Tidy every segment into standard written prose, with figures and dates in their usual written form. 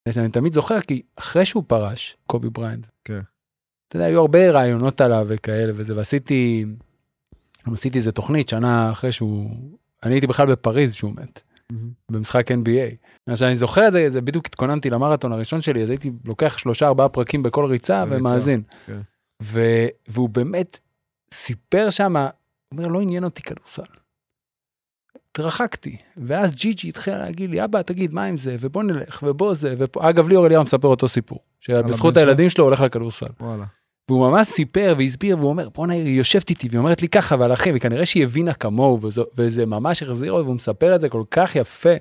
אני תמיד זוכר, כי אחרי שהוא פרש, קובי בריינט, כן. אתה יודע, היו הרבה רעיונות עליו וכאלה, ועשיתי איזה תוכנית, שנה אחרי אני הייתי בכלל בפריז שהוא מת, במשחק NBA. אז אני זוכר את זה, בדיוק התכוננתי למרתון הראשון שלי, אז הייתי לוקח 3-4 פרקים בכל ריצה ומאזין. והוא באמת סיפר שם, הוא אומר, לא עניין אותי כדורסל. התרחקתי, ואז ג'יג'י התחיל להגיד לי, אבא, תגיד, מה עם זה, ובוא נלך, ובוא זה, אגב, ליאור אליהו מספר אותו סיפור, שבזכות הילדים שלו הולך לכדורסל. והוא ממש סיפר והסביר, והוא אומר, בוא נעיר, היא יושבת איתי, והיא אומרת לי ככה, אבל אחי, וכנראה שהיא הבינה כמוהו, וזה ממש החזיר אותו, והוא מספר את זה כל כך יפה,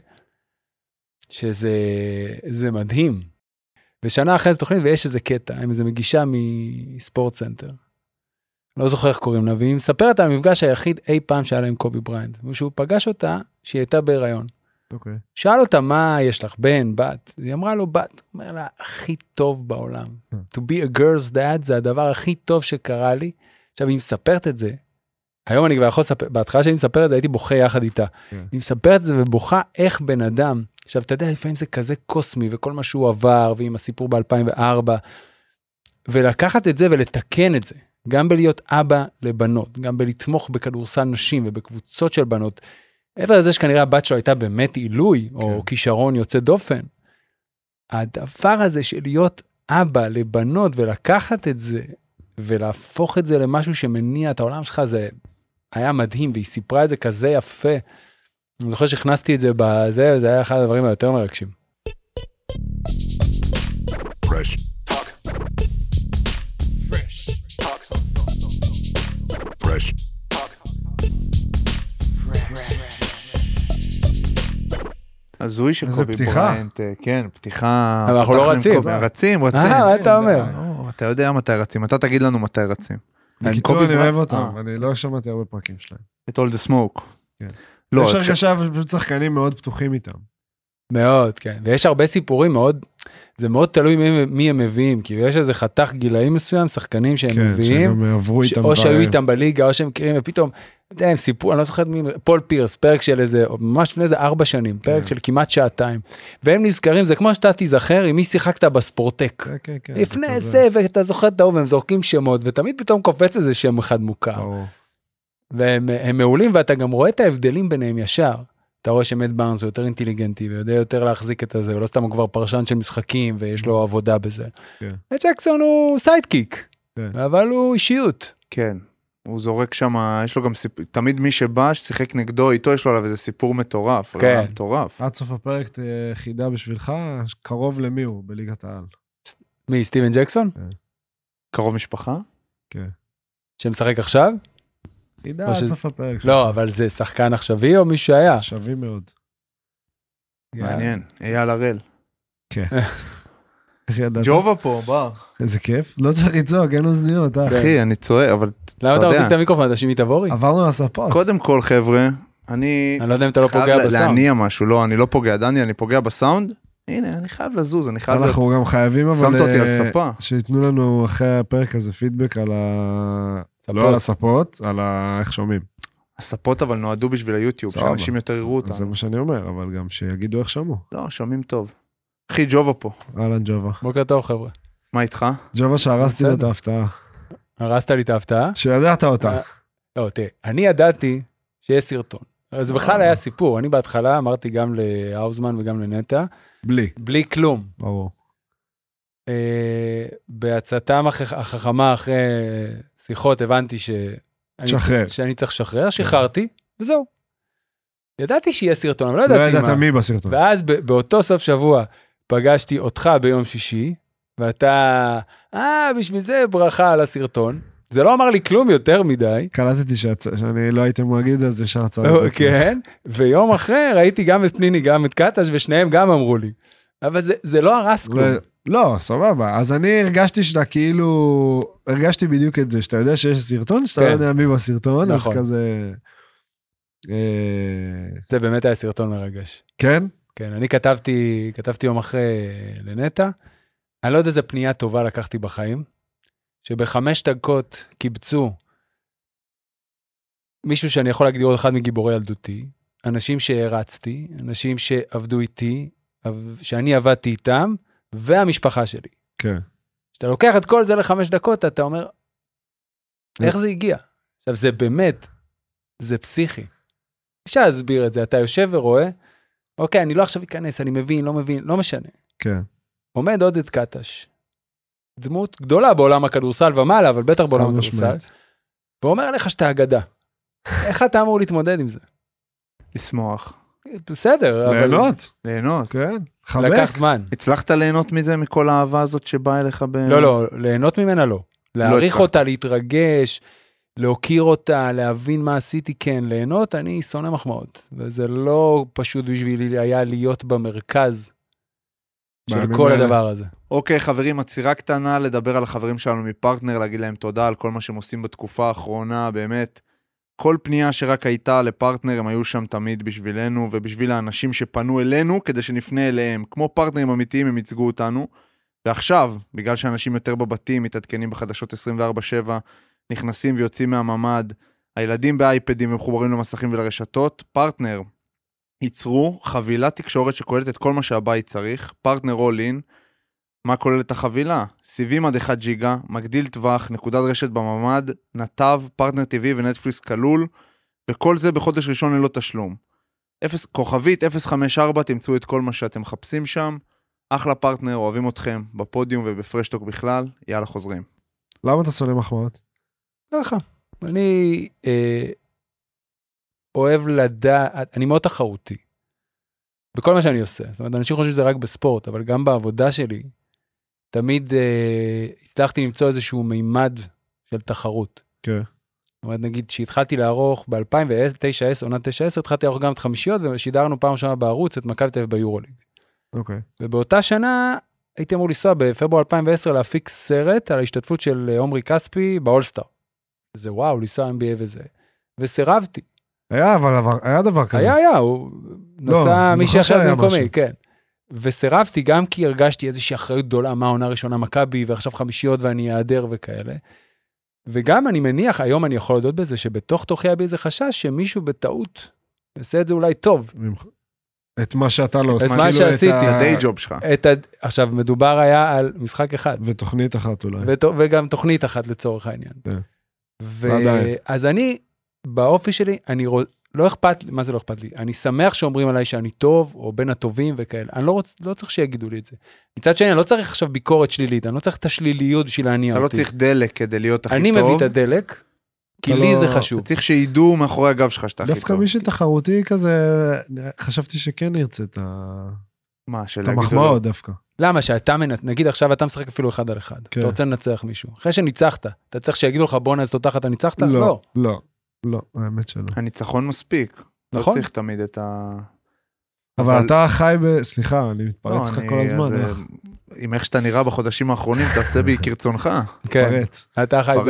שזה מדהים. ושנה אחרי זה תוכנית, ויש איזה קטע, עם איזה מגישה מספורט סנטר. לא זוכר איך קוראים לה, והיא מספרת על המפגש היחיד אי פעם שהיה לה עם קובי בריינט, ושהוא פגש אותה, שהיא הייתה בהיריון. אוקיי. שאל אותה, מה יש לך, בן, בת? היא אמרה לו, בת. הוא אומר לה, הכי טוב בעולם. To be a girl's dad, זה הדבר הכי טוב שקרה לי. עכשיו, היא מספרת את זה, היום אני כבר יכול לספר, בהתחלה שאני מספר את זה, הייתי בוכה יחד איתה. היא מספרת את זה ובוכה איך בן אדם, עכשיו, אתה יודע, לפעמים זה כזה קוסמי, וכל מה שהוא עבר, ועם הסיפור ב-2004, ולקחת את זה ולתקן את זה, גם בלהיות אבא לבנות, גם בלתמוך בכדורסל נשים ובקבוצות של בנות, מעבר לזה שכנראה הבת שלו הייתה באמת עילוי, או כישרון יוצא דופן, הדבר הזה של להיות אבא לבנות, ולקחת את זה, ולהפוך את זה למשהו שמניע את העולם שלך, זה היה מדהים, והיא סיפרה את זה כזה יפה, אני זוכר שהכנסתי את זה בזה, זה היה אחד הדברים היותר מרגשים. Fresh talk. Fresh talk. Fresh talk. הזוי של קובי בריינט, כן, פתיחה. אבל אנחנו לא רצים. רצים. מה אתה אומר? אתה יודע מתי רצים, אתה תגיד לנו מתי רצים. בקיצור, אני אוהב אותם, אני לא שמעתי הרבה פרקים שלהם. את all the smoke. יש הרגשה שחקנים מאוד פתוחים איתם. מאוד, כן. ויש הרבה סיפורים מאוד, זה מאוד תלוי מי הם מביאים, כי יש איזה חתך גילאים מסוים, שחקנים שהם מביאים, או שהיו איתם בליגה, או שהם מכירים, ופתאום, הם סיפור, אני לא זוכרת מי, פול פירס, פרק של איזה, ממש לפני איזה 4 שנים, פרק של כמעט שעתיים, והם נזכרים, זה כמו שאתה תיזכר, עם מי שיחקת בספורטק. לפני זה, ואתה זוכר את ההוא, והם זורקים שמות, ותמיד פתאום קופץ איזה שם אחד מוכר. והם מעולים, ואתה גם רואה את ההבדלים ביניהם ישר. אתה רואה שמט בארנס הוא יותר אינטליגנטי, ויודע יותר להחזיק את זה, ולא סתם הוא כבר פרשן של משחקים, ויש לו עבודה בזה. ג'קסון הוא סיידקיק, אבל הוא אישיות. כן, הוא זורק שם, יש לו גם סיפור, תמיד מי שבא, ששיחק נגדו, איתו יש לו עליו איזה סיפור מטורף. כן. מטורף. עד סוף הפרק חידה בשבילך, קרוב למי הוא בליגת העל? מי, סטיבן ג'קסון? קרוב משפחה? כן. שמשחק עכשיו? חידה עד סוף הפרק. לא, אבל זה שחקן עכשווי או מישהו שהיה? עכשווי מאוד. מעניין, אייל הראל. כן. ג'ובה פה, בא. איזה כיף. לא צריך לצעוק, אין אוזניות. אחי, אני צועק, אבל למה אתה מחזיק את המיקרופון? אתה שימי תבורי? עברנו לספות. קודם כל, חבר'ה, אני לא יודע אם אתה לא פוגע בסאונד. להניע משהו, לא, אני לא פוגע, דני, אני פוגע בסאונד. הנה, אני חייב לזוז, אני חייב... אנחנו גם חייבים, אבל... שמת אותי על ספה. שיתנו לנו אחרי הפרק הזה פידבק על לא על הספות, על איך שומעים. הספות אבל נועדו בשביל היוטיוב, שאנשים יותר יראו אותם. זה מה שאני אומר, אבל גם שיגידו איך שמעו. לא, שומעים טוב. אחי, ג'ובה פה. אהלן ג'ובה. בוקר טוב, חבר'ה. מה איתך? ג'ובה שהרסתי לו את ההפתעה. הרסת לי את ההפתעה? שידעת אותה. לא, תראה, אני ידעתי שיש סרטון. זה בכלל היה סיפור. אני בהתחלה אמרתי גם לאוזמן וגם לנטה. בלי כלום. ברור. בהצעתם החכמה אחרי שיחות הבנתי שאני צריך לשחרר, שחררתי, וזהו. ידעתי שיהיה סרטון, אבל לא ידעתי מה. לא ידעת מי בסרטון. ואז באותו סוף שבוע פגשתי אותך ביום שישי, ואתה, בשביל זה ברכה על הסרטון. זה לא אמר לי כלום יותר מדי. קלטתי שאני לא הייתם להגיד אז ישר צעד. כן, ויום אחרי ראיתי גם את פניני, גם את קטש, ושניהם גם אמרו לי. אבל זה לא הרס כלום. לא, סבבה. אז אני הרגשתי שאתה כאילו, הרגשתי בדיוק את זה, שאתה יודע שיש סרטון, שאתה לא יודע מי בסרטון, אז כזה... זה באמת היה סרטון מרגש. כן? כן, אני כתבתי יום אחרי לנטה, אני לא יודע איזה פנייה טובה לקחתי בחיים, שב5 דקות קיבצו מישהו שאני יכול להגדיר עוד אחד מגיבורי ילדותי, אנשים שהרצתי, אנשים שעבדו איתי, שאני עבדתי איתם, והמשפחה שלי. כן. כשאתה לוקח את כל זה ל5 דקות, אתה אומר, איך זה הגיע? עכשיו, זה באמת, זה פסיכי. אפשר להסביר את זה, אתה יושב ורואה, אוקיי, אני לא עכשיו אכנס, אני מבין, לא מבין, לא משנה. כן. עומד עודד קטש, דמות גדולה בעולם הכדורסל ומעלה, אבל בטח בעולם הכדורסל, ואומר לך שאתה אגדה. איך אתה אמור להתמודד עם זה? לשמוח. בסדר, אבל... ליהנות. כן. לקח זמן. הצלחת ליהנות מזה מכל האהבה הזאת שבאה אליך ב... לא, ליהנות ממנה לא. להעריך אותה, להתרגש, להוקיר אותה, להבין מה עשיתי, כן, ליהנות, אני שונא מחמאות. וזה לא פשוט בשבילי היה להיות במרכז של כל הדבר הזה. אוקיי, חברים, עצירה קטנה לדבר על החברים שלנו מפרטנר, להגיד להם תודה על כל מה שהם עושים בתקופה האחרונה, באמת. כל פנייה שרק הייתה לפרטנר, הם היו שם תמיד בשבילנו, ובשביל האנשים שפנו אלינו, כדי שנפנה אליהם. כמו פרטנרים אמיתיים, הם ייצגו אותנו. ועכשיו, בגלל שאנשים יותר בבתים, מתעדכנים בחדשות 24/7, נכנסים ויוצאים מהממד, הילדים באייפדים מחוברים למסכים ולרשתות, פרטנר ייצרו חבילת תקשורת שכוללת את כל מה שהבית צריך, פרטנר all-in, מה כוללת החבילה? סיבים עד 1 ג'יגה, מגדיל טווח, נקודת רשת בממד, נתב, פרטנר TV ונטפליקס כלול, וכל זה בחודש ראשון ללא תשלום. כוכבית 054, תמצאו את כל מה שאתם מחפשים שם, אחלה פרטנר, אוהבים אתכם, בפודיום ובפרשטוק בכלל, יאללה חוזרים. למה אתה שונא מחמאות? ככה, אני אוהב לדעת, אני מאוד תחרותי, בכל מה שאני עושה, זאת אומרת, אנשים חושבים שזה רק בספורט, אבל גם בעבודה שלי, תמיד הצלחתי למצוא איזשהו מימד של תחרות. כן. זאת אומרת, נגיד, שהתחלתי לערוך ב-2009, עונה 9-10, התחלתי לערוך גם את חמישיות, ושידרנו פעם שנה בערוץ את מכבי תל אביב ביורוליג. אוקיי. ובאותה שנה, הייתי אמור לנסוע בפברואר 2010 להפיק סרט על ההשתתפות של עומרי כספי באולסטאר. זה וואו, לנסוע NBA וזה. וסירבתי. היה דבר כזה. היה, הוא נסע מישהו אחר במקומי, כן. וסירבתי גם כי הרגשתי איזושהי אחריות גדולה, מה עונה ראשונה מכבי, ועכשיו חמישיות ואני אעדר וכאלה. וגם אני מניח, היום אני יכול לדעות בזה, שבתוך תוכי היה באיזה חשש, שמישהו בטעות יעשה את זה אולי טוב. את מה שאתה לא עושה. את מה שעשיתי. את הדיי ג'וב שלך. עכשיו, מדובר היה על משחק אחד. ותוכנית אחת אולי. וגם תוכנית אחת לצורך העניין. אז אני, באופי שלי, לא אכפת לי, מה זה לא אכפת לי? אני שמח שאומרים עליי שאני טוב, או בין הטובים וכאלה. אני לא צריך שיגידו לי את זה. מצד שני, אני לא צריך עכשיו ביקורת שלילית, אני לא צריך את השליליות בשביל להניע אותי. אתה לא צריך דלק כדי להיות הכי טוב. אני מביא את הדלק, כי לי זה חשוב. אתה צריך שידעו מאחורי הגב שלך שאתה הכי טוב. דווקא מי שתחרותי כזה, חשבתי שכן ירצה את המחמאות דווקא. למה? שאתה נגיד עכשיו אתה משחק אפילו 1 על 1. אתה רוצה לנצח מישהו. אחרי שניצחת, אתה צריך שיגידו לך בוא נעז תותח, אתה ניצחת? לא, האמת שלא. הניצחון מספיק. לא צריך תמיד את ה... אבל אתה חי סליחה, אני מתפרץ לך כל הזמן. עם איך שאתה נראה בחודשים האחרונים, תעשה בי כרצונך. כן. אתה חי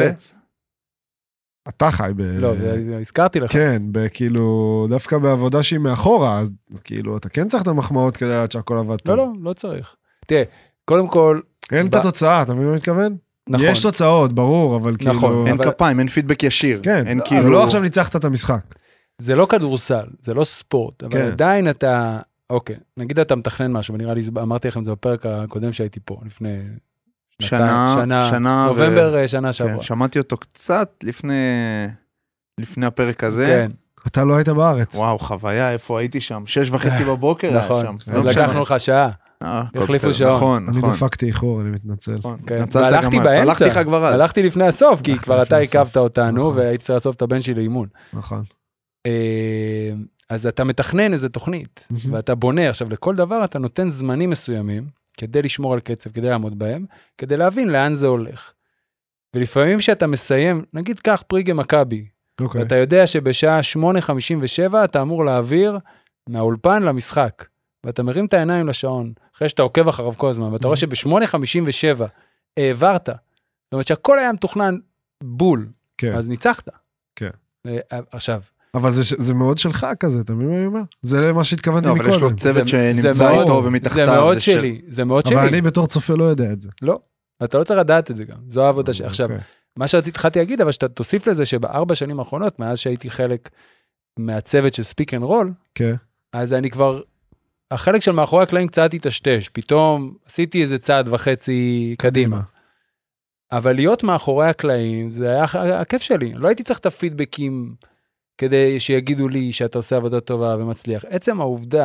אתה חי לא, הזכרתי לך. כן, כאילו, דווקא בעבודה שהיא מאחורה, אז כאילו, אתה כן צריך את המחמאות כדי לדעת שהכל עבד טוב. לא צריך. תראה, קודם כל... אין את התוצאה, אתה מבין מה מתכוון? נכון. יש תוצאות, ברור, אבל כאילו... נכון, אין כפיים, אין פידבק ישיר. כן, לא עכשיו ניצחת את המשחק. זה לא כדורסל, זה לא ספורט, אבל עדיין אתה... אוקיי, נגיד אתה מתכנן משהו, ונראה לי, אמרתי לכם, זה בפרק הקודם שהייתי פה, לפני... שנה, נובמבר, שנה שעברה. שמעתי אותו קצת לפני הפרק הזה. כן. אתה לא היית בארץ. וואו, חוויה, איפה הייתי שם? 6:30 בבוקר. נכון, לקחנו לך שעה. החליפו שעון. אני דפקתי איחור, אני מתנצל. והלכתי באמצע, הלכתי לפני הסוף, כי כבר אתה עקבת אותנו, והייתי צריך לעצוב את הבן שלי לאימון. נכון. אז אתה מתכנן איזה תוכנית, ואתה בונה, עכשיו לכל דבר אתה נותן זמנים מסוימים, כדי לשמור על קצב, כדי לעמוד בהם, כדי להבין לאן זה הולך. ולפעמים שאתה מסיים, נגיד כך פריגה מכבי, ואתה יודע שבשעה 8:57 אתה אמור להעביר מהאולפן למשחק, ואתה מרים את העיניים לשעון, אחרי שאתה עוקב אחריו כל הזמן, ואתה רואה שב-8:57 העברת, זאת אומרת שהכל היה מתוכנן בול, אז ניצחת. כן. עכשיו, אבל זה מאוד שלך כזה, אתה מבין מה אני אומר? זה מה שהתכוונתי מקודם. אבל יש לו צוות שנמצא איתו ומתחתיו. זה מאוד שלי, זה מאוד שלי. אבל אני בתור צופה לא יודע את זה. לא, אתה לא צריך לדעת את זה גם, זו העבודה שלי. עכשיו, מה שהתחלתי להגיד, אבל שאתה תוסיף לזה שב4 שנים האחרונות, מאז שהייתי חלק מהצוות של ספיק אנד רול, אז אני כבר החלק של מאחורי הקלעים קצת התשתש, פתאום עשיתי איזה צעד וחצי קדימה. אבל להיות מאחורי הקלעים, זה היה הכיף שלי. לא הייתי צריך את הפידבקים כדי שיגידו לי שאתה עושה עבודה טובה ומצליח. עצם העובדה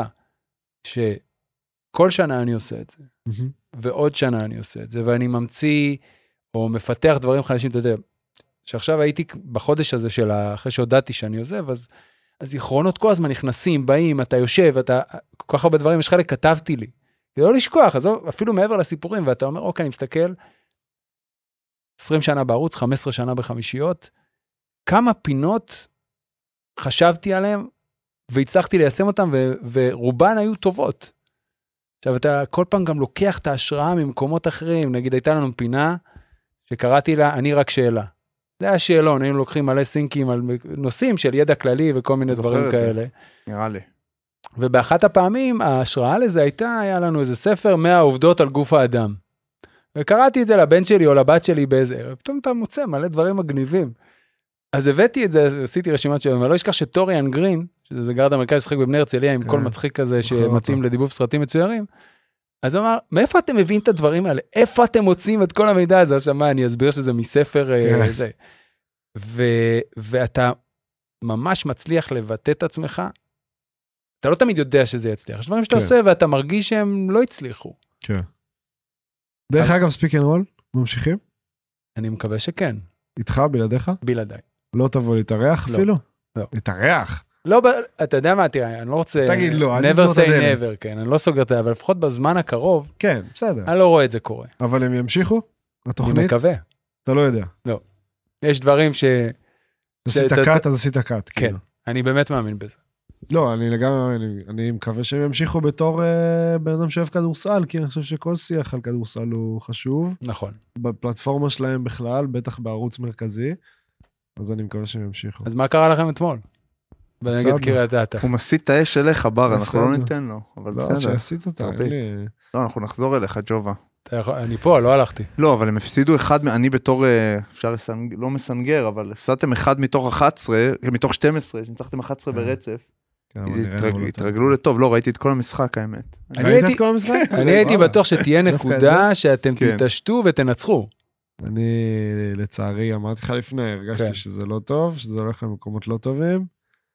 שכל שנה אני עושה את זה, ועוד שנה אני עושה את זה, ואני ממציא או מפתח דברים חדשים, אתה יודע, שעכשיו הייתי בחודש הזה של אחרי שהודעתי שאני עוזב, אז זיכרונות כל הזמן נכנסים, באים, אתה יושב, אתה, כל כך הרבה דברים, יש חלק כתבתי לי. זה לא לשכוח, אז אפילו מעבר לסיפורים, ואתה אומר, אוקיי, אני מסתכל, 20 שנה בערוץ, 15 שנה בחמישיות, כמה פינות חשבתי עליהן, והצלחתי ליישם אותן, ורובן היו טובות. עכשיו, אתה כל פעם גם לוקח את ההשראה ממקומות אחרים, נגיד, הייתה לנו פינה, שקראתי לה, אני רק שאלה. זה היה שאלון, היינו לוקחים מלא סינקים על נושאים של ידע כללי, וכל מיני דברים כאלה. נראה לי. ובאחת הפעמים, ההשראה לזה היה לנו איזה ספר, 100 עובדות על גוף האדם. וקראתי את זה לבן שלי או לבת שלי באיזה, פתאום אתה מוצא מלא דברים מגניבים. אז הבאתי את זה, עשיתי רשימת שלנו, אבל לא אשכח שטוריאן גרין, שזה גרד המרכז שחק בבני הרצליה, עם כל מצחיק כזה שמתאים לדיבוב סרטים מצוירים, אז הוא אמר, מאיפה אתם מביאים את הדברים האלה? איפה אתם מוצאים את כל המידע הזה? עכשיו מה, אני אסביר שזה מספר זה. ואתה ממש מצליח לבטא את עצמך, אתה לא תמיד יודע שזה יצליח. יש דברים שאתה עושה ואתה מרגיש שהם לא הצליחו. כן. דרך אגב, ספיק אנד רול, ממשיכים? אני מקווה שכן. איתך, בלעדיך? בלעדיי. לא תבוא להתארח אפילו? לא. להתארח? לא, אתה יודע מה, תראה, אני לא רוצה... תגיד לא, אני never say never, כן, אני לא סוגר את זה, אבל לפחות בזמן הקרוב, כן, בסדר. אני לא רואה את זה קורה. אבל הם ימשיכו? התוכנית? אני מקווה. אתה לא יודע. לא. יש דברים עשית קאט, אז עשית קאט. כן, אני באמת מאמין בזה. לא, אני מקווה שהם ימשיכו בתור בן אדם שאוהב כדורסל, כי אני חושב שכל שיח על כדורסל הוא חשוב. נכון. בפלטפורמה שלהם בכלל, בטח בערוץ מרכזי, אז אני מקווה שהם ימשיכו. אז מה קרה לכם אתמול? בנגד קריית אתא. הוא מסית את האש אליך, בר, אנחנו לא ניתן לו, אבל בסדר. לא, שעשית אותה. לא, אנחנו נחזור אליך, ג'ובה. אני פה, לא הלכתי. לא, אבל הם הפסידו אני בתור, אפשר לא מסנגר, אבל הפסדתם אחד מתוך 11, מתוך 12, שניצחתם 11 ברצף. התרגלו לטוב, לא, ראיתי את כל המשחק, האמת. ראית את כל המשחק? אני הייתי בטוח שתהיה נקודה שאתם תתעשתו ותנצחו. אני, לצערי, אמרתי לך לפני, הרגשתי שזה לא טוב, שזה הולך למקומות לא טובים.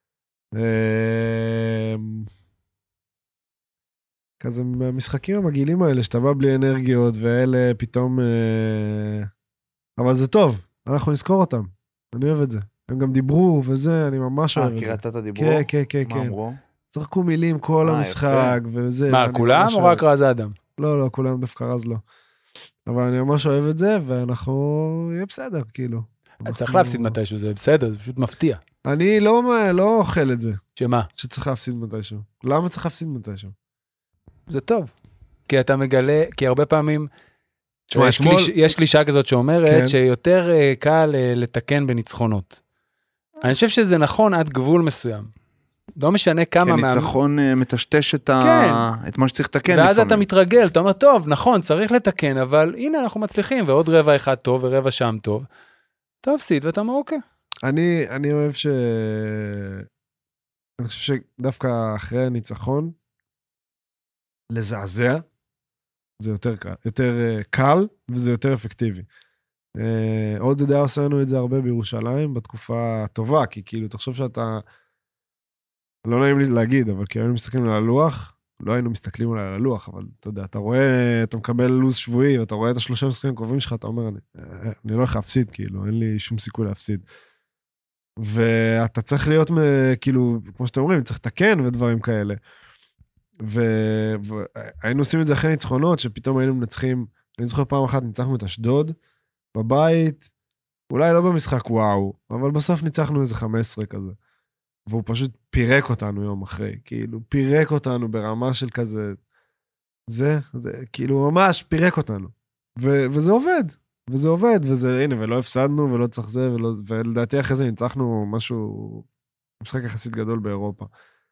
כזה המשחקים המגעילים האלה, שאתה בא בלי אנרגיות, ואלה פתאום... אבל זה טוב, אנחנו נזכור אותם. אני אוהב את זה. הם גם דיברו, וזה, אני ממש אוהב את זה. קריית אתא דיברו? כן. מה אמרו? זרקו מילים כל המשחק, וזה... מה, כולם או רק רז אדם? לא, כולם דווקא רז לא. אבל אני ממש אוהב את זה, ואנחנו... יהיה בסדר, כאילו. צריך להפסיד מתישהו, זה בסדר, זה פשוט מפתיע. אני לא אוכל את זה. שמה? שצריך להפסיד מתישהו. למה צריך להפסיד מתישהו? זה טוב. כי אתה מגלה, כי הרבה פעמים, יש קלישה כזאת שאומרת שיותר קל לתקן בניצחונות. אני חושב שזה נכון עד גבול מסוים. לא משנה כמה... כי ניצחון מטשטש את מה שצריך לתקן. ואז אתה מתרגל, אתה אומר, טוב, נכון, צריך לתקן, אבל הנה אנחנו מצליחים, ועוד רבע אחד טוב, ורבע שם טוב. אתה מפסיד, ואתה אומר, אוקיי. אני אוהב אני חושב שדווקא אחרי הניצחון, לזעזע, זה יותר קל, וזה יותר אפקטיבי. עוד יודע עושה לנו את זה הרבה בירושלים, בתקופה טובה, כי כאילו, תחשוב שאתה, לא נעים לי להגיד, אבל כאילו היינו מסתכלים על הלוח, לא היינו מסתכלים על הלוח, אבל אתה יודע, אתה רואה, אתה מקבל לוז שבועי, ואתה רואה את ה30 משחקים הקרובים שלך, אתה אומר, אני לא הולך להפסיד, כאילו, אין לי שום סיכוי להפסיד. ואתה צריך להיות, כאילו, כמו שאתם אומרים, צריך לתקן ודברים כאלה. והיינו עושים את זה אחרי ניצחונות, שפתאום היינו מנצחים, אני זוכר פעם אחת ניצחנו את אשדוד, בבית, אולי לא במשחק וואו, אבל בסוף ניצחנו איזה 15 כזה. והוא פשוט פירק אותנו יום אחרי, כאילו פירק אותנו ברמה של כזה, זה כאילו ממש פירק אותנו. וזה עובד, וזה, הנה, ולא הפסדנו, ולא צריך זה, ולדעתי אחרי זה ניצחנו משהו, משחק יחסית גדול באירופה.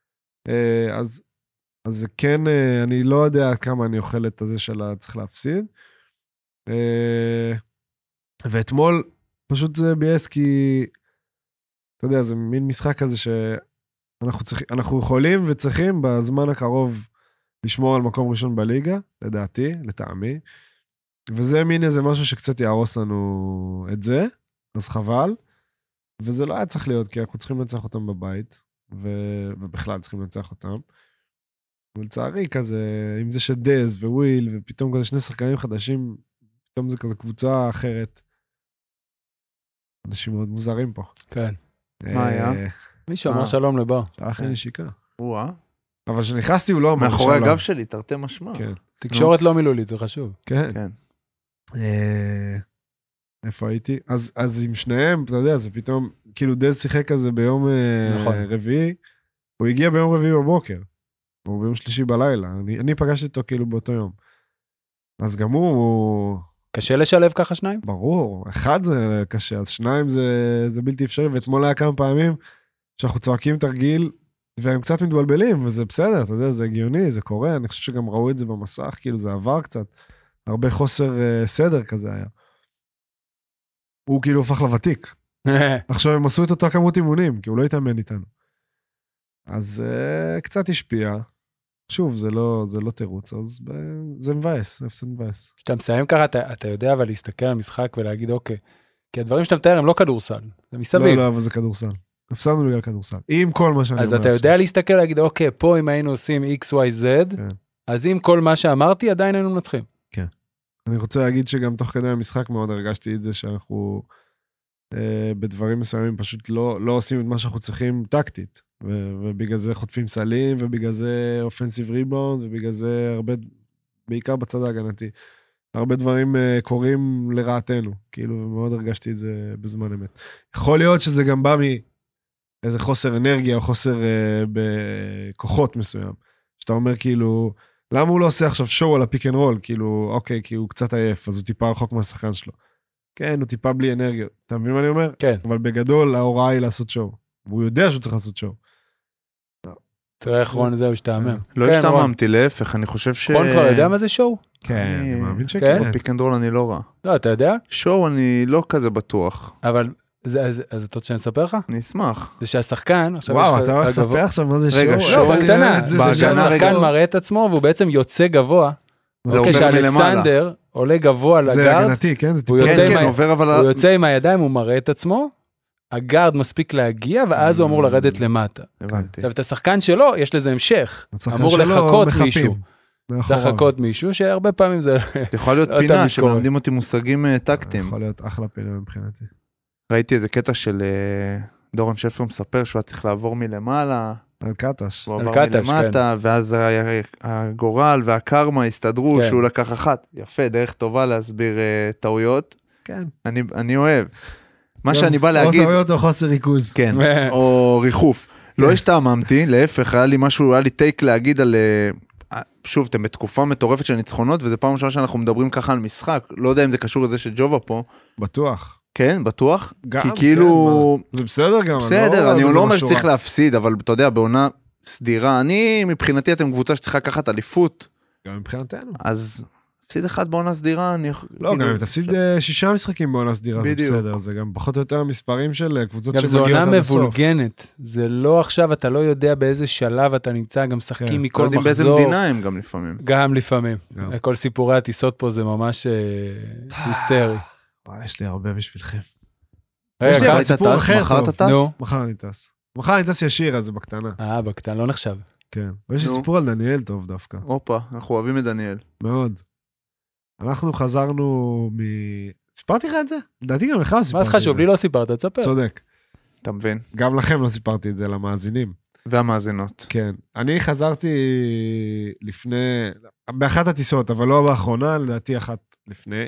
אז כן, אני לא יודע כמה אני אוכל את הזה של צריך להפסיד. ואתמול, פשוט זה בייס, כי, אתה יודע, זה מין משחק כזה שאנחנו יכולים וצריכים בזמן הקרוב לשמור על מקום ראשון בליגה, לדעתי, לטעמי, וזה מין איזה משהו שקצת יהרוס לנו את זה, אז חבל, וזה לא היה צריך להיות, כי אנחנו צריכים לנצח אותם בבית, ובכלל צריכים לנצח אותם, ולצערי כזה, אם זה שדז וויל, ופתאום כזה שני שחקנים חדשים, פתאום זה כזה קבוצה אחרת, אנשים מאוד מוזרים פה. כן. מה היה? מישהו אמר שלום לבא. אחרי נשיקה. וואה. אבל כשנכנסתי הוא לא אמר מאחורי הגב שלי, תרתי משמע. כן. תקשורת לא מילולית, זה חשוב. כן. כן. איפה הייתי? אז עם שניהם, אתה יודע, זה פתאום, כאילו דז שיחק כזה ביום רביעי, הוא הגיע ביום רביעי בבוקר, או ביום שלישי בלילה, אני פגשתי אותו כאילו באותו יום. אז גם הוא... קשה לשלב ככה שניים? ברור, אחד זה קשה, אז שניים זה בלתי אפשרי, ואתמול היה כמה פעמים שאנחנו צועקים תרגיל, והם קצת מתבלבלים, וזה בסדר, אתה יודע, זה הגיוני, זה קורה, אני חושב שגם ראו את זה במסך, כאילו זה עבר קצת, הרבה חוסר סדר כזה היה. הוא כאילו הופך לוותיק. עכשיו הם עשו את אותה כמות אימונים, כי הוא לא התאמן איתנו. אז קצת השפיע. שוב, זה לא תירוץ, אז זה מבאס, זה הפסד מבאס. כשאתה מסיים ככה, אתה יודע אבל להסתכל על המשחק ולהגיד, אוקיי, כי הדברים שאתה מתאר הם לא כדורסל, זה מסביב. לא, אבל זה כדורסל. הפסדנו בגלל כדורסל. עם כל מה שאני אומר. אז אתה יודע להסתכל ולהגיד, אוקיי, פה אם היינו עושים XYZ, אז עם כל מה שאמרתי, עדיין היינו מנצחים. כן. אני רוצה להגיד שגם תוך כדי המשחק מאוד הרגשתי את זה, שאנחנו בדברים מסוימים פשוט לא עושים את מה שאנחנו צריכים טקטית, ובגלל זה חוטפים סלים, ובגלל זה אופנסיב ריבאונד, ובגלל זה הרבה, בעיקר בצד ההגנתי, הרבה דברים קורים לרעתנו, כאילו, ומאוד הרגשתי את זה בזמן אמת. יכול להיות שזה גם בא מאיזה חוסר אנרגיה, או חוסר בכוחות מסוים, שאתה אומר כאילו, למה הוא לא עושה עכשיו שואו על הפיק אנד רול? כאילו, אוקיי, כי הוא קצת עייף, אז הוא טיפה רחוק מהשחקן שלו. כן, הוא טיפה בלי אנרגיה. אתה מבין מה אני אומר? כן. אבל בגדול, ההוראה היא לעשות שואו. והוא יודע שהוא צריך לעשות שואו. תראה איך רון זהו, שתאמם. לא השתעממתי, להפך, אני חושב ש... רון כבר יודע מה זה שואו? כן, אני מאמין שכן. פיק אנד רול אני לא רע. לא, אתה יודע? שואו אני לא כזה בטוח. אבל, אז אתה רוצה שאני אספר לך? אני אשמח. זה שהשחקן, וואו, אתה הולך לספר עכשיו מה זה שואו? רגע, שואו קטנה, שהשחקן מראה את עצמו, והוא בעצם יוצא גבוה, כשאלכסנדר עולה גבוה לגארד, זה הגנתי, כן? הוא יוצא עם הידיים, הוא מראה את עצמו, הגארד מספיק להגיע, ואז הוא אמור לרדת למטה. הבנתי. עכשיו, את השחקן שלו, יש לזה המשך. אמור לחכות מישהו. לחכות מישהו, שהרבה פעמים זה... יכול להיות פינה שמלמדים אותי מושגים טקטיים. יכול להיות אחלה פינה מבחינתי. ראיתי איזה קטע של דורון שפר מספר שהוא צריך לעבור מלמעלה. על קטש. הוא עבר מלמטה, ואז הגורל והקרמה הסתדרו שהוא לקח אחת. יפה, דרך טובה להסביר טעויות. כן. אני אוהב. מה שאני בא להגיד... או טעויות או חוסר ריכוז. כן, או ריחוף. לא השתעממתי, להפך, היה לי טייק להגיד על... שוב, אתם בתקופה מטורפת של ניצחונות, וזה פעם ראשונה שאנחנו מדברים ככה על משחק. לא יודע אם זה קשור לזה שג'ובה פה. בטוח. כן, בטוח. גם, כי כאילו... זה בסדר גם. בסדר, אני לא אומר שצריך להפסיד, אבל אתה יודע, בעונה סדירה, מבחינתי אתם קבוצה שצריכה לקחת אליפות. גם מבחינתנו. אז תפסיד אחד בעונה סדירה, אני... לא, גם אם תפסיד 6 משחקים בעונה סדירה, זה בסדר. זה גם פחות או יותר המספרים של קבוצות שמגיעות עד הסוף. גם זו עונה מבולגנת. זה לא עכשיו, אתה לא יודע באיזה שלב אתה נמצא, גם שחקים מכל מחזור. לא יודעים באיזה מדינה הם גם לפעמים. גם לפעמים. כל סיפורי הטיסות פה זה ממש היסטרי. יש לי הרבה בשבילכם. יש לי סיפור אחר טוב. מחר אתה טס? מחר אני טס. מחר אני טס ישיר, אז זה בקטנה. בקטנה, לא נחשב. כן. ויש לי סיפור על דניאל טוב דווקא. אופה, אנחנו אוהבים את דניאל. מאוד. אנחנו חזרנו סיפרתי לך את זה? לדעתי גם לך סיפרתי את זה. מה זה חשוב? לי לא סיפרת, תספר. צודק. אתה מבין. גם לכם לא סיפרתי את זה, למאזינים. והמאזינות. כן. אני חזרתי לפני, באחת הטיסות, אבל לא באחרונה, לדעתי אחת לפני.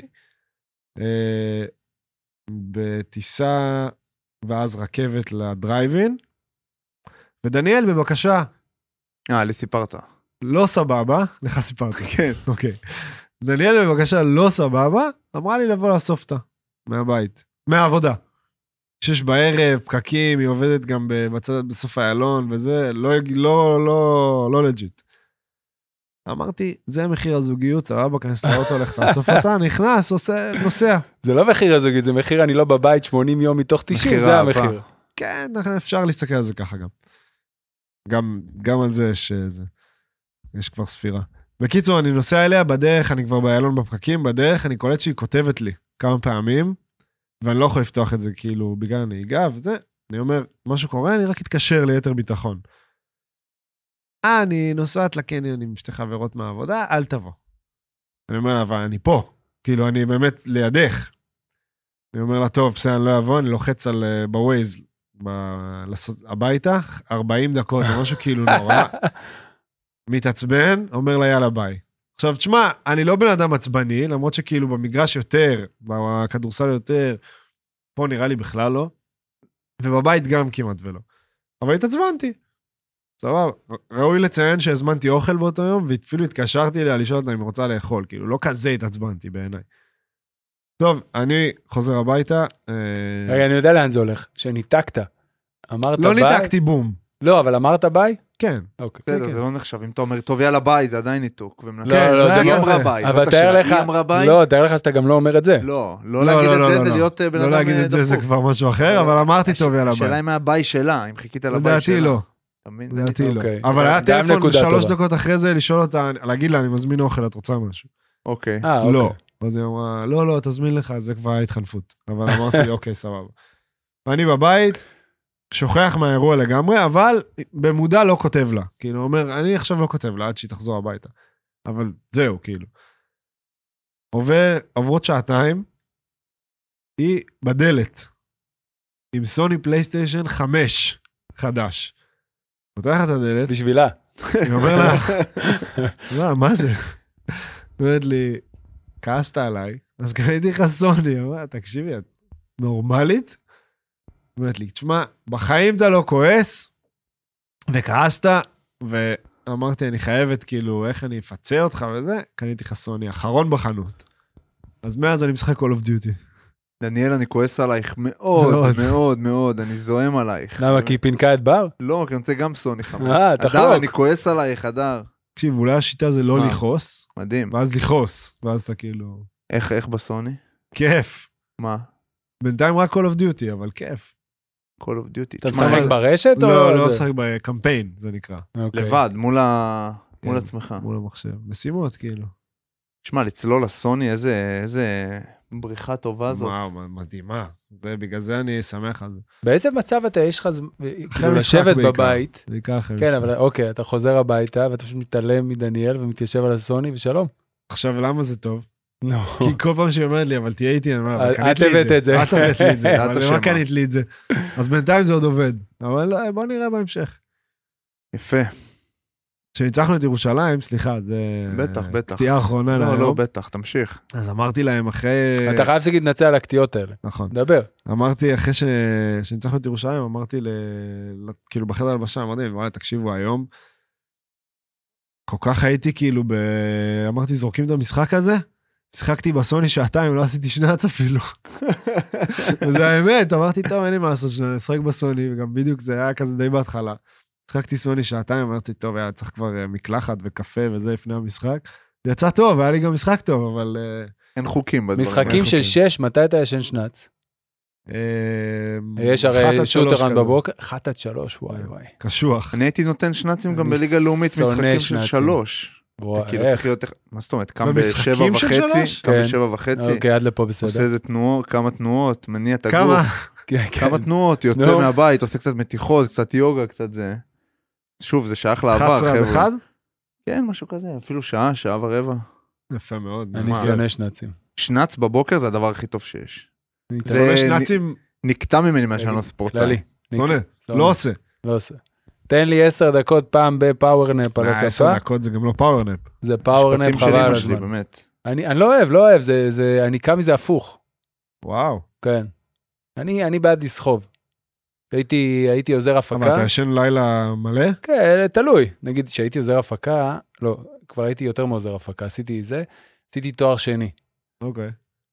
בטיסה ואז רכבת לדרייבין. ודניאל, בבקשה. לי סיפרת. לא סבבה, לך סיפרתי. כן. אוקיי. דניאל, בבקשה, לא סבבה, אמרה לי לבוא לאסוף אותה מהבית, מהעבודה. 6 בערב, פקקים, היא עובדת גם בסוף איילון, וזה לא לג'יט. אמרתי, זה מחיר הזוגיות, סבבה, כנס לאוטו, הולך לאסוף אותה, נכנס, נוסע. זה לא מחיר הזוגיות, זה מחיר אני לא בבית 80 יום מתוך 90, זה המחיר. כן, אפשר להסתכל על זה ככה גם. גם על זה שזה. יש כבר ספירה. בקיצור, אני נוסע אליה בדרך, אני כבר באיילון בפקקים, בדרך אני קולט שהיא כותבת לי כמה פעמים, ואני לא יכול לפתוח את זה כאילו בגלל הנהיגה, וזה, אני אומר, משהו קורה, אני רק אתקשר ליתר ביטחון. אני נוסעת לקניון עם שתי חברות מהעבודה, אל תבוא. אני אומר, אבל אני פה, כאילו אני באמת לידך. אני אומר לה, טוב, בסדר, אני לא אבוא, אני לוחץ על בווייז, הביתה, 40 דקות, או משהו כאילו נורא. מתעצבן, אומר לה, יאללה, ביי. עכשיו, תשמע, אני לא בן אדם עצבני, למרות שכאילו במגרש יותר, בכדורסל יותר, פה נראה לי בכלל לא, ובבית גם כמעט ולא. אבל התעצבנתי. סבבה, ראוי לציין שהזמנתי אוכל באותו יום, ואפילו התקשרתי אליה לשאול אותה אם היא רוצה לאכול, כאילו, לא כזה התעצבנתי בעיניי. טוב, אני חוזר הביתה. רגע, אני יודע לאן זה הולך, שניתקת. אמרת ביי? לא ניתקתי בום. לא, אבל אמרת ביי? כן. אוקיי. בסדר, זה לא נחשב. אם אתה אומר, טוב, יאללה ביי, זה עדיין ניתוק. לא, זה היא כזה. אמרה ביי. אבל תאר לך, לא, תאר לך שאתה גם לא אומר את זה. לא להגיד את זה, זה להיות בן אדם דפוק. לא להגיד את זה, זה כבר משהו אחר, אבל אמרתי טוב, יאללה ביי. השאלה אם היה ביי שלה, אם חיכית על הביי לדעתי שלה. לא. לדעתי לא. אבל היה טלפון 3 דקות אחרי זה לשאול אותה, להגיד לה, אני מזמין אוכל, את רוצה משהו? אוקיי. לא. אז היא אמרה, לא, תזמין לך, זה כבר ההתחנפות. אבל אמרתי, אוקיי, סבבה. ואני בבית, שוכח מהאירוע לגמרי, אבל במודע לא כותב לה. כאילו, אומר, אני עכשיו לא כותב לה, עד שהיא תחזור הביתה. אבל זהו, כאילו. עוברות שעתיים, היא בדלת, עם סוני פלייסטיישן 5 חדש. פותחת את הדלת. בשבילה. היא אומר לה, לא, מה זה? אומרת לי, כעסת עליי, אז קניתי לך סוני. אמרה, תקשיבי, את נורמלית? אומרת לי, תשמע, בחיים אתה לא כועס, וכעסת, ואמרתי, אני חייבת, כאילו, איך אני אפצה אותך וזה, קניתי לך סוני, אחרון בחנות. אז מאז אני משחק Call of Duty. דניאל, אני כועס עלייך מאוד, מאוד, מאוד, אני זוהם עלייך. למה, כי היא פינקה את בר? לא, כי אני רוצה גם סוני 5. תחלוק. אדר, אני כועס עלייך, אדר. תקשיב, אולי השיטה זה לא לכעוס, מדהים. ואז לכעוס, ואז אתה כאילו... איך בסוני? כיף. מה? בינתיים רק Call of Duty, אבל כיף. Call of Duty. אתה משחק ברשת או... לא משחק בקמפיין, זה נקרא. לבד, מול עצמך. מול המחשב. משימות, כאילו. תשמע, לצלול לסוני, איזה בריחה טובה זאת. וואו, מדהימה. בגלל זה אני שמח על זה. באיזה מצב אתה, יש לך כאילו לשבת בבית? בעיקר אחרי כן, משחק. אבל אוקיי, אתה חוזר הביתה, ואתה פשוט מתעלם מדניאל, ומתיישב על הסוני, ושלום. עכשיו, למה זה טוב? נו. כי כל פעם שהיא אומרת לי, אבל תהיה איתי, אני אומר, את הבאת את זה. את הבאת לי את זה, את אבל אשמה. למה קנית לי את זה? אז בינתיים זה עוד עובד. אבל בוא נראה בהמשך. יפה. כשניצחנו את ירושלים, סליחה, זה... בטח. קטיעה האחרונה להיום. לא, בטח, תמשיך. אז אמרתי להם אחרי... אתה חייב להגיד נצא על הקטיעות האלה. נכון. דבר. אמרתי, אחרי שניצחנו את ירושלים, אמרתי כאילו בחדר הלבשה, אמרתי, וואי, תקשיבו, היום, כל כך הייתי כאילו אמרתי, זורקים את המשחק הזה? שיחקתי בסוני שעתיים, לא עשיתי שנץ אפילו. וזה האמת, אמרתי, טוב, אין לי מה לעשות שנץ, נשחק בסוני, וגם בדיוק זה היה כזה די בהתחלה. שיחקתי סוני שעתיים, אמרתי, טוב, היה צריך כבר מקלחת וקפה וזה לפני המשחק. יצא טוב, היה לי גם משחק טוב, אבל... אין חוקים בדברים. משחקים של 6, מתי אתה ישן שנץ? יש הרי שוטרן בבוקר, 1-3, וואי. קשוח. אני הייתי נותן שנצים גם בליגה לאומית, משחקים של 3. כאילו צריך להיות, מה זאת אומרת, קם ב7:30, קם ב7:30, אוקיי, עד לפה בסדר. עושה איזה תנועות, כמה תנועות, מניע את הגוף. כמה תנועות, יוצא מהבית, עושה קצת מתיחות, קצת יוגה, קצת זה. שוב, זה שייך לעבר, חבר'ה. כן, משהו כזה, אפילו שעה ורבע. יפה מאוד. אני שונא שנצים. שנץ בבוקר זה הדבר הכי טוב שיש. זה שנצים... נקטע ממני מה שאני לא ספורטאי. לא עושה. לא עושה. תן לי 10 דקות פעם בפאוורנפ על הספה. 10 דקות זה גם לא פאוורנפ. זה פאוורנפ חבל על הזמן. אני לא אוהב, אני קם מזה הפוך. וואו. כן. אני בעד לסחוב. הייתי עוזר הפקה. אבל אתה ישן לילה מלא? כן, תלוי. נגיד שהייתי עוזר הפקה, לא, כבר הייתי יותר מעוזר הפקה, עשיתי תואר שני. אוקיי.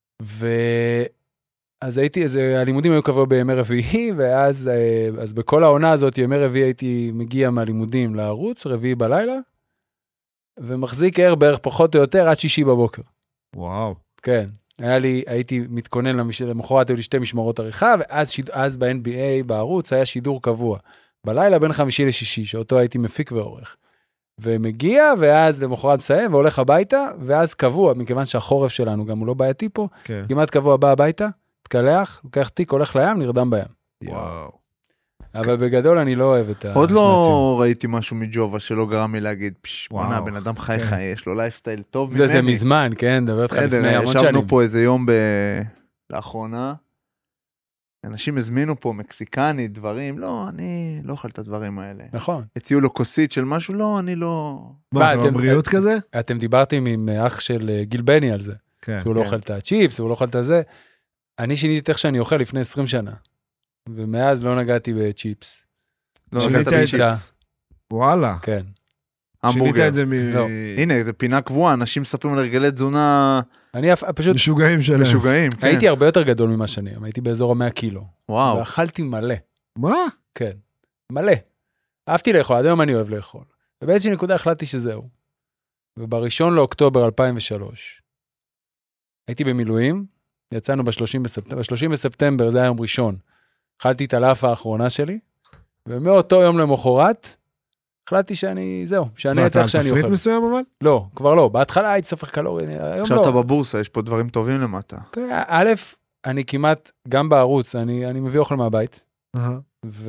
אז הלימודים היו קבוע בימי רביעי, ואז בכל העונה הזאת, ימי רביעי הייתי מגיע מהלימודים לערוץ, רביעי בלילה, ומחזיק ער בערך פחות או יותר עד 6 בבוקר. וואו. כן. הייתי מתכונן למחרת, היו לי 2 משמרות עריכה, ואז ב-NBA בערוץ היה שידור קבוע. בלילה בין 5 ל-6, שאותו הייתי מפיק ועורך. ומגיע, ואז למחרת מסיים, והולך הביתה, ואז קבוע, מכיוון שהחורף שלנו גם הוא לא בעייתי פה, כן. כמעט קבוע בא הביתה, תקלח, לוקח תיק, הולך לים, נרדם בים. וואו. אבל בגדול אני לא אוהב את עוד לא ראיתי משהו מג'ובה שלא גרם לי להגיד, בונה, בן אדם חי כן. חי, יש לו לייפסטייל טוב ממני. זה מזמן, כן, דבר איתך לפני המון שנים. ישבנו פה איזה יום לאחרונה, אנשים הזמינו פה מקסיקני, דברים, לא, אני לא אוכל את הדברים האלה. נכון. הציעו לו כוסית של משהו, לא, אני לא... מה, אתם בריאות כזה? אתם דיברתם עם אח של גיל בני על זה, כן. שהוא לא אוכל את הצ'יפס, הוא לא אוכל את זה. אני שיניתי את איך שאני אוכל לפני 20 שנה, ומאז לא נגעתי בצ'יפס. לא נגעת בצ'יפס. וואלה. כן. המבורגר. שינית את זה לא. הנה, זה פינה קבועה, אנשים מספרים על הרגלי תזונה אני פשוט משוגעים שלהם. משוגעים, כן. הייתי הרבה יותר גדול ממה שאני, הייתי באזור 100 קילו. וואו. ואכלתי מלא. מה? כן, מלא. אהבתי לאכול, עד היום אני אוהב לאכול. ובאיזושהי נקודה החלטתי שזהו. ובראשון לאוקטובר 2003, הייתי במילואים, יצאנו ב-30 בספטמבר, זה היה יום ראשון. אכלתי את הלאפה האחרונה שלי, ומאותו יום למחרת, החלטתי שאני, זהו, שאני את איך שאני ואתה על אוכל. תפריט מסוים אבל? לא, כבר לא. בהתחלה הייתי סופר קלורי, היום עכשיו לא. אתה בבורסה, יש פה דברים טובים למטה. א', אני כמעט, גם בערוץ, אני מביא אוכל מהבית, אהה.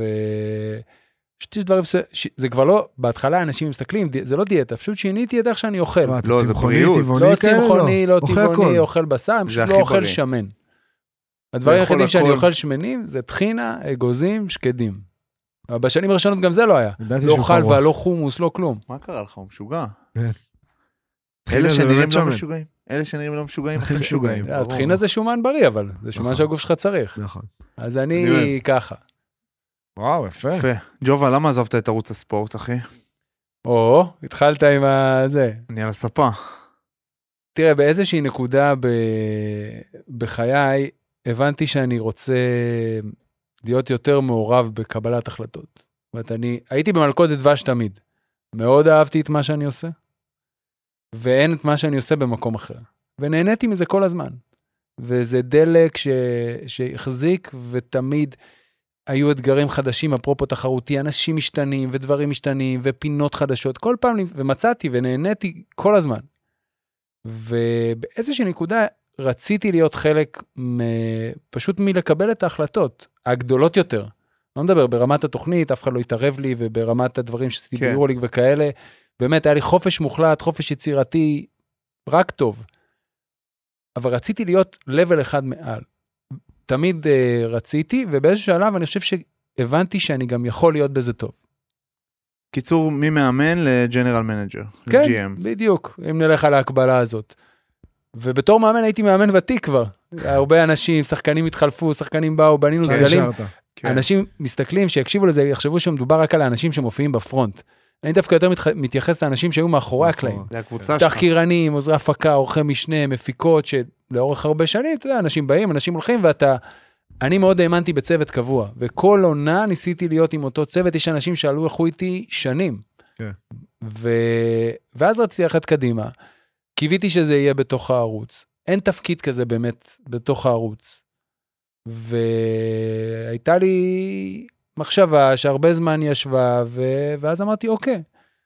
פשוט יש דברים, זה כבר לא, בהתחלה אנשים מסתכלים, זה לא דיאטה, פשוט שיניתי את איך שאני אוכל. מה, אתה לא, זה צמחוני, בריאות. טבעוני לא כאלה? צמחוני, לא אוכל טבעוני, הכל. אוכל בשר, אני פשוט הכי לא אוכל בריא. שמן. הדברים לאכול היחידים שאני הכל. אוכל שמנים, זה טחינה, אגוזים, שקדים. אבל בשנים הראשונות גם זה לא היה. ידעתי לא שהוא חרוך. חלבה, לא חומוס, לא כלום. מה קרה לך? הוא משוגע. כן. אלה זה שנראים באמת לא שמן. משוגעים. אלה שנראים לא משוגעים, הכי הכי משוגעים. משוגעים. הטחינה זה שומן בריא, אבל זה שומן נכון. שהגוף שלך צריך. נכון. אז אני אני אוהב. ככה. וואו, יפה. יפה. ג'ובה, למה עזבת את ערוץ הספורט, אחי? או, התחלת עם זה. אני על הספה. תראה, באיזושהי נקודה בחיי, הבנתי שאני רוצה להיות יותר מעורב בקבלת החלטות. זאת אומרת, אני הייתי במלכודת דבש תמיד. מאוד אהבתי את מה שאני עושה, ואין את מה שאני עושה במקום אחר. ונהניתי מזה כל הזמן. וזה דלק שהחזיק, ותמיד היו אתגרים חדשים, אפרופו תחרותי, אנשים משתנים, ודברים משתנים, ופינות חדשות, כל פעם, ומצאתי ונהניתי כל הזמן. ובאיזושהי נקודה רציתי להיות חלק פשוט מלקבל את ההחלטות הגדולות יותר. לא מדבר, ברמת התוכנית, אף אחד לא התערב לי, וברמת הדברים שעשיתי כן. ביורוליג וכאלה, באמת היה לי חופש מוחלט, חופש יצירתי, רק טוב. אבל רציתי להיות לבל אחד מעל. תמיד רציתי, ובאיזשהו שלב אני חושב שהבנתי שאני גם יכול להיות בזה טוב. קיצור, ממאמן לג'נרל מנג'ר. כן, GM. בדיוק, אם נלך על ההקבלה הזאת. ובתור מאמן הייתי מאמן ותיק כבר. הרבה אנשים, שחקנים התחלפו, שחקנים באו, בנינו כן, סגלים. השארת. כן. אנשים מסתכלים, שיקשיבו לזה, יחשבו שמדובר רק על האנשים שמופיעים בפרונט. אני דווקא יותר מתייחס לאנשים שהיו מאחורי הקלעים. זה הקבוצה שלך. תחקירנים, עוזרי הפקה, עורכי משנה, מפיקות, שלאורך הרבה שנים, אתה יודע, אנשים באים, אנשים הולכים, אני מאוד האמנתי בצוות קבוע, וכל עונה ניסיתי להיות עם אותו צוות, יש אנשים שעלו הלכו איתי שנים. כן. ואז רציתי ללכת קדימה, קיוויתי שזה יהיה בתוך הערוץ. אין תפקיד כזה באמת בתוך הערוץ. והייתה לי מחשבה שהרבה זמן ישבה, ואז אמרתי, אוקיי,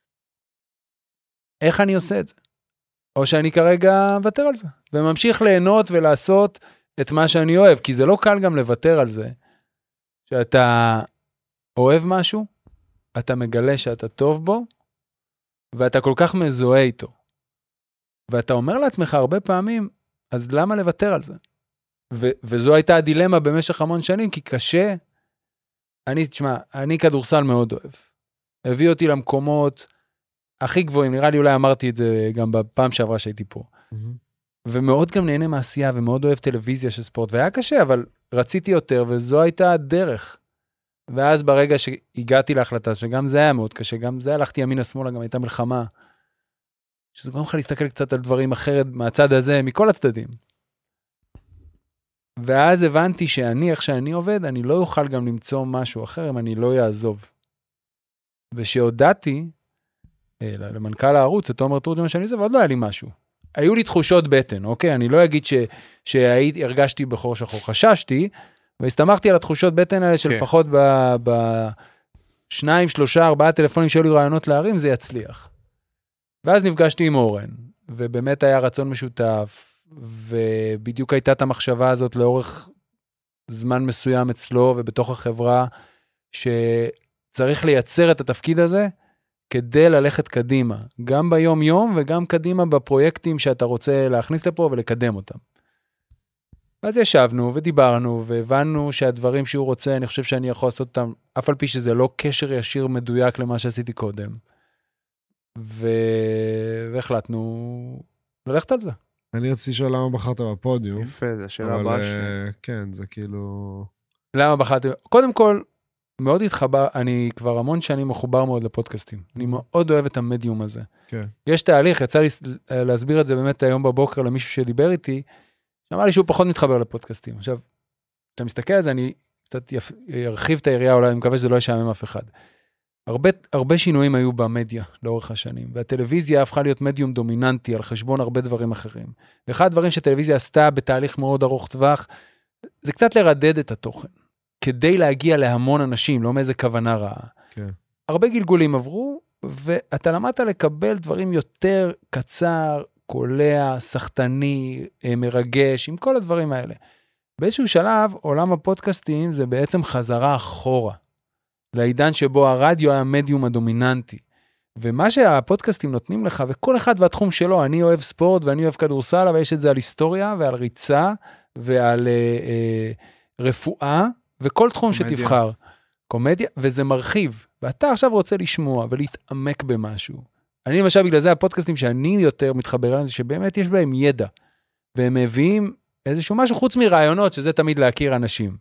איך אני עושה את זה? או שאני כרגע מוותר על זה, וממשיך ליהנות ולעשות את מה שאני אוהב, כי זה לא קל גם לוותר על זה, שאתה אוהב משהו, אתה מגלה שאתה טוב בו, ואתה כל כך מזוהה איתו. ואתה אומר לעצמך הרבה פעמים, אז למה לוותר על זה? וזו הייתה הדילמה במשך המון שנים, כי קשה, אני כדורסל מאוד אוהב. הביא אותי למקומות הכי גבוהים, נראה לי אולי אמרתי את זה גם בפעם שעברה שהייתי פה. ומאוד גם נהנה מעשייה, ומאוד אוהב טלוויזיה של ספורט, והיה קשה, אבל רציתי יותר, וזו הייתה הדרך. ואז ברגע שהגעתי להחלטה, שגם זה היה מאוד קשה, גם זה הלכתי ימינה שמאלה, גם הייתה מלחמה, שזה גורם לך להסתכל קצת על דברים אחרת מהצד הזה, מכל הצדדים. ואז הבנתי שאני, איך שאני עובד, אני לא אוכל גם למצוא משהו אחר, אם אני לא יעזוב. ושהודעתי למנכ"ל הערוץ, את תומר תורג'מן שאני עושה, ועוד לא היה לי משהו. היו לי תחושות בטן, אוקיי? אני לא אגיד שהרגשתי בחור שחור, חששתי, והסתמכתי על התחושות בטן האלה, שלפחות ב2, 3, 4 טלפונים שהיו לי רעיונות להרים, זה יצליח. ואז נפגשתי עם אורן, ובאמת היה רצון משותף, ובדיוק הייתה את המחשבה הזאת לאורך זמן מסוים אצלו ובתוך החברה, שצריך לייצר את התפקיד הזה, כדי ללכת קדימה, גם ביום יום וגם קדימה בפרויקטים שאתה רוצה להכניס לפה ולקדם אותם. אז ישבנו ודיברנו והבנו שהדברים שהוא רוצה, אני חושב שאני יכול לעשות אותם, אף על פי שזה לא קשר ישיר מדויק למה שעשיתי קודם. והחלטנו ללכת על זה. אני רציתי לשאול למה בחרת בפודיום. יפה, זו השאלה הבאה כן, זה כאילו... למה בחרתי? קודם כל, מאוד התחבר, אני כבר המון שנים מחובר מאוד לפודקאסטים. אני מאוד אוהב את המדיום הזה. כן. יש תהליך, יצא לי להסביר את זה באמת היום בבוקר למישהו שדיבר איתי, שאמר לי שהוא פחות מתחבר לפודקאסטים. עכשיו, כשאתה מסתכל על זה, אני קצת ארחיב את היריעה, אולי אני מקווה שזה לא ישעמם אף אחד. הרבה שינויים היו במדיה לאורך השנים, והטלוויזיה הפכה להיות מדיום דומיננטי על חשבון הרבה דברים אחרים. ואחד הדברים שטלוויזיה עשתה בתהליך מאוד ארוך טווח, זה קצת לרדד את התוכן, כדי להגיע להמון אנשים, לא מאיזה כוונה רעה. כן. הרבה גלגולים עברו, ואתה למדת לקבל דברים יותר קצר, קולע, סחטני, מרגש, עם כל הדברים האלה. באיזשהו שלב, עולם הפודקאסטים זה בעצם חזרה אחורה, לעידן שבו הרדיו היה המדיום הדומיננטי. ומה שהפודקאסטים נותנים לך, וכל אחד והתחום שלו, אני אוהב ספורט ואני אוהב כדורסל, אבל יש את זה על היסטוריה ועל ריצה ועל רפואה, וכל תחום קומדיה. שתבחר. קומדיה, וזה מרחיב. ואתה עכשיו רוצה לשמוע ולהתעמק במשהו. אני למשל, בגלל זה הפודקאסטים שאני יותר מתחבר אליהם, זה שבאמת יש בהם ידע, והם מביאים איזשהו משהו חוץ מרעיונות, שזה תמיד להכיר אנשים.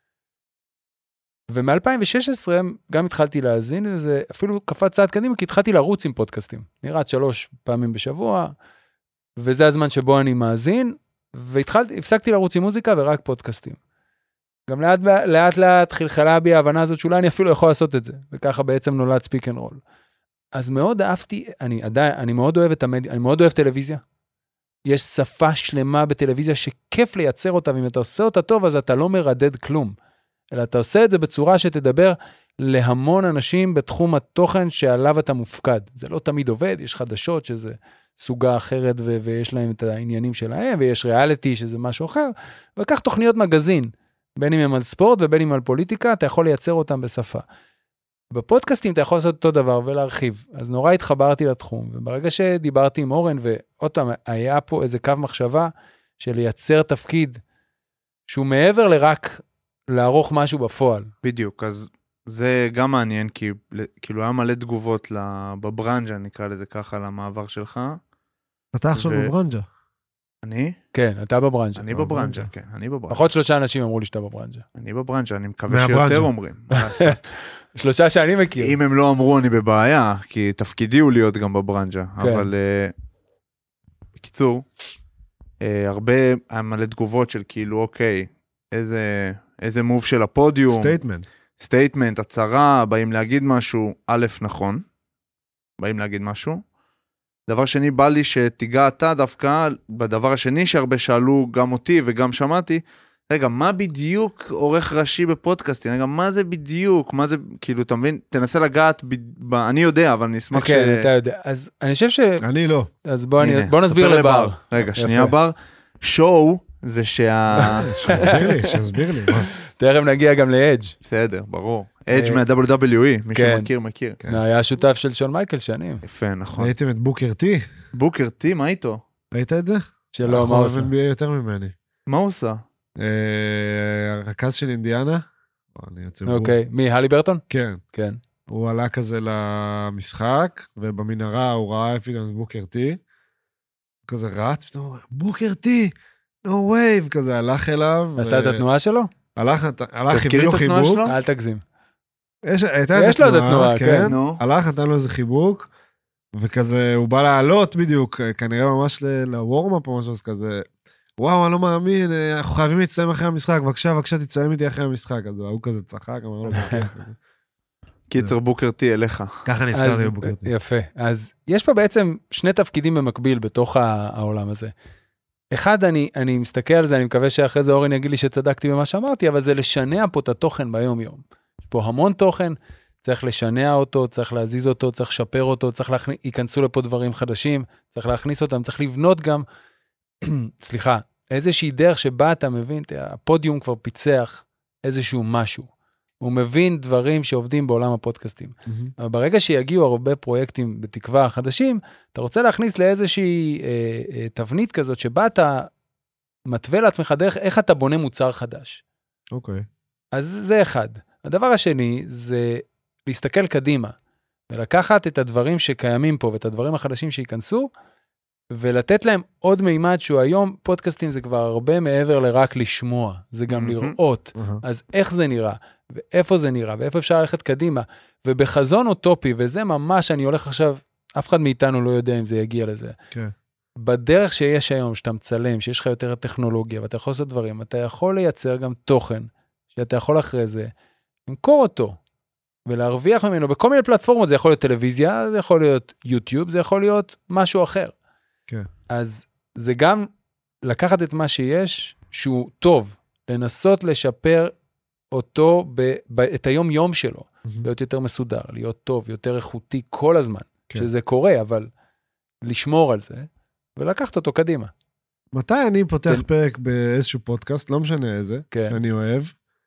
ומ-2016 גם התחלתי להאזין לזה, אפילו קפץ צעד קדימה, כי התחלתי לרוץ עם פודקאסטים. נראה 3 פעמים בשבוע, וזה הזמן שבו אני מאזין, והפסקתי לרוץ עם מוזיקה ורק פודקאסטים. גם לאט חלחלה בי ההבנה הזאת, שאולי אני אפילו יכול לעשות את זה, וככה בעצם נולד ספיק אנד רול. אז מאוד אהבתי, אני מאוד אוהב את המדיה, אני מאוד אוהב טלוויזיה. יש שפה שלמה בטלוויזיה שכיף לייצר אותה, ואם אתה עושה אותה טוב, אז אתה לא מרדד כלום. אלא אתה עושה את זה בצורה שתדבר להמון אנשים בתחום התוכן שעליו אתה מופקד. זה לא תמיד עובד, יש חדשות שזה סוגה אחרת ויש להם את העניינים שלהם, ויש ריאליטי שזה משהו אחר, וכך תוכניות מגזין, בין אם הם על ספורט ובין אם על פוליטיקה, אתה יכול לייצר אותם בשפה. בפודקאסטים אתה יכול לעשות אותו דבר ולהרחיב. אז נורא התחברתי לתחום, וברגע שדיברתי עם אורן, ועוד פעם, היה פה איזה קו מחשבה של לייצר תפקיד שהוא מעבר לרק לערוך משהו בפועל. בדיוק, אז זה גם מעניין, כי כאילו היה מלא תגובות בברנג'ה, נקרא לזה ככה, למעבר שלך. אתה עכשיו בברנג'ה. אני? כן, אתה בברנג'ה. אני בברנג'ה, כן, אני בברנג'ה. פחות 3 אנשים אמרו לי שאתה בברנג'ה. אני בברנג'ה, אני מקווה שיותר אומרים. מה לעשות? 3 שאני מכיר. אם הם לא אמרו, אני בבעיה, כי תפקידי הוא להיות גם בברנג'ה. אבל בקיצור, הרבה היה מלא תגובות של כאילו, אוקיי, איזה מוב של הפודיום. סטייטמנט, הצהרה, באים להגיד משהו, א', נכון. באים להגיד משהו. דבר שני, בא לי שתיגע אתה דווקא, בדבר השני שהרבה שאלו גם אותי וגם שמעתי, רגע, מה בדיוק עורך ראשי בפודקאסטים? רגע, מה זה בדיוק? מה זה, כאילו, אתה מבין? תנסה לגעת, אני יודע, אבל אני אשמח כן, אתה יודע. אז אני חושב אני לא. אז בוא נסביר לבר. רגע, שנייה בר. שואו זה שיסביר לי. תכף נגיע גם לאדג'. בסדר, ברור. אדג' מה-WWE, מי שמכיר, מכיר. היה שותף של שון מייקל שנים. יפה, נכון. ראיתם את בוקר טי? בוקר טי, מה איתו? ראית את זה? שלא, מה עושה? הוא יותר ממני. מה הוא עושה? הרכז של אינדיאנה. אוקיי, מי, הלי ברטון? כן. כן. הוא עלה כזה למשחק, ובמנהרה הוא ראה פתאום את בוקר טי. כזה רץ, פתאום, בוקר טי, no wave, כזה הלך אליו. עשה את התנועה שלו? הלך, הביא לו חיבוק. אל תגזים. יש לו איזה תנועה, כן. הלך, נתן לו איזה חיבוק, וכזה, הוא בא לעלות בדיוק, כנראה ממש לוורמאפ או משהו, אז כזה, וואו, אני לא מאמין, אנחנו חייבים להצטיים אחרי המשחק, בבקשה, תצטיים איתי אחרי המשחק, אז הוא כזה צחק, אמר לו, קיצר בוקר טי אליך. ככה נזכרתי בבוקר טי. יפה, אז יש פה בעצם 2 תפקידים במקביל בתוך העולם הזה. אחד, אני מסתכל על זה, אני מקווה שאחרי זה אורן יגיד לי שצדקתי במה שאמרתי, אבל זה לשנע פה את התוכן ביום יום. יש פה המון תוכן, צריך לשנע אותו, צריך להזיז אותו, צריך לשפר אותו, ייכנסו לפה דברים חדשים, צריך להכניס אותם, צריך לבנות גם, סליחה, איזושהי דרך שבה אתה מבין, הפודיום כבר פיצח איזשהו משהו. הוא מבין דברים שעובדים בעולם הפודקאסטים. אבל ברגע שיגיעו הרבה פרויקטים בתקווה חדשים, אתה רוצה להכניס לאיזושהי תבנית כזאת, שבה אתה מתווה לעצמך דרך איך אתה בונה מוצר חדש. אוקיי. אז זה אחד. הדבר השני זה להסתכל קדימה, ולקחת את הדברים שקיימים פה, ואת הדברים החדשים שייכנסו, ולתת להם עוד מימד שהוא היום, פודקאסטים זה כבר הרבה מעבר לרק לשמוע, זה גם לראות. אז איך זה נראה, ואיפה זה נראה, ואיפה אפשר ללכת קדימה, ובחזון אוטופי, וזה ממש, אני הולך עכשיו, אף אחד מאיתנו לא יודע אם זה יגיע לזה. כן. בדרך שיש היום, שאתה מצלם, שיש לך יותר טכנולוגיה, ואתה יכול לעשות דברים, אתה יכול לייצר גם תוכן, שאתה יכול אחרי זה, למכור אותו, ולהרוויח ממנו בכל מיני פלטפורמות, זה יכול להיות טלוויזיה, זה יכול להיות יוטיוב, זה יכול להיות משהו אחר. כן. אז זה גם לקחת את מה שיש, שהוא טוב, לנסות לשפר אותו, את היום יום שלו, להיות יותר מסודר, להיות טוב, יותר איכותי כל הזמן, שזה קורה, אבל לשמור על זה, ולקחת אותו קדימה. מתי אני פותח פרק באיזשהו פודקאסט, לא משנה איזה, שאני אוהב,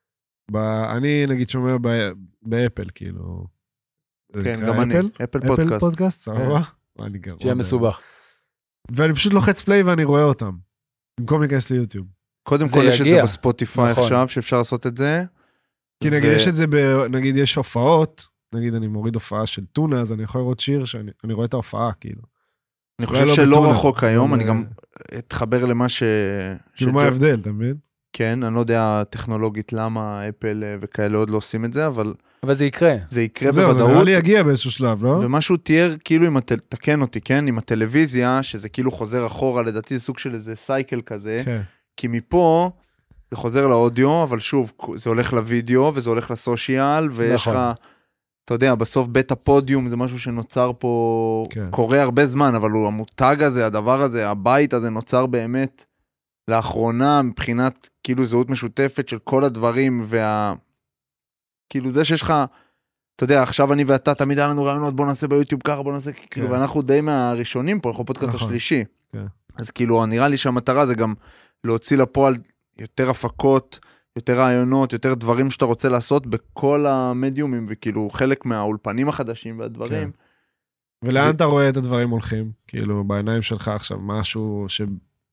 אני נגיד שומע באפל, כאילו. כן, גם אני, אפל פודקאסט. אפל פודקאסט, סבבה? שיהיה מסובך. ואני פשוט לוחץ פליי ואני רואה אותם, במקום להיכנס ליוטיוב. קודם כל יש את זה בספוטיפיי עכשיו, שאפשר לעשות את זה. כי נגיד יש את זה, נגיד יש הופעות, נגיד אני מוריד הופעה של טונה, אז אני יכול לראות שיר שאני רואה את ההופעה, כאילו. אני חושב שלא רחוק היום, אני גם אתחבר למה כאילו מה ההבדל, אתה מבין? כן, אני לא יודע טכנולוגית למה אפל וכאלה עוד לא עושים את זה, אבל זה יקרה. זה יקרה בוודאות. זהו, זה נראה לי יגיע באיזשהו שלב, לא? ומשהו תיאר, כאילו, תקן אותי, כן? עם הטלוויזיה, שזה כאילו חוזר אחורה, לדעתי זה סוג של איזה סייקל כזה, כן. כי מפה זה חוזר לאודיו, אבל שוב, זה הולך לוידאו, וזה הולך לסושיאל, ויש לך, אתה יודע, בסוף בית הפודיום זה משהו שנוצר פה, קורה הרבה זמן, אבל הוא המותג הזה, הדבר הזה, הבית הזה נוצר באמת לאחרונה, מבחינת כאילו זהות משותפת של כל הדברים, כאילו זה שיש לך, אתה יודע, עכשיו אני ואתה תמיד היה לנו רעיונות, בוא נעשה ביוטיוב ככה, בוא נעשה, כאילו, ואנחנו די מהראשונים פה, אנחנו פודקאסט השלישי. אז כאילו, נראה לי שהמטרה זה גם להוציא לפועל יותר הפקות, יותר רעיונות, יותר דברים שאתה רוצה לעשות בכל המדיומים, וכאילו, חלק מהאולפנים החדשים והדברים. ולאן אתה רואה את הדברים הולכים? כאילו, בעיניים שלך עכשיו, משהו ש...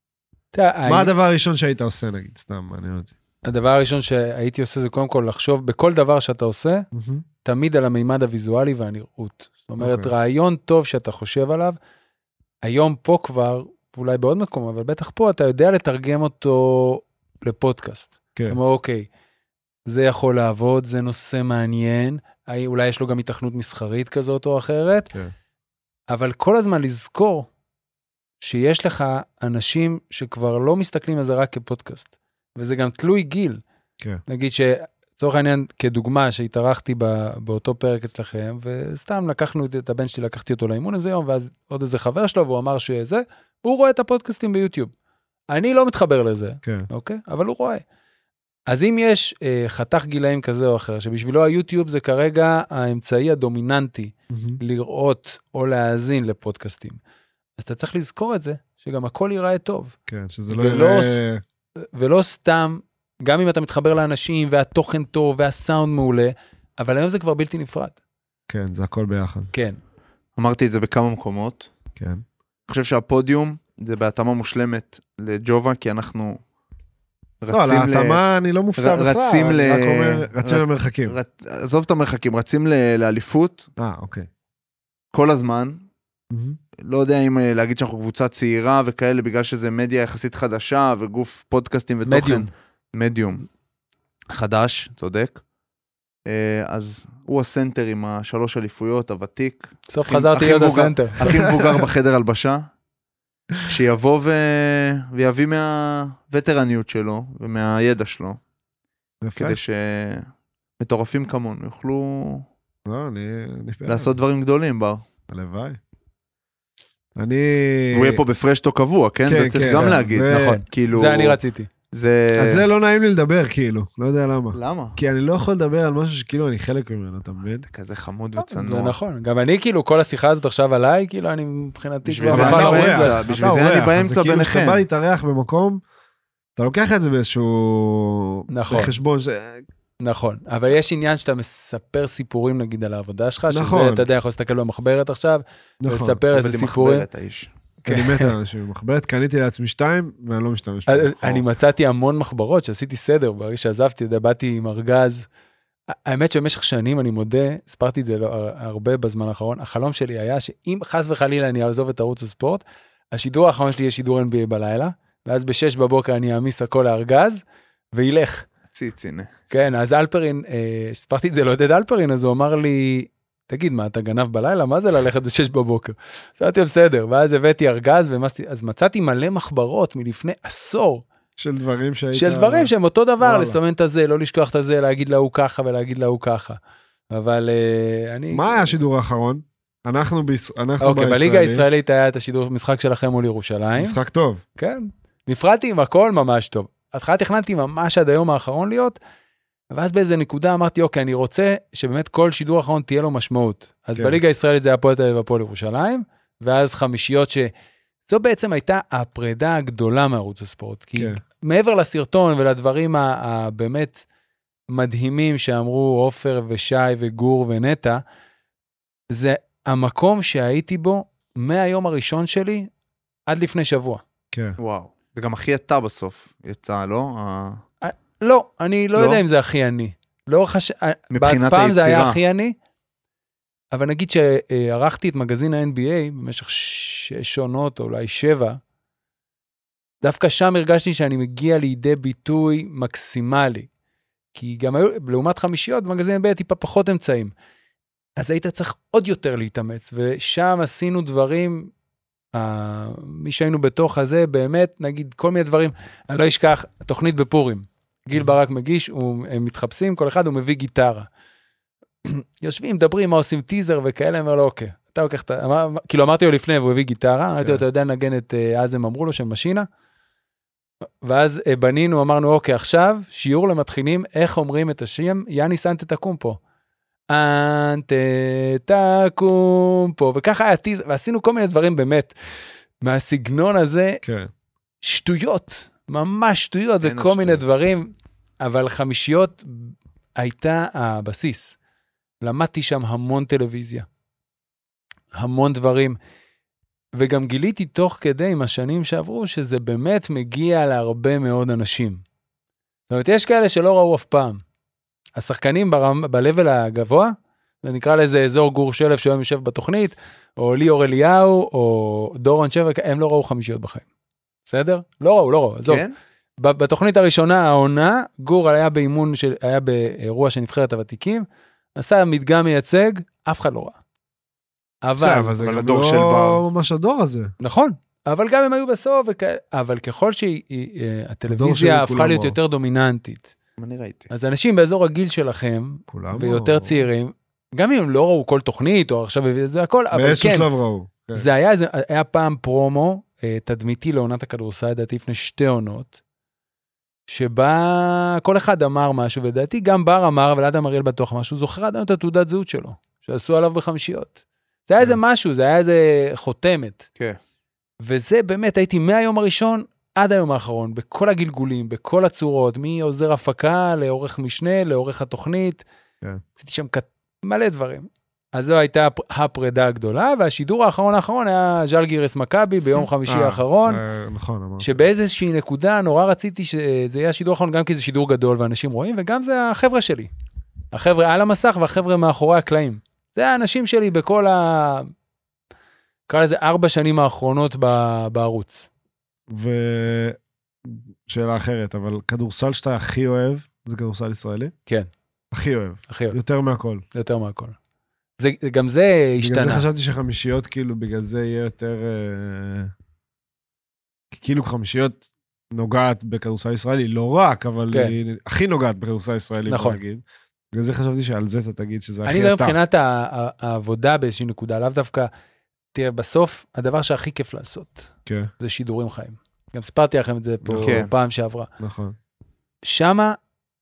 מה הדבר הראשון שהיית עושה, נגיד, סתם, מעניין אותי. הדבר הראשון שהייתי עושה זה קודם כל לחשוב בכל דבר שאתה עושה, תמיד על המימד הוויזואלי והנראות. זאת אומרת, רעיון טוב שאתה חושב עליו, היום פה כבר, ואולי בעוד מקום, אבל בטח פה אתה יודע לתרגם אותו לפודקאסט. זאת אומרת, אוקיי, זה יכול לעבוד, זה נושא מעניין, אולי יש לו גם התכנות מסחרית כזאת או אחרת, אבל כל הזמן לזכור שיש לך אנשים שכבר לא מסתכלים על זה רק כפודקאסט. וזה גם תלוי גיל. כן. נגיד שצורך העניין, כדוגמה שהתארחתי באותו פרק אצלכם, וסתם לקחנו את הבן שלי, לקחתי אותו לאימון איזה יום, ואז עוד איזה חבר שלו, והוא אמר שזה, הוא רואה את הפודקאסטים ביוטיוב. אני לא מתחבר לזה, כן. אוקיי? אבל הוא רואה. אז אם יש חתך גילאים כזה או אחר, שבשבילו היוטיוב זה כרגע האמצעי הדומיננטי, לראות או להאזין לפודקאסטים, אז אתה צריך לזכור את זה, שגם הכל ייראה טוב. כן, שזה לא ייראה... ולא סתם, גם אם אתה מתחבר לאנשים, והתוכן טוב, והסאונד מעולה, אבל היום זה כבר בלתי נפרד. כן, זה הכל ביחד. כן. אמרתי את זה בכמה מקומות. כן. אני חושב שהפודיום, זה בהתאמה מושלמת לג'ובה, כי אנחנו רצים לא, להתאמה אני לא מופתע בכלל. רצים למרחקים. עזוב את המרחקים, רצים לאליפות. אוקיי. כל הזמן. לא יודע אם להגיד שאנחנו קבוצה צעירה וכאלה, בגלל שזה מדיה יחסית חדשה, וגוף פודקאסטים ותוכן. מדיום. חדש, צודק. אז הוא הסנטר עם 3 אליפויות, הוותיק. סוף חזרתי להיות הסנטר. הכי מבוגר בחדר הלבשה, שיבוא ויביא מהווטרניות שלו, ומהידע שלו, כדי שמטורפים כמונו יוכלו לעשות דברים גדולים, בר. הלוואי. הוא יהיה פה בפרשטו קבוע, כן? זה צריך גם להגיד. נכון, זה אני רציתי. זה... אז זה לא נעים לי לדבר, כאילו, לא יודע למה. למה? כי אני לא יכול לדבר על משהו שכאילו אני חלק ממנו, אתה מבין? אתה כזה חמוד זה וצנוע. נכון, גם אני כאילו, כל השיחה הזאת עכשיו עליי, כאילו אני מבחינתי... בשביל כבר זה יכול אני לרוץ באמצע, לה. בשביל זה אני באמצע כאילו ביניכם. כשאתה בא להתארח במקום, אתה לוקח את זה באיזשהו... נכון. בחשבון נכון, אבל יש עניין שאתה מספר סיפורים נגיד על העבודה שלך, נכון. שזה, אתה יודע, יכול להסתכל במחברת עכשיו, נכון. ולספר איזה עובד עם סיפורים. מחברת, האיש. אני מת על אנשים במחברת, קניתי לעצמי 2, ואני לא משתמש בזה. אני מצאתי המון מחברות שעשיתי סדר, ברגע שעזבתי, באתי עם ארגז. האמת שבמשך שנים, אני מודה, הספרתי את זה הרבה בזמן האחרון, החלום שלי היה שאם חס וחלילה אני אעזוב את ערוץ הספורט, השידור האחרון שלי יהיה שידור NBA בלילה, ואז ב-6 בבוקר אני אעמיס הכל לארגז, וילך. ציצינה. כן, אז אלפרין, הספרתי את זה לעודד אלפרין, אז הוא אמר לי, תגיד, מה, אתה גנב בלילה? מה זה ללכת ב-6 בבוקר? אז אמרתי, בסדר, ואז הבאתי ארגז, אז מצאתי מלא מחברות מלפני עשור, של דברים שהיית... של דברים שהם אותו דבר, וואלה. לסמן את הזה, לא לשכוח את הזה, להגיד להוא ככה ולהגיד להוא ככה. אבל אני... מה היה השידור האחרון? אנחנו אוקיי, בליגה הישראלית היה את השידור משחק שלכם מול ירושלים. משחק טוב. כן. נפרדתי עם הכל ממש טוב. התחלה תכננתי ממש עד היום האחרון להיות, ואז באיזה נקודה אמרתי, אוקיי, אני רוצה שבאמת כל שידור האחרון תהיה לו משמעות. אז כן. בליגה הישראלית זה היה הפועל תל אביב והפועל ירושלים, ואז חמישיות זו בעצם הייתה הפרידה הגדולה מערוץ הספורט. כי כן. מעבר לסרטון ולדברים הבאמת מדהימים שאמרו עופר ושי וגור ונטע, זה המקום שהייתי בו מהיום הראשון שלי עד לפני שבוע. כן. וואו. זה גם הכי אתה בסוף יצא, לא? לא, אני לא לא? יודע אם זה הכי אני. מבחינת פעם זה היה היצירה. הכי אני, אבל נגיד שערכתי את מגזין ה-NBA במשך 6 עונות, או אולי 7, דווקא שם הרגשתי שאני מגיע לידי ביטוי מקסימלי. כי גם היו, לעומת חמישיות, במגזין ה-NBA טיפה פחות אמצעים. אז היית צריך עוד יותר להתאמץ, ושם עשינו דברים, מי שהיינו בתוך הזה, באמת, נגיד, כל מיני דברים, אני לא אשכח, תוכנית בפורים. גיל ברק מגיש, הם מתחפשים, כל אחד הוא מביא גיטרה. יושבים, מדברים, מה עושים טיזר וכאלה, אומר לו, אוקיי, אתה לוקח את ה... כאילו אמרתי לו לפני, והוא הביא גיטרה, אמרתי לו, אתה יודע לנגן את... אז הם אמרו לו שהם משינה, ואז בנינו, אמרנו, אוקיי, עכשיו, שיעור למתחילים, איך אומרים את השם, יאניס אנטה תקום פה. אנטה תקום פה, וככה היה טיזר, ועשינו כל מיני דברים באמת, מהסגנון הזה, כן. שטויות, ממש שטויות, וכל מיני דברים, אבל חמישיות הייתה הבסיס. למדתי שם המון טלוויזיה, המון דברים, וגם גיליתי תוך כדי עם השנים שעברו, שזה באמת מגיע להרבה מאוד אנשים. זאת אומרת, יש כאלה שלא ראו אף פעם. השחקנים ב-level הגבוה, ונקרא לזה אזור גור שלף שהיום יושב בתוכנית, או ליאור אליהו, או דורון שבק, הם לא ראו חמישיות בחיים. בסדר? לא ראו, עזוב. כן? בתוכנית הראשונה, העונה, גור היה באימון, היה באירוע של נבחרת הוותיקים, עשה מדגם מייצג, אף אחד לא ראה. אבל זה גם הדור של לא בר. ממש הדור הזה. נכון, אבל גם הם היו בסוף, אבל ככל שהטלוויזיה הפכה להיות יותר דומיננטית, אני ראיתי. אז אנשים באזור הגיל שלכם, כולם ויותר צעירים, גם אם הם לא ראו כל תוכנית, או עכשיו זה הכל, אבל באיזשהו כן, שלב ראו. זה היה פעם פרומו, תדמיתי לעונת הכדורסל, לדעתי לפני 2 עונות, שבה כל אחד אמר משהו, ודעתי גם בר אמר, אבל אדם אריאל בטוח משהו, זוכר עדיין את התעודת זהות שלו, שעשו עליו בחמישיות. זה היה איזה משהו, זה היה איזה חותמת. כן. וזה באמת, הייתי מהיום הראשון עד היום האחרון, בכל הגלגולים, בכל הצורות, מעוזר הפקה, לעורך משנה, לעורך התוכנית. כן. עשיתי שם מלא דברים. אז זו הייתה הפרידה הגדולה, והשידור האחרון היה ז'לגירס מכבי ביום חמישי האחרון. נכון, אמרת. שבאיזושהי נקודה נורא רציתי שזה יהיה השידור האחרון, גם כי זה שידור גדול ואנשים רואים, וגם זה החבר'ה שלי. החבר'ה על המסך והחבר'ה מאחורי הקלעים. זה האנשים שלי בכל קרא לזה 4 שנים האחרונות בערוץ. ושאלה אחרת, אבל כדורסל שאתה הכי אוהב, זה כדורסל ישראלי? כן. הכי אוהב. הכי אוהב. יותר מהכל. יותר מהכל. גם זה השתנה. בגלל זה חשבתי שחמישיות, כאילו, בגלל זה יהיה יותר... כאילו חמישיות נוגעת בכדורסל ישראלי, לא רק, אבל היא הכי נוגעת בכדורסל ישראלי, נכון. נגיד. בגלל זה חשבתי שעל זה אתה תגיד שזה הכי אני אתה. מבחינת העבודה באיזושהי נקודה, לאו דווקא, תראה, בסוף, הדבר שהכי כיף לעשות, כן. זה שידורים חיים. גם סיפרתי לכם את זה פה פעם שעברה. נכון. שמה,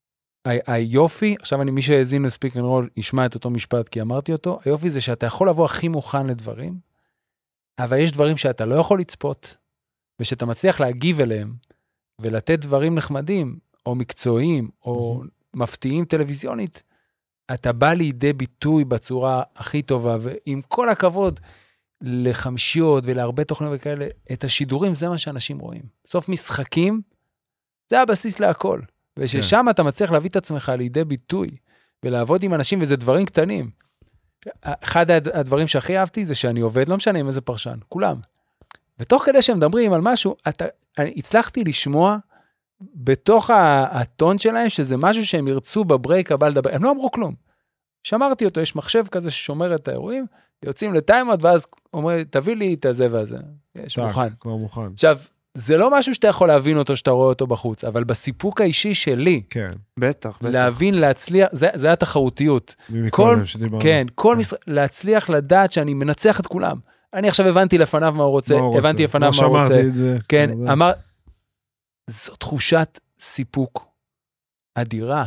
היופי, עכשיו מי שהאזין לספיק אנד רול ישמע את אותו משפט, כי אמרתי אותו, היופי זה שאתה יכול לבוא הכי מוכן לדברים, אבל יש דברים שאתה לא יכול לצפות, ושאתה מצליח להגיב אליהם, ולתת דברים נחמדים, או מקצועיים, או מפתיעים טלוויזיונית, אתה בא לידי ביטוי בצורה הכי טובה, ועם כל הכבוד לחמשיות ולהרבה תוכניות וכאלה, את השידורים זה מה שאנשים רואים. סוף משחקים, זה הבסיס להכל. וששם אתה מצליח להביא את עצמך לידי ביטוי, ולעבוד עם אנשים, וזה דברים קטנים. אחד הדברים שהכי אהבתי, זה שאני עובד, לא משנה עם איזה פרשן, כולם. ותוך כדי שהם מדברים על משהו, הצלחתי לשמוע, בתוך הטון שלהם, שזה משהו שהם ירצו בברייק הבא לדבר, הם לא אמרו כלום. שמרתי אותו, יש מחשב כזה ששומר את האירועים, יוצאים לטיימות, ואז אומר, תביא לי את הזה והזה. יש מוכן. כבר מוכן. עכשיו, זה לא משהו שאתה יכול להבין אותו, שאתה רואה אותו בחוץ, אבל בסיפוק האישי שלי, כן. בטח. להבין, להצליח, זה התחרותיות. כן, להצליח לדעת שאני מנצח את כולם. אני עכשיו הבנתי לפניו מה הוא רוצה, הבנתי לפניו מה הוא רוצה. שמעתי את זה. כן, אמר, זו תחושת סיפוק אדירה.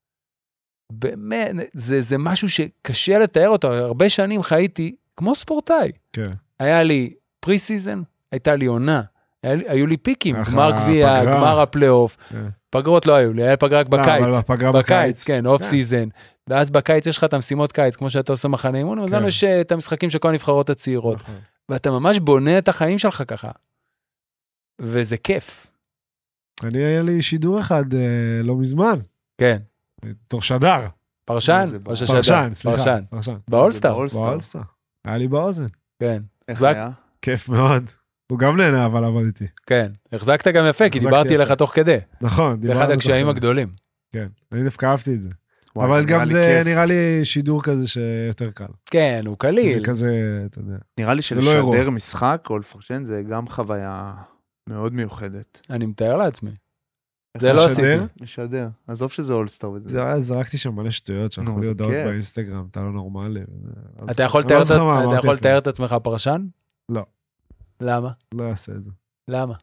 באמת, זה משהו שקשה לתאר אותו. הרבה שנים חייתי כמו ספורטאי. כן. היה לי פרי-סיזן, הייתה לי עונה. היו לי פיקים, גמר גביע, גמר הפלייאוף. פגרות לא היו לי, היה פגרה רק בקיץ. בקיץ, כן, אוף סיזן. ואז בקיץ יש לך את המשימות קיץ, כמו שאתה עושה מחנה אימון, אבל לנו יש את המשחקים של כל הנבחרות הצעירות. ואתה ממש בונה את החיים שלך ככה. וזה כיף. היה לי שידור אחד לא מזמן. כן. תוך שדר. פרשן? פרשן, סליחה. באולסטאר. היה לי באוזן. כן. איך היה? כיף מאוד. הוא גם נהנה, אבל עבד איתי. כן. החזקת גם יפה, כי דיברתי לך תוך כדי. נכון. זה אחד הקשיים הגדולים. כן. אני דווקא אהבתי את זה. אבל גם זה נראה לי שידור כזה שיותר קל. כן, הוא קליל. זה כזה, אתה יודע. נראה לי שלשדר משחק או לפרשן זה גם חוויה מאוד מיוחדת. אני מתאר לעצמי. זה לא עשיתי. משדר. עזוב שזה אולסטאר. זרקתי שם מלא שטויות, שלחו לי הודעות באינסטגרם, אתה לא נורמלי. אתה יכול לתאר את עצמך פרשן? לא. למה? לא אעשה את זה. למה?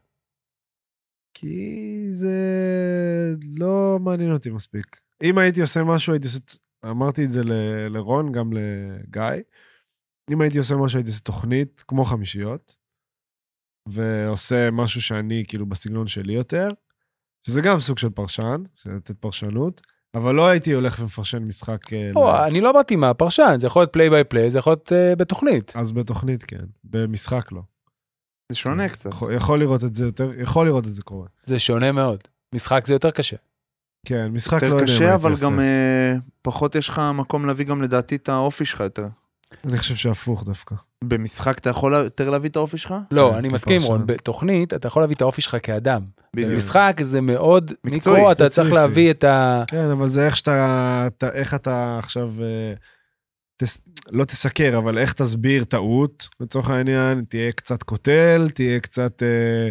כי זה לא מעניין אותי מספיק. אם הייתי עושה משהו, אמרתי את זה לרון, גם לגיא, אם הייתי עושה משהו, הייתי עושה תוכנית, כמו חמישיות, ועושה משהו שאני כאילו בסגנון שלי יותר, שזה גם סוג של פרשן, של לתת פרשנות, אבל לא הייתי הולך ומפרשן משחק. אני לא באתי מה פרשן, זה יכול להיות פליי ביי פליי, זה יכול להיות בתוכנית. אז בתוכנית כן, במשחק לא. זה שונה קצת. יכול לראות את זה יותר, יכול לראות את זה קורה. זה שונה מאוד. משחק זה יותר קשה. כן, משחק לא יודע. יותר קשה, אבל גם פחות יש לך מקום להביא גם לדעתי את האופי שלך יותר. אני חושב שהפוך דווקא. במשחק אתה יכול יותר להביא את האופי שלך? לא, אני מסכים, רון. בתוכנית אתה יכול להביא את האופי שלך כאדם. במשחק זה מאוד מיקרו, אתה צריך להביא את ה... כן, אבל זה איך אתה עכשיו, לא תסקר, אבל איך תסביר טעות, לצורך העניין, תהיה קצת קוטל, תהיה קצת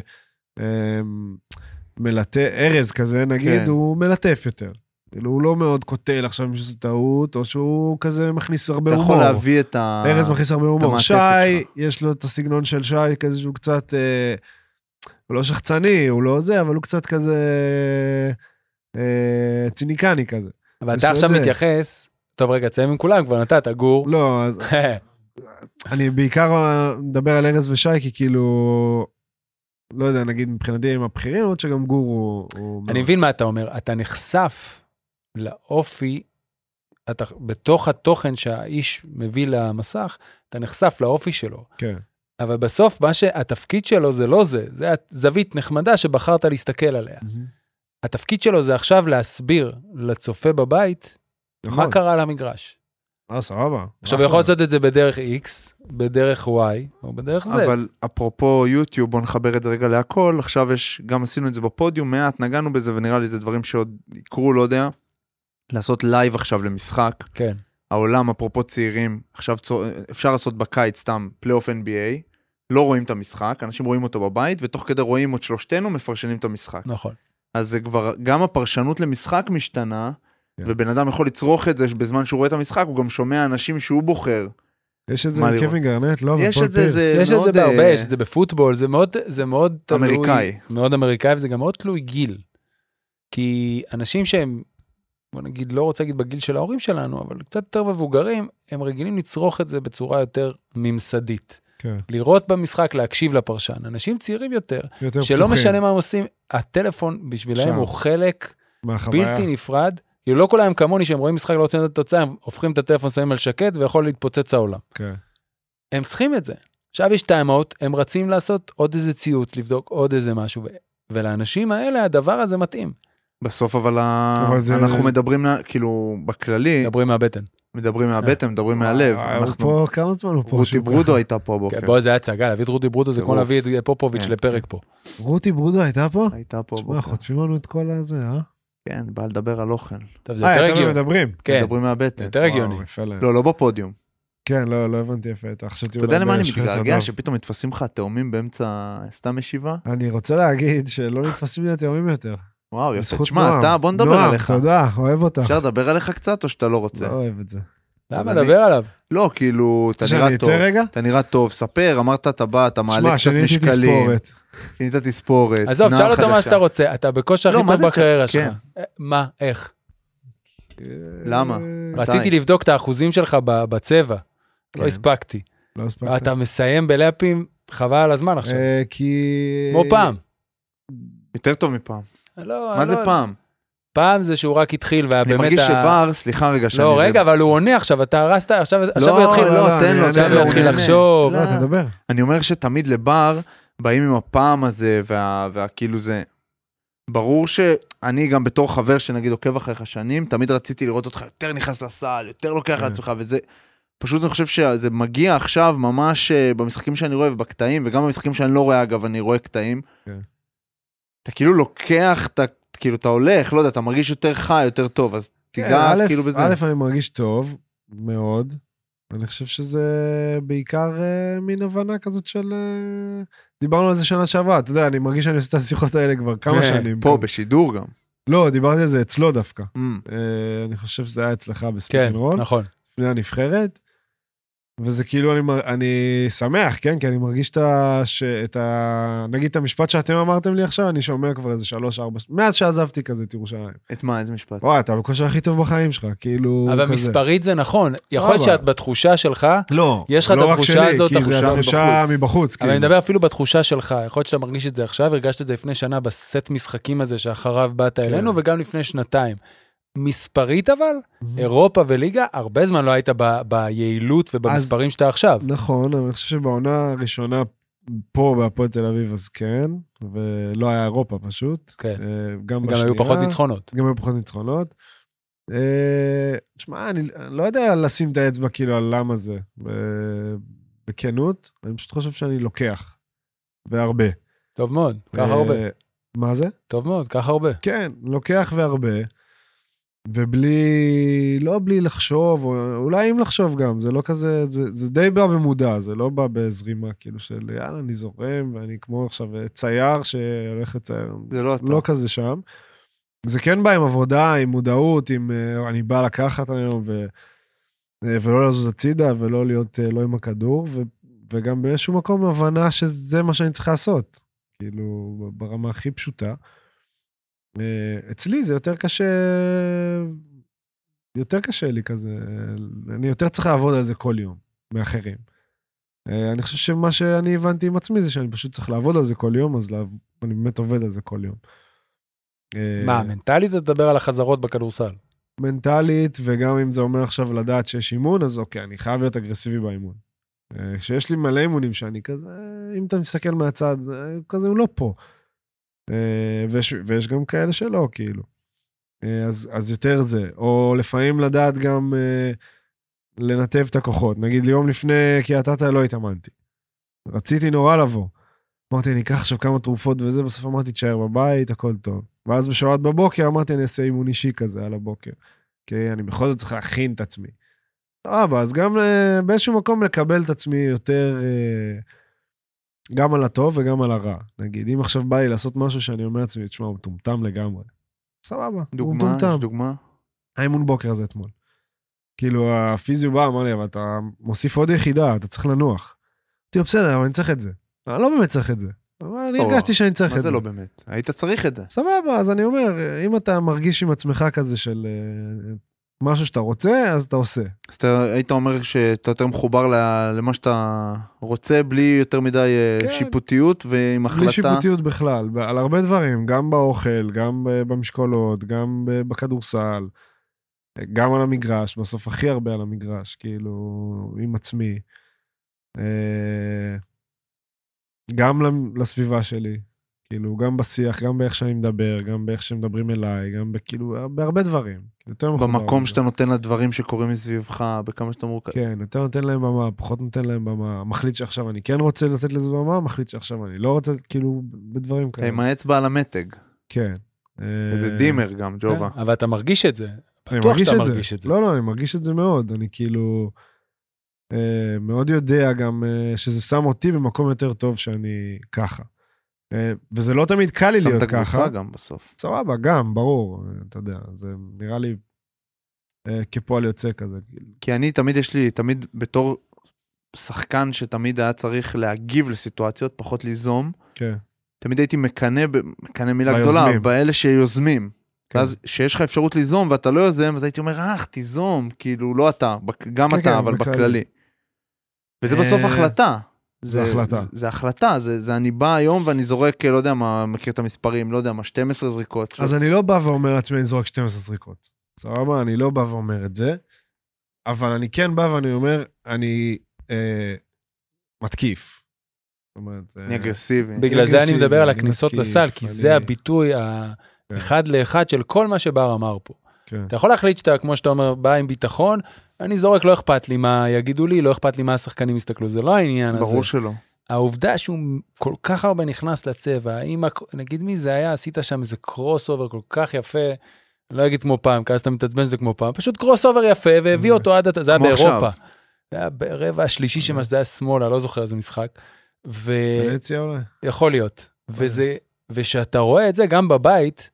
מלטף, ארז כזה, נגיד, הוא מלטף יותר. הוא לא מאוד קוטל עכשיו שזה טעות, או שהוא כזה מכניס הרבה הומור. אתה יכול להביא את ארז מכניס הרבה הומור. שי, יש לו את הסגנון של שי, כזה שהוא קצת, הוא לא שחצני, הוא לא זה, אבל הוא קצת כזה ציניקני כזה. אבל אתה עכשיו מתייחס, טוב רגע, ציים עם כולם, כבר נתת, גור. לא, אז אני בעיקר מדבר על ארז ושי, כי כאילו, לא יודע, נגיד מבחינתי עם הבחירים, עוד שגם גור הוא... אני מבין מה אתה אומר, אתה נחשף לאופי, בתוך התוכן שהאיש מביא למסך, אתה נחשף לאופי שלו. כן. אבל בסוף, התפקיד שלו זה לא זה, זה הזווית נחמדה שבחרת להסתכל עליה. התפקיד שלו זה עכשיו להסביר לצופה בבית, מה קרה למגרש. סבבה. עכשיו, יכול לעשות את זה בדרך X, בדרך Y, או בדרך Z. אבל אפרופו יוטיוב, בוא נחבר את זה רגע להכל, עכשיו גם עשינו את זה בפודיום, מעט נגענו בזה, ונראה לי זה דברים שעוד יקרו, לא יודע, לעשות לייב עכשיו למשחק. כן. העולם, אפרופו צעירים, עכשיו אפשר לעשות בקיץ סתם פלייאוף NBA, לא רואים את המשחק, אנשים רואים אותו בבית, ותוך כדי רואים עוד שלושתנו מפרשנים את המשחק. נכון. אז זה כבר, גם הפרשנות למשחק משתנה, ובן אדם יכול לצרוך את זה בזמן שהוא רואה את המשחק, הוא גם שומע אנשים שהוא בוחר יש את זה עם קווין גרנט, לא? יש את זה, יש את זה בהרבה, יש את זה בפוטבול, זה מאוד תלוי. אמריקאי. מאוד אמריקאי, וזה גם מאוד תלוי גיל. כי אנשים שהם, בוא נגיד, לא רוצה להגיד בגיל של ההורים שלנו, אבל קצת יותר מבוגרים, הם רגילים לצרוך את זה בצורה יותר ממסדית. כן. לראות במשחק, להקשיב לפרשן. אנשים צעירים יותר שלא משנה מה הם עושים, הטלפון בשבילם הוא חלק בלתי נפרד. כאילו לא כל היום כמוני שהם רואים משחק לא רוצים את התוצאה, הם הופכים את הטלפון, שמים על שקט ויכול להתפוצץ העולם. הם צריכים את זה. עכשיו יש טיימאוט, הם רצים לעשות עוד איזה ציוץ, לבדוק עוד איזה משהו, ולאנשים האלה הדבר הזה מתאים. בסוף אבל אנחנו מדברים, כאילו בכללי, מדברים מהבטן. מדברים מהלב. פה כמה זמן הוא פה? רותי ברודו הייתה פה בוקר. בוא, זה היה צגה, להביא את רותי ברודו זה כמו להביא את פופוביץ' לפרק פה. רותי ברודו הייתה פה? הייתה פה בוקר. חוטפים לנו את כל הזה, כן, בא לדבר על אוכל. טוב, זה יותר הגיוני. מדברים. מדברים מהבטן. יותר הגיוני. לא בפודיום. כן, לא הבנתי יפה. אתה יודע למה אני מתגעגע? שפתאום מתפסים לך תאומים באמצע סתם ישיבה? אני רוצה להגיד שלא מתפסים לי התאומים יותר. וואו, יפה. תשמע, בוא נדבר עליך. תודה, אוהב אותך. אפשר לדבר עליך קצת או שאתה לא רוצה? לא אוהב את זה. למה, דבר עליו. לא, כאילו, אתה נראה טוב, ספר, אמרת, אתה בא, אתה מעלה קצת משקלים. שינית תספורת. עזוב, תשאל אותו מה שאתה רוצה, אתה בקושי הכי טוב בקריירה שלך. מה, איך? למה? רציתי לבדוק את האחוזים שלך בצבע, לא הספקתי. אתה מסיים בלאפים, חבל על הזמן עכשיו. כמו פעם. יותר טוב מפעם. מה זה פעם? פעם זה שהוא רק התחיל, והיה באמת... אני מרגיש שבר, סליחה רגע שאני... לא, רגע, אבל הוא עונה עכשיו, אתה הרסת, עכשיו הוא יתחיל... תן לו, עכשיו הוא יתחיל לחשוב. לא, תדבר. אני אומר שתמיד לבר, באים עם הפעם הזה, והכאילו זה... ברור שאני גם בתור חבר שנגיד עוקב אחריך שנים, תמיד רציתי לראות אותך יותר נכנס לסל, יותר לוקח לעצמך, וזה... פשוט אני חושב שזה מגיע עכשיו ממש במשחקים שאני רואה ובקטעים, וגם במשחקים שאני לא רואה, אגב, אני רואה קטעים. אתה כאילו לוקח, כאילו אתה הולך, לא יודע, אתה מרגיש יותר חי, יותר טוב, אז תיגע כאילו בזה. א', אני מרגיש טוב, מאוד. אני חושב שזה בעיקר מין הבנה כזאת של... דיברנו על זה שנה שעברה, אתה יודע, אני מרגיש שאני עושה את השיחות האלה כבר כמה שנים. פה, בשידור גם. לא, דיברתי על זה אצלו דווקא. אני חושב שזה היה אצלך בספיק רול. כן, נכון. לפני הנבחרת. וזה כאילו, אני שמח, כן? כי אני מרגיש נגיד את המשפט שאתם אמרתם לי עכשיו, אני שומע כבר איזה 3-4, מאז שעזבתי כזה את ירושלים. את מה? איזה משפט? וואי, אתה בכושר הכי טוב בחיים שלך, כאילו... אבל מספרית זה נכון. יכול להיות שאת בתחושה שלך, יש לך את התחושה הזאת, כי זה התחושה מבחוץ. אבל אני מדבר אפילו בתחושה שלך, יכול להיות שאתה מרגיש את זה עכשיו, הרגשת את זה לפני שנה בסט משחקים הזה שאחריו באת אלינו, וגם לפני שנתיים. מספרית אבל, אירופה וליגה, הרבה זמן לא היית ביעילות ובמספרים שאתה עכשיו. נכון, אבל אני חושב שבעונה הראשונה פה בהפועל תל אביב אז כן, ולא היה אירופה פשוט. כן. גם היו פחות ניצחונות. גם היו פחות ניצחונות. תשמע, אני לא יודע לשים את האצבע כאילו על למה זה. בכנות, אני פשוט חושב שאני לוקח. והרבה. טוב מאוד, כך הרבה. מה זה? טוב מאוד, כך הרבה. כן, לוקח והרבה. ובלי, לא בלי לחשוב, או אולי אם לחשוב גם, זה לא כזה, זה די בא במודע, זה לא בא בזרימה, כאילו של יאללה, אני זורם, ואני כמו עכשיו צייר שהולך לצייר, זה לא כזה שם. זה כן בא עם עבודה, עם מודעות, עם אני בא לקחת היום, ולא לזוז הצידה, ולא להיות לא עם הכדור, וגם באיזשהו מקום הבנה שזה מה שאני צריך לעשות, כאילו ברמה הכי פשוטה. אצלי זה יותר קשה לי כזה, אני יותר צריך לעבוד על זה כל יום, מאחרים. אני חושב שמה שאני הבנתי עם עצמי זה שאני פשוט צריך לעבוד על זה כל יום, אז אני באמת עובד על זה כל יום. מה, מנטלית או תדבר על החזרות בכדורסל? מנטלית, וגם אם זה אומר עכשיו לדעת שיש אימון, אז אוקיי, אני חייב להיות אגרסיבי באימון. כשיש לי מלא אימונים שאני כזה, אם אתה מסתכל מהצד, כזה הוא לא פה. ויש גם כאלה שלא, כאילו. אז יותר זה. או לפעמים לדעת גם לנתב את הכוחות. נגיד, ליום לפני קריית-אתא לא התאמנתי. רציתי נורא לבוא. אמרתי, אני אקח עכשיו כמה תרופות וזה, בסוף אמרתי, תשאר בבית, הכל טוב. ואז בשעות בבוקר אמרתי, אני אעשה אימון אישי כזה על הבוקר. כי אני בכל זאת צריך להכין את עצמי. אז גם באיזשהו מקום לקבל את עצמי יותר... גם על הטוב וגם על הרע. נגיד, אם עכשיו בא לי לעשות משהו שאני אומר לעצמי, תשמע, הוא מטומטם לגמרי. סבבה, הוא מטומטם. דוגמה? האימון בוקר הזה אתמול. כאילו, הפיזיו בא, אמר לי, אבל אתה מוסיף עוד יחידה, אתה צריך לנוח. אמרתי לו, בסדר, אבל אני צריך את זה. אני לא באמת צריך את זה. אבל אני הרגשתי שאני צריך את זה. מה זה לא באמת? היית צריך את זה. סבבה, אז אני אומר, אם אתה מרגיש עם עצמך כזה של משהו שאתה רוצה, אז אתה עושה. אז אתה היית אומר שאתה יותר מחובר למה שאתה רוצה, בלי יותר מדי שיפוטיות ועם החלטה. בלי שיפוטיות בכלל, על הרבה דברים, גם באוכל, גם במשקולות, גם בכדורסל, גם על המגרש, בסוף הכי הרבה על המגרש, כאילו, עם עצמי. גם לסביבה שלי, כאילו, גם בשיח, גם באיך שאני מדבר, גם באיך שמדברים אליי, גם כאילו, בהרבה דברים. במקום שאתה נותן לדברים שקורים מסביבך, בכמה שאתה מורכב. כן, יותר נותן להם במה, פחות נותן להם במה, מחליט שעכשיו אני כן רוצה לתת לזה במה, מחליט שעכשיו אני לא רוצה, כאילו, בדברים כאלה. עם האצבע על המתג. כן. וזה דימר גם, ג'ובה. אבל אתה מרגיש את זה. בטוח שאתה מרגיש את זה. לא, אני מרגיש את זה מאוד. אני כאילו מאוד יודע גם שזה שם אותי במקום יותר טוב שאני ככה. וזה לא תמיד קל לי להיות ככה. שמת קבוצה גם בסוף. סבבה, גם, ברור. אתה יודע, זה נראה לי כפועל יוצא כזה. כי אני תמיד יש לי, תמיד בתור שחקן שתמיד היה צריך להגיב לסיטואציות, פחות ליזום. כן. תמיד הייתי מקנה מילה גדולה, באלה שיוזמים. אז שיש לך אפשרות ליזום ואתה לא יוזם, אז הייתי אומר, תיזום, כאילו, לא אתה, גם אתה, אבל בכללי. וזה בסוף החלטה. זה החלטה. זה החלטה, זה אני בא היום ואני זורק, לא יודע מה, מכיר את המספרים, לא יודע מה, 12 זריקות. אז אני לא בא ואומר לעצמי, אני זורק 12 זריקות. סבבה, אני לא בא ואומר את זה, אבל אני כן בא ואני אומר, אני מתקיף. אני אגרסיבי. בגלל זה אני מדבר על הכניסות לסל, כי זה הביטוי אחד לאחד של כל מה שבר אמר פה. אתה יכול להחליט שאתה, כמו שאתה אומר, בא עם ביטחון, אני זורק, לא אכפת לי מה יגידו לי, לא אכפת לי מה השחקנים יסתכלו, זה לא העניין הזה. ברור שלא. העובדה שהוא כל כך הרבה נכנס לצבע, נגיד מי זה היה, עשית שם איזה קרוס אובר כל כך יפה, אני לא אגיד כמו פעם, כי אז אתה מתעצבן שזה כמו פעם, פשוט קרוס אובר יפה, והביא אותו עד, זה היה באירופה. זה היה ברבע השלישי שזה היה שמאלה, לא זוכר איזה משחק. ונציה אולי. יכול להיות. ושאתה רואה את זה גם בבית,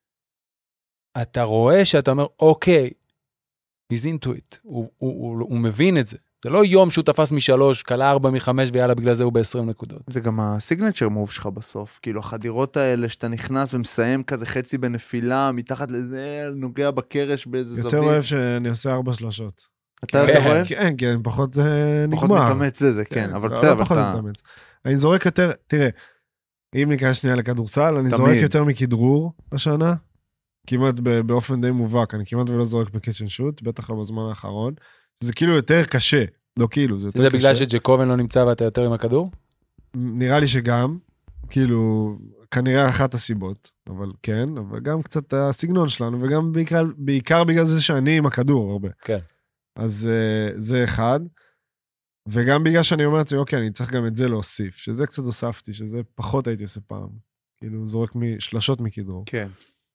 אתה רואה שאתה אומר, אוקיי, he's into it, הוא מבין את זה. זה לא יום שהוא תפס מ3, קלה 4 מ5, ויאללה, בגלל זה הוא ב-20 נקודות. זה גם הסיגנצ'ר מוב שלך בסוף, כאילו החדירות האלה שאתה נכנס ומסיים כזה חצי בנפילה, מתחת לזה, נוגע בקרש באיזה זווית. יותר אוהב שאני עושה 4 שלשות. אתה יותר אוהב? כן, כי אני פחות נגמר. פחות מתאמץ לזה, כן, אבל בסדר, אבל אתה... אני זורק יותר, תראה, אם ניכנס שנייה לכדורסל, אני זורק יותר מכדרור השנה, כמעט באופן די מובהק, אני כמעט ולא זורק בקצ'ן שוט, בטח לא בזמן האחרון, זה כאילו יותר קשה, לא כאילו, זה יותר קשה. זה בגלל שג'קובן לא נמצא ואתה יותר עם הכדור? נראה לי שגם, כאילו, כנראה אחת הסיבות, אבל כן, אבל גם קצת הסגנון שלנו, וגם בעיקר בגלל זה שאני עם הכדור הרבה. כן. אז זה אחד, וגם בגלל שאני אומר לעצמי, אוקיי, אני צריך גם את זה להוסיף, שזה קצת הוספתי, שזה פחות הייתי עושה פעם. כאילו, זורק שלשות מכדרור. כן.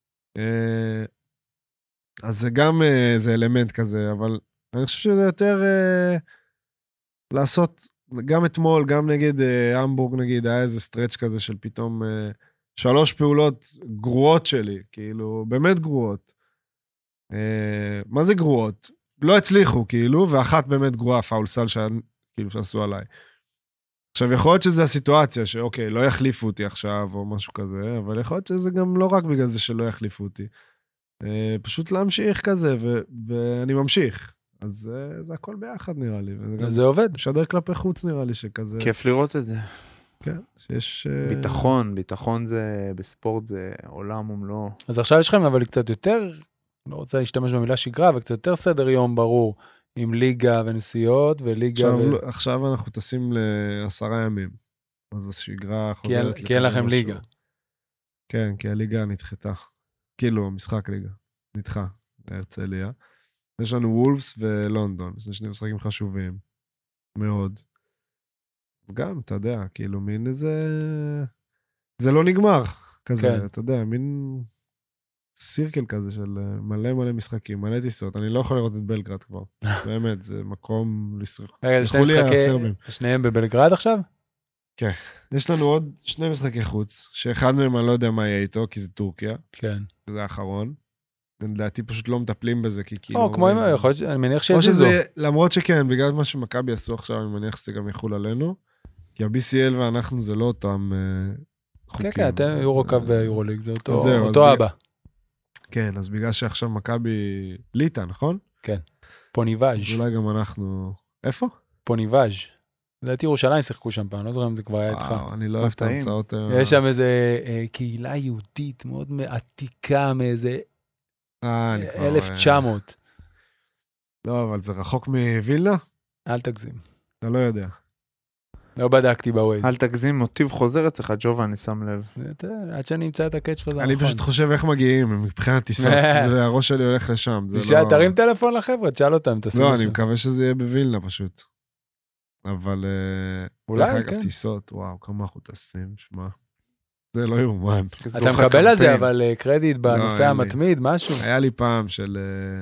אז זה גם זה אלמנט כזה, אבל אני חושב שזה יותר לעשות, גם אתמול, גם נגד המבורג נגיד, היה איזה סטרץ' כזה של פתאום 3 פעולות גרועות שלי, כאילו, באמת גרועות. מה זה גרועות? לא הצליחו, כאילו, ואחת באמת גרועה, פאול סל כאילו שעשו עליי. עכשיו, יכול להיות שזה הסיטואציה, שאוקיי, לא יחליפו אותי עכשיו, או משהו כזה, אבל יכול להיות שזה גם לא רק בגלל זה שלא יחליפו אותי. פשוט להמשיך כזה, ואני ממשיך. אז זה הכל ביחד נראה לי. זה עובד. משדר כלפי חוץ נראה לי שכזה... כיף לראות את זה. כן, שיש... ביטחון זה, בספורט זה עולם ומלוא. אז עכשיו יש לכם אבל קצת יותר, לא רוצה להשתמש במילה שגרה, וקצת יותר סדר יום ברור, עם ליגה ונסיעות, וליגה עכשיו אנחנו טסים ל10 ימים. אז השגרה חוזרת... כי אין לכם ליגה. כן, כי הליגה נדחתה. כאילו, המשחק ליגה. נדחה, להרצליה. יש לנו וולפס ולונדון. זה 2 משחקים חשובים. מאוד. אז גם, אתה יודע, כאילו, מין איזה... זה לא נגמר. כזה, כן. אתה יודע, מין... סירקל כזה של מלא משחקים, מלא טיסות. אני לא יכול לראות את בלגרד כבר. באמת, זה מקום לסרח. סליחו לי הסרבים. שניהם בבלגרד עכשיו? כן. יש לנו עוד 2 משחקי חוץ, שאחד מהם אני לא יודע מה יהיה איתו, כי זה טורקיה. כן. זה האחרון. לדעתי פשוט לא מטפלים בזה, כי כאילו... או, כמו אם, אני מניח או שזה זו. שזה, למרות שכן, בגלל מה שמכבי עשו עכשיו, אני מניח שזה גם יחול עלינו, כי ה-BCL ואנחנו זה לא אותם חוקים. כן, אתם יורו-קאפ ויורו-ליג, זה זהו, אותו אבא. כן, אז בגלל שעכשיו מכבי ליטה, נכון? כן. פוניבאז'. אז אולי גם אנחנו... איפה? פוניבאז'. לדעתי ירושלים שיחקו שם פעם, לא זוכר אם זה כבר היה איתך. אני לא אוהב את ההמצאות. יש שם איזה קהילה יהודית מאוד עתיקה מאיזה 1900. לא, אבל זה רחוק מווילנה? אל תגזים. אתה לא יודע. לא בדקתי בווייז. אל תגזים, מוטיב חוזר אצלך, ג'ובה, אני שם לב. עד שאני אמצא את הקאץ' הזה. אני פשוט חושב איך מגיעים, מבחינת טיסות, הראש שלי הולך לשם. תרים טלפון לחבר'ה, תשאל אותם. לא, אני מקווה שזה יהיה בווילנה פשוט. אבל... אולי, כן. טיסות, וואו, כמה אנחנו טסים, שמע. זה לא יאומן. אתה מקבל על זה, אבל קרדיט בנושא המתמיד, משהו. היה לי פעם של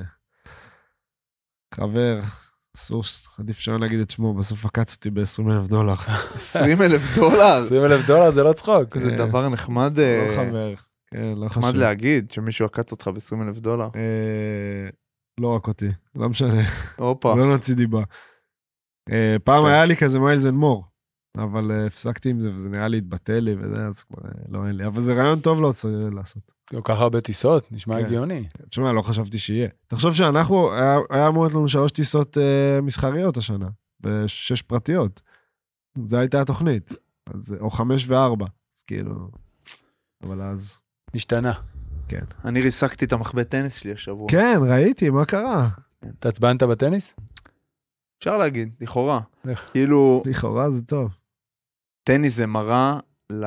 חבר, אסור, עדיף שלא נגיד את שמו, בסוף עקץ אותי $20,000. $20,000? $20,000 זה לא צחוק. זה דבר נחמד. לא חבר, כן, לא חשוב. נחמד להגיד שמישהו עקץ אותך $20,000. לא רק אותי, לא משנה. אופה. לא נוציא דיבה. פעם היה לי כזה מיילס אנד מור, אבל הפסקתי עם זה, וזה נראה לי התבטא לי, וזה, אז כבר לא אין לי. אבל זה רעיון טוב לעשות. לא ככה הרבה טיסות, נשמע הגיוני. תשמע, לא חשבתי שיהיה. תחשוב שאנחנו, היה אמורת לנו 3 טיסות מסחריות השנה, ו6 פרטיות. זו הייתה התוכנית. או 5 ו4. אז כאילו, אבל אז... השתנה. כן. אני ריסקתי את המחבט טניס שלי השבוע. כן, ראיתי, מה קרה? אתה עצבנת בטניס? אפשר להגיד, לכאורה. כאילו... לכאורה זה טוב. טניס זה מראה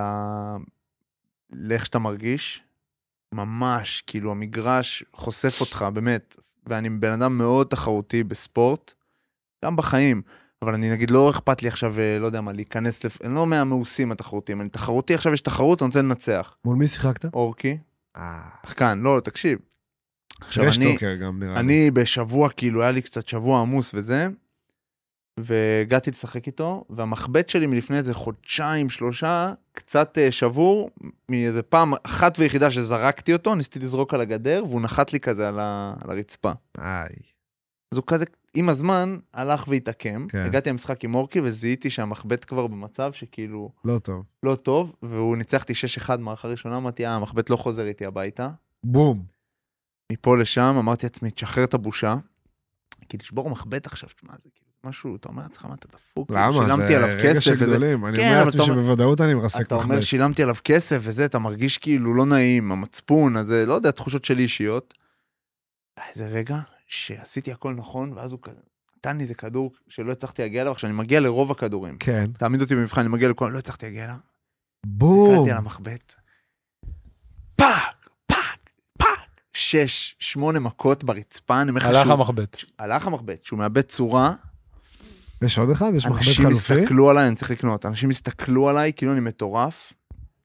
לאיך שאתה מרגיש. ממש, כאילו המגרש חושף אותך, באמת. ואני בן אדם מאוד תחרותי בספורט, גם בחיים. אבל אני נגיד, לא אכפת לי עכשיו, לא יודע מה, להיכנס, אני לא מהמאוסים התחרותיים, אני תחרותי, עכשיו יש תחרות, אני רוצה לנצח. מול מי שיחקת? אורקי. כאן, לא, תקשיב. עכשיו אני בשבוע, כאילו, היה לי קצת שבוע עמוס וזה, והגעתי לשחק איתו, והמחבט שלי מלפני איזה 2-3, קצת שבור, מאיזה פעם אחת ויחידה שזרקתי אותו, ניסיתי לזרוק על הגדר, והוא נחת לי כזה על הרצפה. אז הוא כזה, עם הזמן, הלך והתעקם, הגעתי למשחק עם אורקי, וזיהיתי שהמחבט כבר במצב שכאילו... לא טוב, והוא ניצח אותי 6-1 מערכה ראשונה, אמרתי, המחבט לא חוזר איתי הביתה. בום. מפה לשם, אמרתי לעצמי, תשחרר את הבושה, כי לשבור מחבט עכשיו, מה זה כאילו, משהו, אתה אומר לעצמך, מה אתה דפוק? למה? שילמתי עליו כסף. גדולים. אני אומר לעצמי שבוודאות אני מרסק מחבט. אתה אומר, שילמתי עליו כסף וזה, אתה מרגיש כאילו לא נעים, המצפון, אז לא יודע, תחושות שלי אישיות. איזה רגע שעשיתי הכל נכון, ואז הוא נתן לי איזה כדור שלא הצלחתי להגיע אליו, עכשיו אני מגיע לרוב הכדורים. כן. תעמיד אותי במבחן, אני מגיע לכל, לא הצלחתי להגיע אליו. בום. הגעתי על המחבט. פאק, פאק, פאק. 6-8 מכות ברצפה. הלך המחבט. הלך המחבט, שהוא מאבד צורה. יש עוד אחד? יש מחבט חלופי? אנשים הסתכלו עליי, אני צריך לקנות. אנשים הסתכלו עליי, כאילו אני מטורף.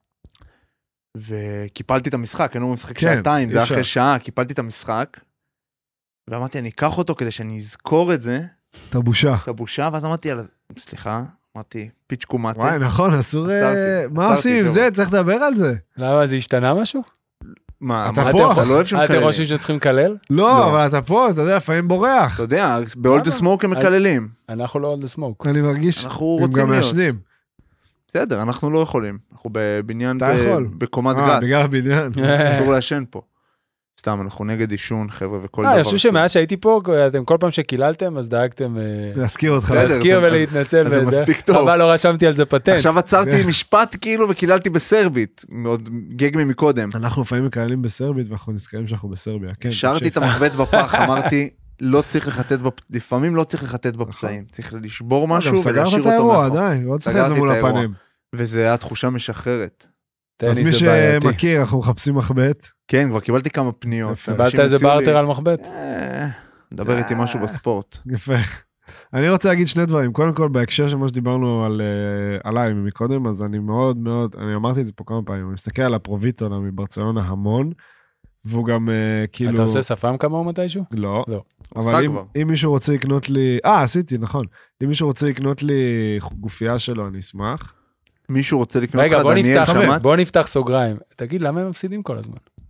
וקיפלתי את המשחק, היינו במשחק שעתיים, זה אחרי שעה, קיפלתי את המשחק. ואמרתי, אני אקח אותו כדי שאני אזכור את זה. את הבושה. את הבושה, ואז אמרתי, סליחה, אמרתי, פיץ' קומטה. וואי, נכון, אסור... מה עושים עם זה? צריך לדבר על זה. למה, זה השתנה משהו? מה, אתה פה? אתה לא אוהב שהם מקללים. אתם חושבים שצריכים לקלל? לא, אבל אתה פה, אתה יודע, לפעמים בורח. אתה יודע, ב-Old the Smoke הם מקללים. אנחנו לא Old the Smoke. אני מרגיש, אנחנו רוצים גם להיות. מעשנים. בסדר, אנחנו לא יכולים. אנחנו בבניין, בקומת גץ. בגלל הבניין. אסור לעשן פה. סתם, אנחנו נגד אישון, חבר'ה, וכל דבר. אני חושב שמאז שהייתי פה, אתם כל פעם שקיללתם, אז דאגתם... להזכיר אותך. להזכיר ולהתנצל. זה מספיק טוב. אבל לא רשמתי על זה פטנט. עכשיו עצרתי משפט כאילו וקיללתי בסרבית. עוד גג ממקודם. אנחנו לפעמים מקללים בסרבית, ואנחנו נזכרים שאנחנו בסרביה. שרתי את המחבט בפח, אמרתי, לא צריך לחטט, לפעמים לא צריך לחטט בפצעים. צריך לשבור משהו ולהשאיר אותו מאחור. די, לא צריך את זה מול הפנים. וזה היה תחושה משחררת. אז מי שמכיר, אנחנו מחפשים מחבט. כן, כבר קיבלתי כמה פניות. קיבלת איזה בארטר על מחבט? דבר איתי משהו בספורט. יפה. אני רוצה להגיד שני דברים. קודם כל, בהקשר של מה שדיברנו עליי מקודם, אז אני מאוד מאוד, אני אמרתי את זה פה כמה פעמים, אני מסתכל על הפרוביטולה מברצלונה המון, והוא גם כאילו... אתה עושה שפם כמוהו מתישהו? לא. אבל אם מישהו רוצה לקנות לי... עשיתי, נכון. אם מישהו רוצה לקנות לי גופייה שלו, אני אשמח. מישהו רוצה לקנות רגע, בוא נפתח סוגריים. תגיד, למה הם מפסידים כל הזמן?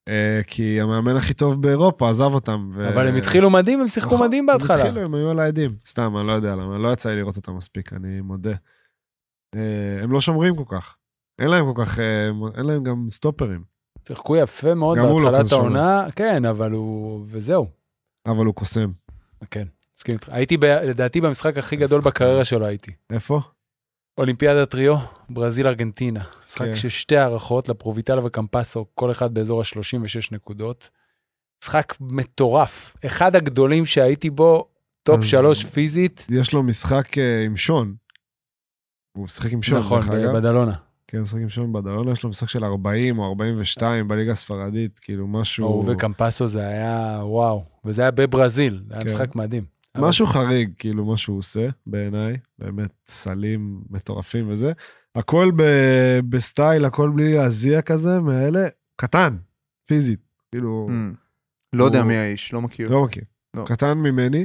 כי המאמן הכי טוב באירופה עזב אותם. אבל הם התחילו מדהים, הם שיחקו מדהים בהתחלה. הם התחילו, הם היו על העדים. סתם, אני לא יודע למה, לא יצא לי לראות אותם מספיק, אני מודה. הם לא שומרים כל כך. אין להם כל כך, אין להם גם סטופרים. שיחקו יפה מאוד בהתחלת העונה, כן, אבל הוא, וזהו. אבל הוא קוסם. כן, מסכים איתך. הייתי, לדעתי, במשחק הכי גדול בקריירה שלו הייתי. איפה? אולימפיאדת טריו, ברזיל ארגנטינה. משחק ששתי הערכות, לפרוביטלה וקמפסו, כל אחד באזור ה-36 נקודות. משחק מטורף. אחד הגדולים שהייתי בו, טופ 3 פיזית. יש לו משחק עם שון. הוא משחק עם שון. נכון, בדלונה. כן, משחק עם שון בדלונה, יש לו משחק של 40 או 42 בליגה הספרדית, כאילו משהו... וקמפסו זה היה וואו. וזה היה בברזיל, זה היה משחק מדהים. משהו חריג, כאילו, מה שהוא עושה, בעיניי, באמת סלים מטורפים וזה. הכל בסטייל, הכל בלי להזיע כזה, מאלה, קטן, פיזית, כאילו... לא יודע מי האיש, לא מכיר. לא מכיר. קטן ממני,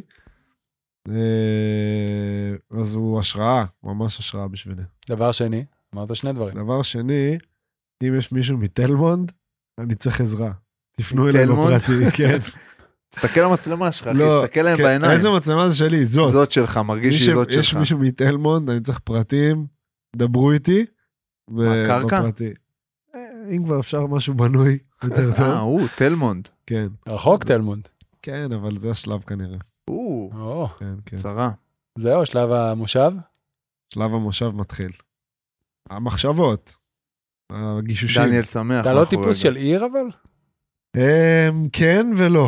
אז הוא השראה, ממש השראה בשבילי. דבר שני, אמרת שני דברים. דבר שני, אם יש מישהו מתלמונד, אני צריך עזרה. תפנו אליי בפרטי, כן. תסתכל על המצלמה שלך, אחי, תסתכל להם בעיניים. איזה מצלמה זה שלי? זאת. זאת שלך, מרגיש שהיא זאת שלך. יש מישהו מתלמונד, אני צריך פרטים, דברו איתי. מה, קרקע? אם כבר אפשר משהו בנוי, יותר טוב. הוא, תלמונד. כן. רחוק תלמונד. כן, אבל זה השלב כנראה. צרה. זהו, שלב המושב? שלב המושב מתחיל. המחשבות. הגישושים. דניאל שמח. אתה לא טיפוס של עיר אבל? כן ולא.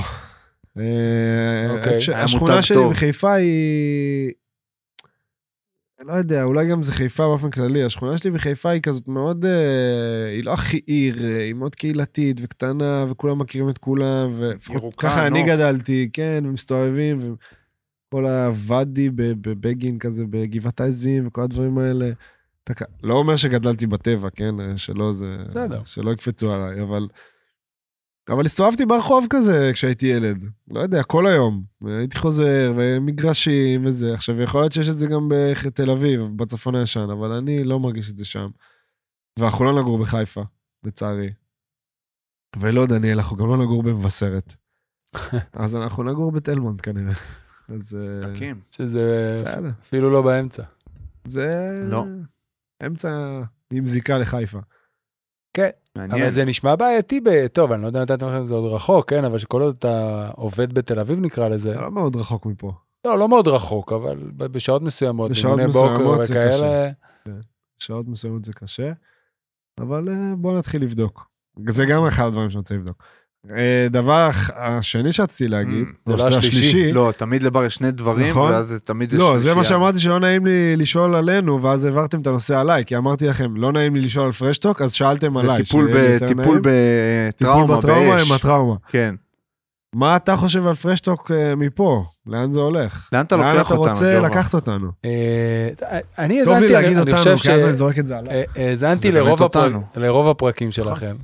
השכונה שלי בחיפה היא... לא יודע, אולי גם זה חיפה באופן כללי. השכונה שלי בחיפה היא כזאת מאוד... היא לא הכי עיר, היא מאוד קהילתית וקטנה, וכולם מכירים את כולם, וככה אני גדלתי, כן, ומסתובבים, וכל הוואדי בבגין כזה, בגבעת העזים, וכל הדברים האלה. לא אומר שגדלתי בטבע, כן? שלא יקפצו עליי, אבל הסתובבתי ברחוב כזה כשהייתי ילד. לא יודע, כל היום. הייתי חוזר, ומגרשים וזה. עכשיו, יכול להיות שיש את זה גם בתל אביב, בצפון הישן, אבל אני לא מרגיש את זה שם. ואנחנו לא נגור בחיפה, לצערי. ולא, דניאל, אנחנו גם לא נגור במבשרת. אז אנחנו נגור בתלמונד כנראה. אז... תקים. שזה אפילו לא באמצע. זה... לא. אמצע עם זיקה לחיפה. כן, אבל זה נשמע בעייתי, טוב, אני לא יודע נתת לכם, זה עוד רחוק, כן, אבל שכל עוד אתה עובד בתל אביב נקרא לזה. לא מאוד רחוק מפה. לא מאוד רחוק, אבל בשעות מסוימות, בשעות מסוימות זה קשה. בשעות מסוימות זה קשה, אבל בוא נתחיל לבדוק. זה גם אחד הדברים שאני רוצה לבדוק. דבר השני שרציתי להגיד, זה לא השלישי. לא, תמיד לבר יש שני דברים, ואז זה תמיד יש... לא, זה מה שאמרתי שלא נעים לי לשאול עלינו, ואז העברתם את הנושא עליי, כי אמרתי לכם, לא נעים לי לשאול על פרשטוק, אז שאלתם עליי. זה טיפול בטראומה, טיפול בטראומה עם הטראומה. כן. מה אתה חושב על פרשטוק מפה? לאן זה הולך? לאן אתה לוקח אותנו? לאן אתה רוצה לקחת אותנו? אני טוב לי להגיד אותנו, כי אז אני זורק את זה עליי. האזנתי לרוב הפרקים שלכם.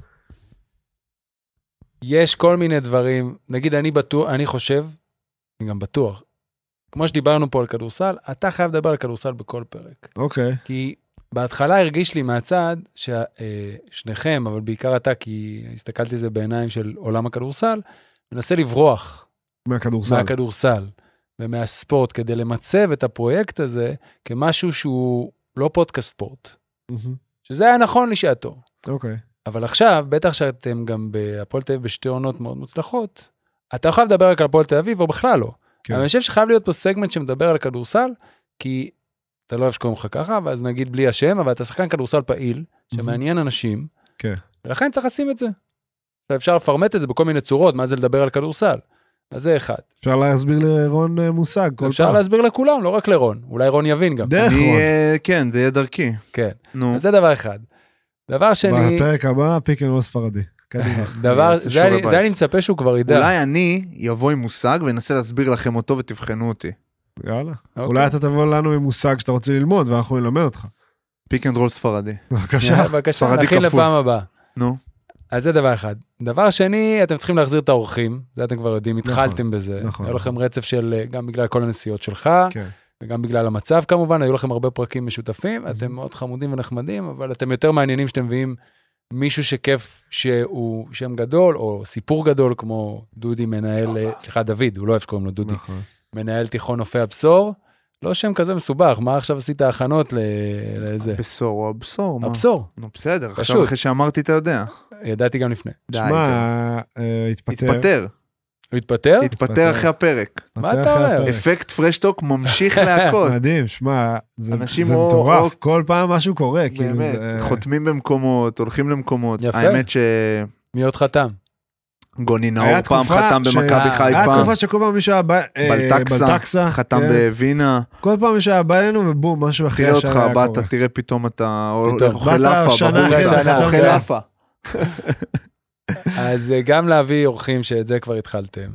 יש כל מיני דברים, נגיד אני חושב, אני גם בטוח, כמו שדיברנו פה על כדורסל, אתה חייב לדבר על כדורסל בכל פרק. אוקיי. כי בהתחלה הרגיש לי מהצד, ששניכם, אבל בעיקר אתה, כי הסתכלתי זה בעיניים של עולם הכדורסל, מנסה לברוח. מהכדורסל. ומהספורט, כדי למצב את הפרויקט הזה, כמשהו שהוא לא פודקאסט ספורט. שזה היה נכון לשעתו. אוקיי. אבל עכשיו, בטח שאתם גם בהפועל תל אביב בשתי עונות מאוד מוצלחות, אתה יכול לדבר רק על הפועל תל אביב, או בכלל לא. כן. אבל אני חושב שחייב להיות פה סגמנט שמדבר על הכדורסל, כי אתה לא אוהב שקוראים לך ככה, ואז נגיד בלי השם, אבל אתה שחקן כדורסל פעיל, שמעניין אנשים, כן. ולכן צריך לשים את זה. ואפשר לפרמט את זה בכל מיני צורות, מה זה לדבר על כדורסל. אז זה אחד. אפשר להסביר לרון מושג. אפשר להסביר לכולם, לא רק לרון. אולי רון יבין גם. דרך רון. כן, זה יהיה דרכי. כן. אז זה דבר אחד. דבר שני... בפרק הבא, פיק אנד רול ספרדי. זה אני מצפה שהוא כבר ידע. אולי אני יבוא עם מושג ואנסה להסביר לכם אותו ותבחנו אותי. יאללה. אולי אתה תבוא לנו עם מושג שאתה רוצה ללמוד ואנחנו נלמד אותך. פיק אנד רול ספרדי. בבקשה. בבקשה, נכין לפעם הבאה. נו. אז זה דבר אחד. דבר שני, אתם צריכים להחזיר את האורחים, זה אתם כבר יודעים, התחלתם בזה. היו לכם רצף של, גם בגלל כל הנסיעות שלך, וגם בגלל המצב כמובן, היו לכם הרבה פרקים משותפים, אתם מאוד חמודים ונחמדים, אבל אתם יותר מעניינים שאתם מביאים מישהו שכיף שהוא שם גדול, או סיפור גדול, כמו דודי מנהל, סליחה, דוד, הוא לא אוהב שקוראים לו דודי, מנהל תיכון נופי הבשור, לא שם כזה מסובך, מה עכשיו עשית הכנות לזה? הבשור או הבשור? הבשור. נו בסדר, עכשיו אחרי שאמרתי אתה יודע. ידעתי גם לפני. שמע, התפטר. הוא התפטר? התפטר אחרי הפרק. מה אתה אומר? אפקט פרשטוק ממשיך להכות. מדהים, שמע, זה מטורף, כל פעם משהו קורה. באמת, חותמים במקומות, הולכים למקומות. יפה. האמת ש... מי עוד חתם? גוני נאור פעם חתם במכבי חיפה. היה תקופה שכל פעם מישהו היה בלטקסה. חתם בווינה. כל פעם מישהו היה בא אלינו ובום, משהו אחרי תראה השעה אותך, באת, תראה פתאום אתה אוכל אפה. אז גם להביא אורחים שאת זה כבר התחלתם.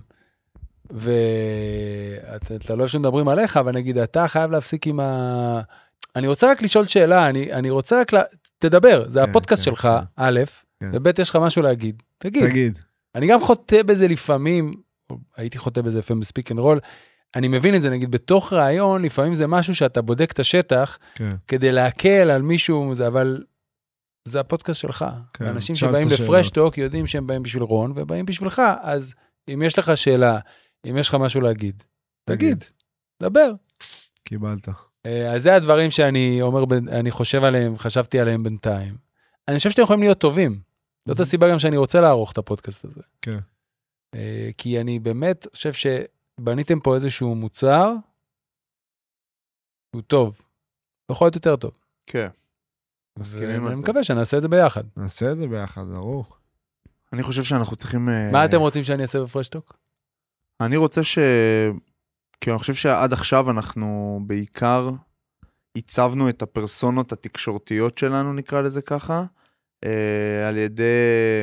ואתה לא אוהב שמדברים עליך, אבל נגיד, אתה חייב להפסיק עם ה... אני רוצה רק לשאול שאלה, אני רוצה רק... תדבר, זה הפודקאסט שלך, א', וב' יש לך משהו להגיד. תגיד. אני גם חוטא בזה לפעמים, הייתי חוטא בזה לפעמים בספיק אנד רול, אני מבין את זה, נגיד, בתוך רעיון, לפעמים זה משהו שאתה בודק את השטח, כדי להקל על מישהו, אבל זה הפודקאסט שלך. אנשים שבאים לפרשטוק, יודעים שהם באים בשביל רון, ובאים בשבילך, אז אם יש לך שאלה, אם יש לך משהו להגיד, תגיד, דבר. קיבלת. אז זה הדברים שאני אומר, אני חושב עליהם, חשבתי עליהם בינתיים. אני חושב שאתם יכולים להיות טובים. זאת הסיבה גם שאני רוצה לערוך את הפודקאסט הזה. כן. כי אני באמת חושב שבניתם פה איזשהו מוצר, הוא טוב. יכול להיות יותר טוב. כן. אני מקווה שנעשה את זה ביחד. נעשה את זה ביחד, ברור. אני חושב שאנחנו צריכים... מה אתם רוצים שאני אעשה בפרשטוק? אני רוצה כי אני חושב שעד עכשיו אנחנו בעיקר הצבנו את הפרסונות התקשורתיות שלנו, נקרא לזה ככה, על ידי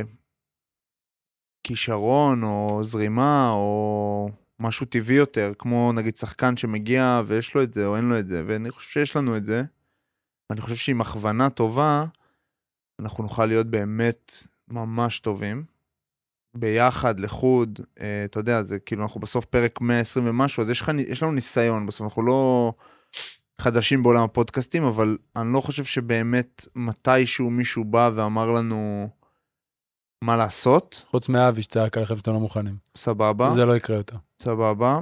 כישרון או זרימה או משהו טבעי יותר, כמו נגיד שחקן שמגיע ויש לו את זה או אין לו את זה, ואני חושב שיש לנו את זה. אני חושב שעם הכוונה טובה, אנחנו נוכל להיות באמת ממש טובים. ביחד, לחוד, אתה יודע, זה כאילו אנחנו בסוף פרק 120 ומשהו, אז יש לנו ניסיון, בסוף אנחנו לא חדשים בעולם הפודקאסטים, אבל אני לא חושב שבאמת מתישהו מישהו בא ואמר לנו מה לעשות. חוץ מאבי שצעק עליכם שאתם לא מוכנים. סבבה. זה לא יקרה יותר. סבבה.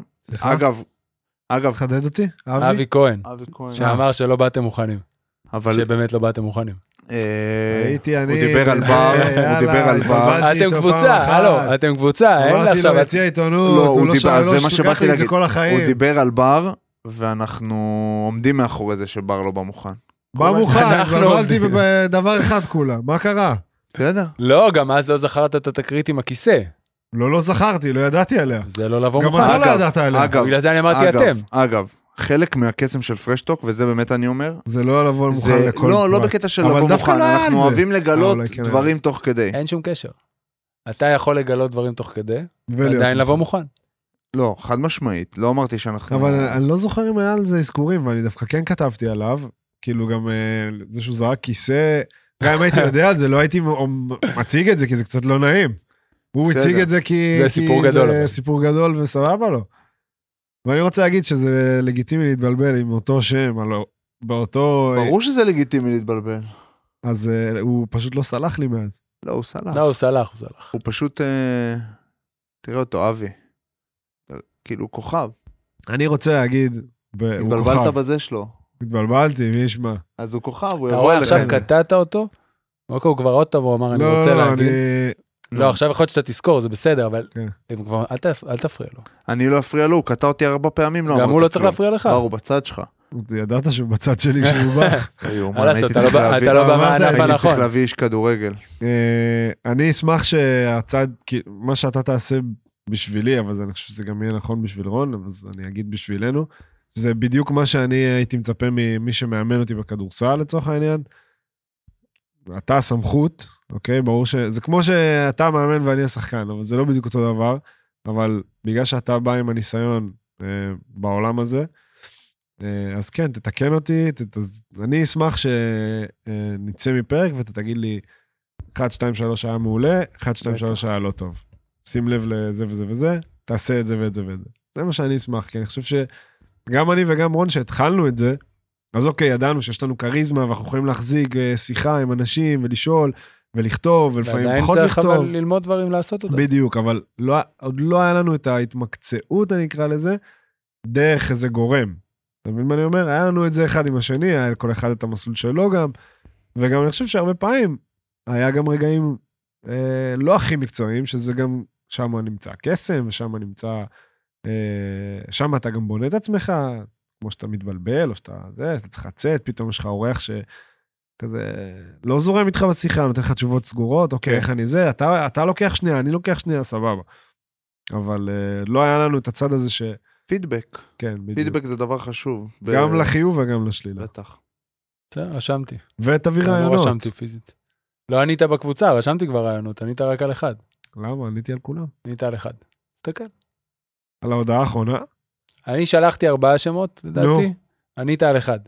אגב, חדד אותי? אבי כהן. שאמר שלא באתם מוכנים. שבאמת לא באתם מוכנים. הייתי אני... הוא דיבר על בר. אתם קבוצה, הלו, אתם קבוצה, אין לה עכשיו... אמרתי לו, יציע עיתונות, הוא לא שולח לי את זה כל החיים. הוא דיבר על בר, ואנחנו עומדים מאחורי זה שבר לא בא מוכן. בא מוכן, גבלתי בדבר אחד כולה, מה קרה? בסדר. לא, גם אז לא זכרת את התקרית עם הכיסא. לא זכרתי, לא ידעתי עליה. זה לא לבוא מוכן. גם אתה לא ידעת עליה. בגלל זה אני אמרתי אתם. אגב, חלק מהקסם של פרשטוק, וזה באמת אני אומר, זה לא לבוא מוכן לכל פרט. לא בקטע של לבוא מוכן, אנחנו אוהבים לגלות דברים תוך כדי. אין שום קשר. אתה יכול לגלות דברים תוך כדי, ועדיין לבוא מוכן. לא, חד משמעית, לא אמרתי שאנחנו... אבל אני לא זוכר אם היה על זה הזכורים, ואני דווקא כן כתבתי עליו, כאילו גם זה שהוא זרק כיסא, גם אם הייתי יודע על זה, לא הייתי מציג את זה, כי זה קצת לא נעים. הוא הציג את זה כי זה סיפור גדול וסבבה לו. ואני רוצה להגיד שזה לגיטימי להתבלבל עם אותו שם, באותו... ברור שזה לגיטימי להתבלבל. אז הוא פשוט לא סלח לי מאז. לא, הוא סלח. לא, הוא סלח. הוא פשוט... תראה אותו, אבי. כאילו, הוא כוכב. אני רוצה להגיד... התבלבלת בזה שלו. התבלבלתי, מי ישמע. אז הוא כוכב, הוא יבוא... אתה רואה, עכשיו קטעת אותו? הוא כבר עוד טוב, הוא אמר, אני רוצה להגיד... לא, עכשיו יכול להיות שאתה תזכור, זה בסדר, אבל אל תפריע לו. אני לא אפריע לו, הוא קטע אותי 4 פעמים, לא. גם הוא לא צריך להפריע לך. הוא בצד שלך. ידעת שהוא בצד שלי כשהוא בא. אתה לא במענף הנכון. הייתי צריך להביא איש כדורגל. אני אשמח שהצד, מה שאתה תעשה בשבילי, אבל אני חושב שזה גם יהיה נכון בשביל רון, אז אני אגיד בשבילנו, זה בדיוק מה שאני הייתי מצפה ממי שמאמן אותי בכדורסל לצורך העניין. אתה הסמכות, אוקיי? ברור זה כמו שאתה מאמן ואני השחקן, אבל זה לא בדיוק אותו דבר, אבל בגלל שאתה בא עם הניסיון בעולם הזה, אז כן, תתקן אותי, אני אשמח שנצא מפרק ואתה תגיד לי, 1, 2, 3 היה מעולה, 1, 2, 3 היה לא טוב. שים לב לזה וזה וזה, תעשה את זה ואת זה ואת זה. זה מה שאני אשמח, כי אני חושב שגם אני וגם רון שהתחלנו את זה, אז אוקיי, ידענו שיש לנו קריזמה, ואנחנו יכולים להחזיק שיחה עם אנשים ולשאול, ולכתוב, ולפעמים ועדיין פחות צריך לכתוב. אבל ללמוד דברים לעשות אותם. בדיוק, אבל עוד לא היה לנו את ההתמקצעות, אני אקרא לזה, דרך איזה גורם. אתה מבין מה אני אומר? היה לנו את זה אחד עם השני, היה כל אחד את המסלול שלו גם, וגם אני חושב שהרבה פעמים, היה גם רגעים לא הכי מקצועיים, שזה גם, שם נמצא קסם, ושם נמצא, שם אתה גם בונה את עצמך, כמו שאתה מתבלבל, או שאתה, אתה צריך לצאת, פתאום יש לך אורח שכזה, לא זורם איתך בשיחה, נותן לך תשובות סגורות, אוקיי, איך אני זה, אתה לוקח שנייה, אני לוקח שנייה, סבבה. אבל לא היה לנו את הצד הזה ש... פידבק. כן, בדיוק. פידבק זה דבר חשוב. גם לחיוב וגם לשלילה. בטח. בסדר, רשמתי. ותביא רעיונות. לא רשמתי פיזית. לא ענית בקבוצה, רשמתי כבר רעיונות, ענית רק על אחד. למה? עניתי על כולם. ענית על אחד. תסתכל. על ההודעה האחרונה? אני שלחתי 4 שמות, לדעתי. ענית על אחד.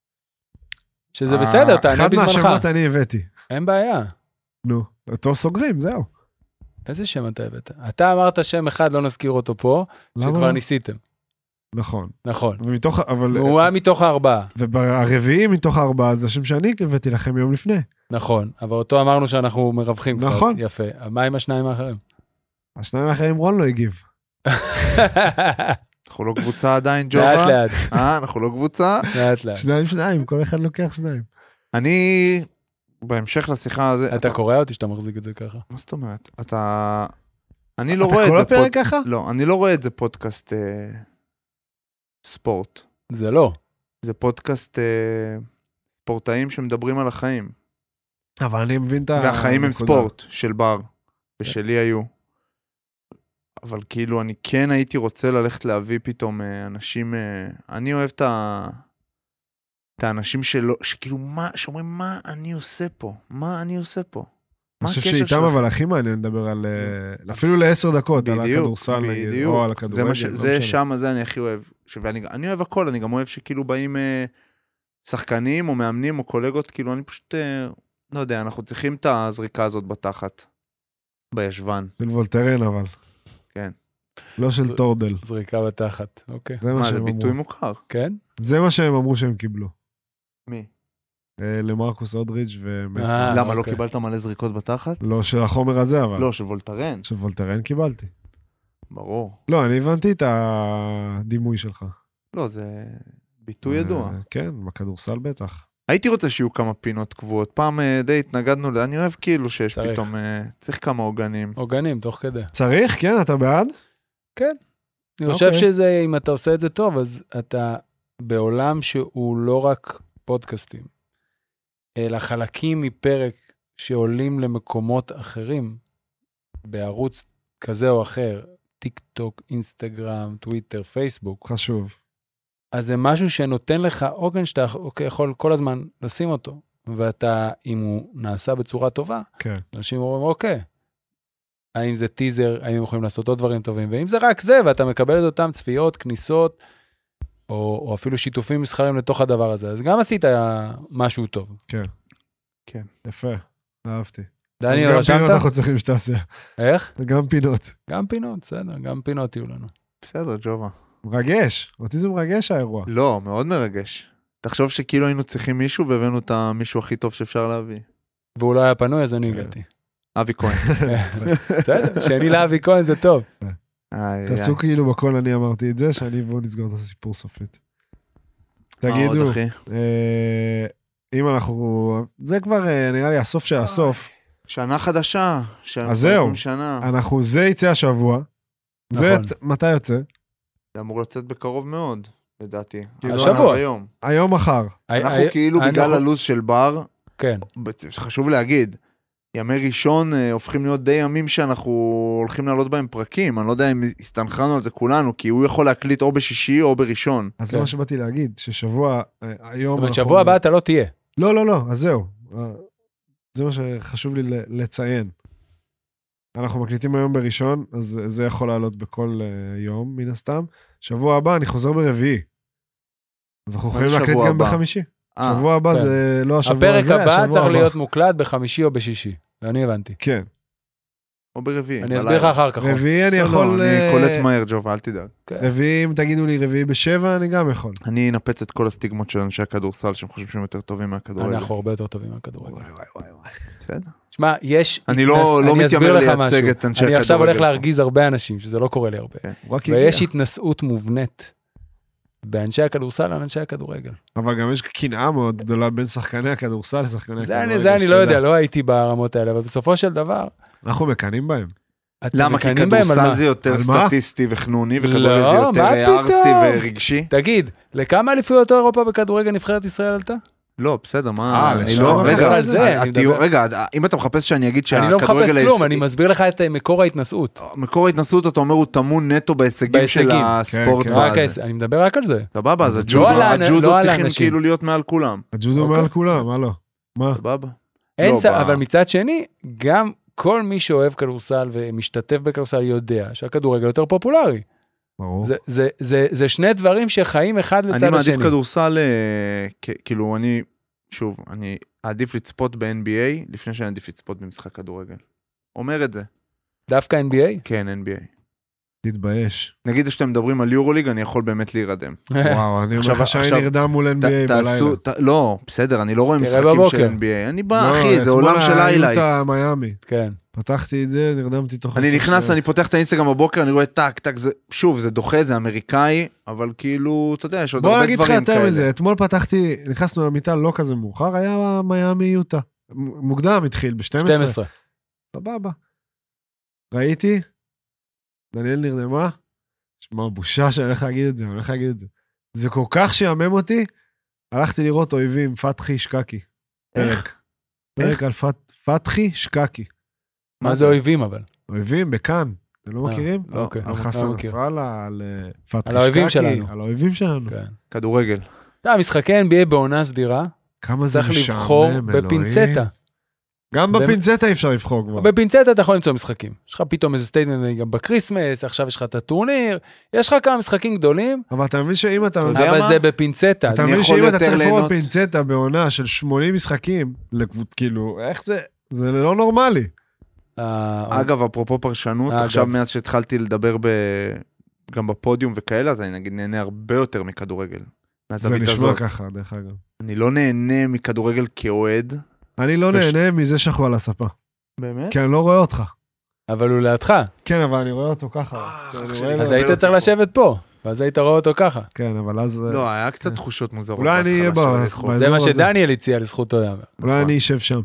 שזה בסדר, תענה בזמנך. אחד מהשמות אני הבאתי. אין בעיה. נו, אותו סוגרים, זהו. איזה שם אתה הבאת? אתה אמרת שם אחד, לא נזכיר אותו פה, שכבר ניסיתם. נכון. נכון. אבל... הוא היה מתוך 4. והרביעי מתוך 4, זה השם שאני הבאתי לכם יום לפני. נכון, אבל אותו אמרנו שאנחנו מרווחים קצת. נכון. יפה. מה עם השניים האחרים? השניים האחרים רון לא הגיב. אנחנו לא קבוצה עדיין, ג'ובה. לאט לאט. אנחנו לא קבוצה. לאט לאט. שניים, כל אחד לוקח 2. אני, בהמשך לשיחה הזה... אתה קורא אותי שאתה מחזיק את זה ככה? מה זאת אומרת? אני לא רואה את זה... אתה כל הפרק ככה? לא, אני לא רואה את זה פודקאסט ספורט. זה לא. זה פודקאסט ספורטאים שמדברים על החיים. אבל אני מבין את ה... והחיים הם ספורט של בר, ושלי היו. אבל כאילו אני כן הייתי רוצה ללכת להביא פתאום אנשים, אני אוהב את האנשים שכאילו שאומרים מה אני עושה פה, מה אני עושה פה. אני חושב שאיתם אבל הכי מעניין לדבר על, אפילו ל10 דקות, על הכדורסל נגיד, או על הכדורגל. זה שם, זה אני הכי אוהב. אני אוהב הכל, אני גם אוהב שכאילו באים שחקנים או מאמנים או קולגות, כאילו אני פשוט, לא יודע, אנחנו צריכים את הזריקה הזאת בתחת, בישבן. של וולטרן אבל. כן. לא של טורדל. זריקה בתחת, אוקיי. מה, זה ביטוי מוכר? כן? זה מה שהם אמרו שהם קיבלו. מי? למרקוס אודריץ' למה, לא קיבלת מלא זריקות בתחת? לא של החומר הזה, אבל. לא, של וולטרן. של וולטרן קיבלתי. ברור. לא, אני הבנתי את הדימוי שלך. לא, זה ביטוי ידוע. כן, בכדורסל בטח. הייתי רוצה שיהיו כמה פינות קבועות. פעם די התנגדנו, אני אוהב כאילו שיש פתאום, צריך כמה עוגנים. עוגנים, תוך כדי. צריך, כן, אתה בעד? כן. אני חושב שזה, אם אתה עושה את זה טוב, אז אתה בעולם שהוא לא רק פודקאסטים, אלא חלקים מפרק שעולים למקומות אחרים, בערוץ כזה או אחר, טיק טוק, אינסטגרם, טוויטר, פייסבוק. חשוב. אז זה משהו שנותן לך עוגן שאתה יכול כל הזמן לשים אותו, ואתה, אם הוא נעשה בצורה טובה, כן. אנשים אומרים, אוקיי, האם זה טיזר, האם הם יכולים לעשות עוד דברים טובים, ואם זה רק זה, ואתה מקבל את אותם צפיות, כניסות, או אפילו שיתופים מסחרים לתוך הדבר הזה, אז גם עשית משהו טוב. כן. כן. יפה, אהבתי. דניאל, אז רשמת? גם פינות אנחנו צריכים שתעשה. איך? גם פינות. גם פינות, בסדר, גם פינות יהיו לנו. בסדר, ג'ובה. מרגש, אותי זה מרגש האירוע. לא, מאוד מרגש. תחשוב שכאילו היינו צריכים מישהו, והבאנו את המישהו הכי טוב שאפשר להביא. והוא לא היה פנוי, אז אני הגעתי. אבי כהן. בסדר, שאני לאבי כהן זה טוב. תעשו כאילו בכל אני אמרתי את זה, שאני בואו נסגור את הסיפור סופית. תגידו, אם אנחנו, זה כבר נראה לי הסוף של הסוף. שנה חדשה. אז זהו, זה יצא השבוע. זה מתי יוצא? זה אמור לצאת בקרוב מאוד, לדעתי. השבוע. היום מחר. אנחנו כאילו בגלל הלו"ז של בר, כן. חשוב להגיד, ימי ראשון הופכים להיות די ימים שאנחנו הולכים לעלות בהם פרקים, אני לא יודע אם הסתנכרנו על זה כולנו, כי הוא יכול להקליט או בשישי או בראשון. אז זה מה שבאתי להגיד, ששבוע, היום... זאת אומרת, שבוע הבא אתה לא תהיה. לא, אז זהו. זה מה שחשוב לי לציין. אנחנו מקליטים היום בראשון, אז זה יכול לעלות בכל יום, מן הסתם. שבוע הבא אני חוזר ברביעי. אז אנחנו יכולים להקליט גם בחמישי. שבוע הבא זה לא השבוע הזה, הפרק הבא צריך להיות מוקלט בחמישי או בשישי. ואני הבנתי. כן. או ברביעי. אני אסביר לך אחר כך. רביעי אני יכול... אני קולט מהר, ג'ובה, אל תדאג. רביעי, אם תגידו לי רביעי ב7, אני גם יכול. אני אנפץ את כל הסטיגמות של אנשי הכדורסל, שהם חושבים שהם יותר טובים מהכדורגל. אנחנו הרבה יותר טובים מהכדורגל. בסדר. תשמע, יש... אני לא מתיימר לייצג את אנשי הכדורגל. אני עכשיו הולך להרגיז הרבה אנשים, שזה לא קורה לי הרבה. ויש התנסות מובנית באנשי הכדורסל לאנשי הכדורגל. אבל גם יש קנאה מאוד גדולה בין שחקני הכדורסל לשחקני הכדורגל. זה אני לא יודע, לא הייתי ברמות האלה, אבל בסופו של דבר... אנחנו מקנים בהם. למה? כי כדורסל זה יותר סטטיסטי וחנוני, וכדורגל זה יותר ארסי ורגשי? תגיד, לכמה אליפויות אירופה בכדורגל נבחרת ישראל עלתה? לא, בסדר, מה? רגע, אם אתה מחפש שאני אגיד אני לא מחפש כלום, אני מסביר לך את מקור ההתנסות. מקור ההתנסות, אתה אומר, הוא תמון נטו בהישגים של הספורט. אני מדבר רק על זה. סבבה, אז הג'ודו צריכים כאילו להיות מעל כולם. הג'ודו מעל כולם, מה לא? מה? סבבה. אבל מצד שני, גם כל מי שאוהב כדורסל ומשתתף בכדורסל יודע שהכדורגל יותר פופולרי. ברור. זה שני דברים שחיים אחד לצד השני. אני מעדיף כדורסל, כאילו אני עדיף לצפות ב-NBA, לפני שאני עדיף לצפות במשחק כדורגל. אומר את זה. דווקא NBA? כן, NBA. תתבייש. נגיד שאתם מדברים על יורוליג, אני יכול באמת להירדם. וואו, אני אומר לך שאני נרדם מול NBA בלילה. לא, בסדר, אני לא רואה משחקים של NBA. אני בא, אחי, זה עולם של היילייטס. אתמול היה מיאמי. כן. פתחתי את זה, נרדמתי תוך... אני נכנס, אני פותח את האינסטגרם בבוקר, אני רואה טק, שוב, זה דוחה, זה אמריקאי, אבל כאילו, אתה יודע, יש עוד הרבה דברים כאלה. בוא נגיד לך יותר מזה, אתמול פתחתי, נכנסנו למיטה לא כזה מאוחר, היה מיאמי יוטה. מוקדם התחיל, ב-12. 12. סבבה. ראיתי, דניאל נרדמה, שמע, בושה שאני הולך להגיד את זה, זה כל כך שיאמם אותי, הלכתי לראות אויבים, פתחי שקקי. פרק על פתחי שקקי. מה זה אויבים אבל? אויבים בכאן, אתם לא מכירים? לא, על חסן נסראללה, על פתחי על האויבים שקקי, שלנו. על האויבים שלנו. כדורגל. משחקי NBA בעונה סדירה, כמה זה משעמם, צריך לבחור בפינצטה. גם בפינצטה אי אפשר לבחור כבר. בפינצטה אתה יכול למצוא משחקים. יש לך פתאום איזה סטייטמנט גם בקריסמס, עכשיו יש לך את הטורניר, יש לך כמה משחקים גדולים. אבל אתה מבין שאם אתה... אבל זה בפינצטה. אתה מבין שאם אתה צריך לבחור בפינצטה בעונה של 80 משחקים, כאילו, איך זה? זה לא נורמלי. אגב, אפרופו פרשנות, עכשיו מאז שהתחלתי לדבר גם בפודיום וכאלה, אז אני נגיד נהנה הרבה יותר מכדורגל. זה נשמע ככה, דרך אגב. אני לא נהנה מכדורגל כאוהד. אני לא נהנה מזה שאנחנו על הספה. באמת? כי אני לא רואה אותך. אבל הוא לידך. כן, אבל אני רואה אותו ככה. אז היית צריך לשבת פה, ואז היית רואה אותו ככה. כן, אבל אז... לא, היה קצת תחושות מוזרות. אולי אני אהיה באזור. זה מה שדניאל הציע לזכותו. אולי אני אשב שם.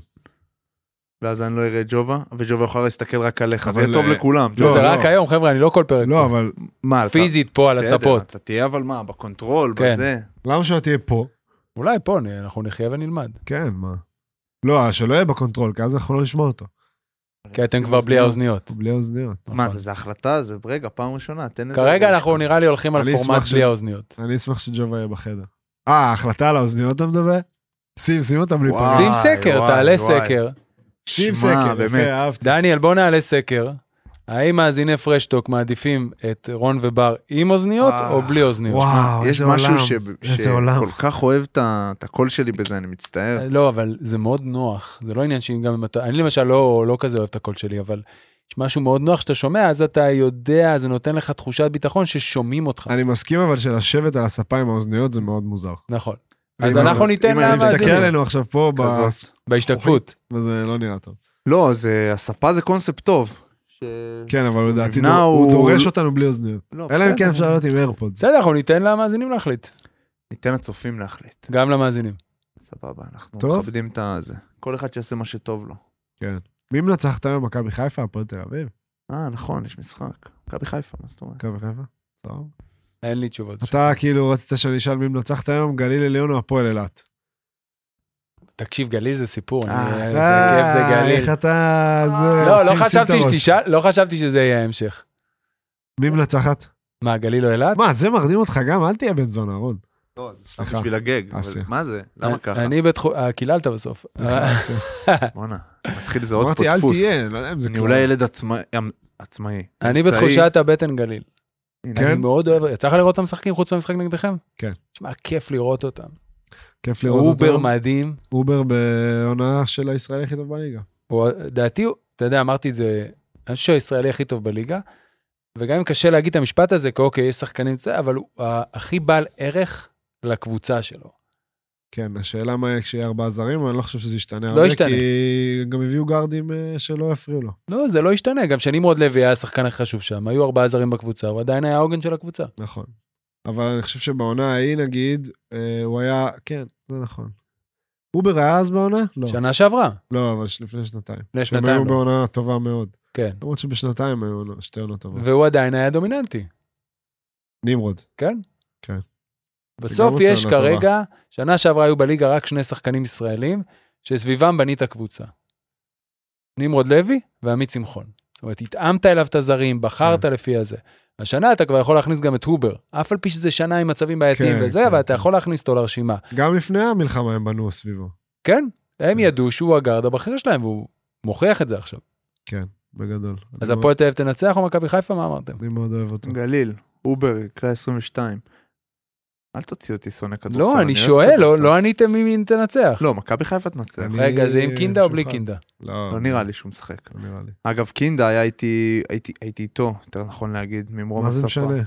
ואז אני לא אראה ג'ובה, וג'ובה יכול להסתכל רק עליך, זה טוב לכולם. זה רק היום, חבר'ה, אני לא כל פרק. לא, אבל... פיזית פה על הספות. אתה תהיה אבל מה, בקונטרול, בזה. למה שאתה תהיה פה? אולי פה, אנחנו נחיה ונלמד. כן, מה? לא, שלא יהיה בקונטרול, כי אז אנחנו לא נשמע אותו. כי אתם כבר בלי האוזניות. בלי האוזניות. מה, זה החלטה? זה רגע, פעם ראשונה. כרגע אנחנו נראה לי הולכים על פורמט בלי האוזניות. אני אשמח שג'ובה יהיה בחדר. החלטה על האוזניות אתה מדבר? שים אותם לי פה. שים סקר, תעלה סקר. שים סקר, באמת. דניאל, בוא נעלה סקר. האם מאזיני פרשטוק מעדיפים את רון ובר עם אוזניות או בלי אוזניות? וואו, יש משהו שכל כך אוהב את הקול שלי בזה, אני מצטער. לא, אבל זה מאוד נוח. זה לא עניין שאם גם... אני למשל לא כזה אוהב את הקול שלי, אבל יש משהו מאוד נוח שאתה שומע, אז אתה יודע, זה נותן לך תחושת ביטחון ששומעים אותך. אני מסכים, אבל שלשבת על הספה עם האוזניות זה מאוד מוזר. נכון. אז אנחנו ניתן לה מאזינים. מסתכל עלינו עכשיו פה בהשתקפות. וזה לא נראה טוב. לא, הספה זה קונספט טוב. כן, אבל לדעתי הוא דורש אותנו בלי אוזניות. אלא אם כן אפשר להיות עם איירפוד. בסדר, אנחנו ניתן למאזינים להחליט. ניתן לצופים להחליט. גם למאזינים. סבבה, אנחנו מכבדים את זה. כל אחד שיעשה מה שטוב לו. כן. מי מנצחת היום? מכבי חיפה, הפועל תל אביב? נכון, יש משחק. מכבי חיפה, מה זאת אומרת? מכבי חיפה? סבבה. אין לי תשובות. אתה כאילו רצית שאני אשאל מי מנצחת היום, גליל עליון או הפועל אילת? תקשיב, גליל זה סיפור, איזה כיף זה גליל. איך אתה... לא חשבתי שזה יהיה ההמשך. מי מנצחת? מה, גליל או אילת? מה, זה מרדים אותך גם? אל תהיה בן זונה, רון. לא, זה סתם בשביל הגג. מה זה? למה ככה? אני קיללת בסוף. בוא'נה, מתחיל זה עוד פה דפוס. אני אולי ילד עצמאי. אני בתחושת הבטן גליל. אני מאוד אוהב, יצא לך לראות אותם משחקים חוץ מהמשחק נגדכם? כן. תשמע, כיף לראות אותם. כיף לראות אותם. אובר מדהים. אובר בעונה של הישראלי הכי טוב בליגה. דעתי, אתה יודע, אמרתי את זה אני חושב שהוא הישראלי הכי טוב בליגה, וגם אם קשה להגיד את המשפט הזה, כי אוקיי, יש שחקנים, אבל הוא הכי בעל ערך לקבוצה שלו. כן, השאלה מה יהיה כשיהיה 4 זרים, אבל אני לא חושב שזה ישתנה. לא ישתנה. כי גם הביאו גארדים שלא יפריעו לו. לא, זה לא ישתנה, גם שנמרוד לוי היה השחקן הכי חשוב שם, היו 4 זרים בקבוצה, הוא עדיין היה העוגן של הקבוצה. נכון. אבל אני חושב שבעונה ההיא, נגיד, הוא היה, כן, זה נכון. אובר היה אז בעונה? לא. שנה שעברה. לא, אבל לפני שנתיים. לפני שנתיים הם היו לא. בעונה טובה מאוד. כן. למרות שבשנתיים היו שתי עונות טובות. והוא עדיין היה דומיננטי. נמרוד. כן? כן. בסוף יש כרגע, שנה שעברה היו בליגה רק 2 שחקנים ישראלים, שסביבם בנית הקבוצה. נמרוד לוי ועמית שמחון. זאת אומרת, התאמת אליו את הזרים, בחרת לפי הזה. השנה אתה כבר יכול להכניס גם את הובר, אף על פי שזה שנה עם מצבים בעייתיים וזה, אבל אתה יכול להכניס אותו לרשימה. גם לפני המלחמה הם בנו סביבו. כן, הם ידעו שהוא הגארד הבכיר שלהם, והוא מוכיח את זה עכשיו. כן, בגדול. אז הפועל תל אביב תנצח או מכבי חיפה, מה אמרתם? אני מאוד אוהב אותו. גליל, אובר, כלי 22. אל תוציא אותי שונא כדורסל. לא, אני שואל, לא עניתם מי תנצח. לא, מכבי חיפה תנצח. רגע, זה עם קינדה או בלי קינדה? לא נראה לי שהוא משחק. לא נראה לי. אגב, קינדה היה הייתי איתו, יותר נכון להגיד, ממרום מה הספה. זה משנה?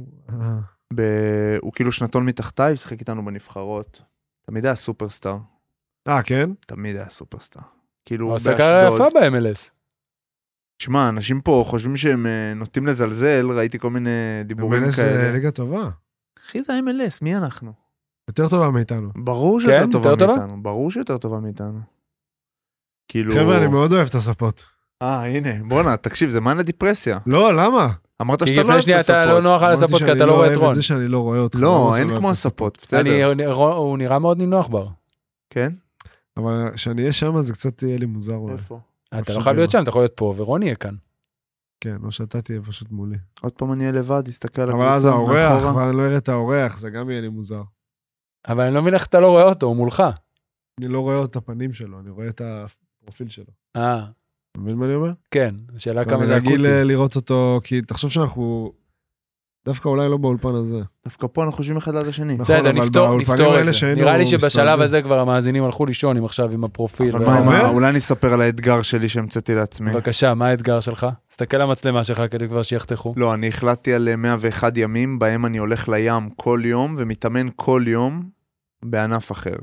הוא כאילו שנתון מתחתיי, שחק איתנו בנבחרות. תמיד היה סופרסטאר. כן? תמיד היה סופרסטאר. כאילו הוא עושה קריירה יפה ב-MLS. תשמע, אנשים פה חושבים שהם נוטים לזלזל, ראיתי כל מיני דיבורים כאלה. זה ליגה טובה. אחי, זה MLS, מי אנחנו? יותר טובה מאיתנו. ברור שיותר טובה מאיתנו. ברור שיותר טובה מאיתנו. כאילו... חבר'ה, אני מאוד אוהב את הספות. הנה, בוא'נה, תקשיב, זה מענה דיפרסיה. לא, למה? אמרת כי שאתה לא אוהב את לפני הספות. אתה לא נוח על הספות, כי אתה לא רואה את רון. זה שאני לא רואה אותך. לא, אין כמו הספות, בסדר. הוא נראה מאוד נינוח בר. כן? אבל כשאני אהיה שם, זה קצת יהיה לי מוזר. איפה? אתה לא חייב להיות שם, אתה יכול להיות פה, ורון יהיה כאן. כן, או שאתה תהיה פשוט מולי. עוד פעם אני אהיה לבד, תסתכל על אבל אז האורח, אבל אני לא אראה את האורח, זה גם יהיה לי מוזר. אבל אני לא מבין איך אתה לא רואה אותו, הוא מולך. אני לא רואה את הפנים שלו, אני רואה את הפרופיל שלו. אתה מבין מה אני אומר? כן, השאלה כמה זה אקוטי. אני אקוטי. רגיל לראות אותו, כי תחשוב שאנחנו, דווקא אולי לא באולפן הזה. דווקא פה אנחנו חושבים אחד על השני. בסדר, נפתור את זה. נראה לי שבשלב הזה כבר המאזינים הלכו לישון עם עכשיו עם הפרופיל. אולי אני אספר על האתגר שלי שהמצאתי לעצמי. בבקשה, מה האתגר שלך? תסתכל על המצלמה שלך כדי כבר שיחתכו. לא, אני החלטתי על 101 ימים, בהם אני הולך לים כל יום, ומתאמן כל יום בענף אחר.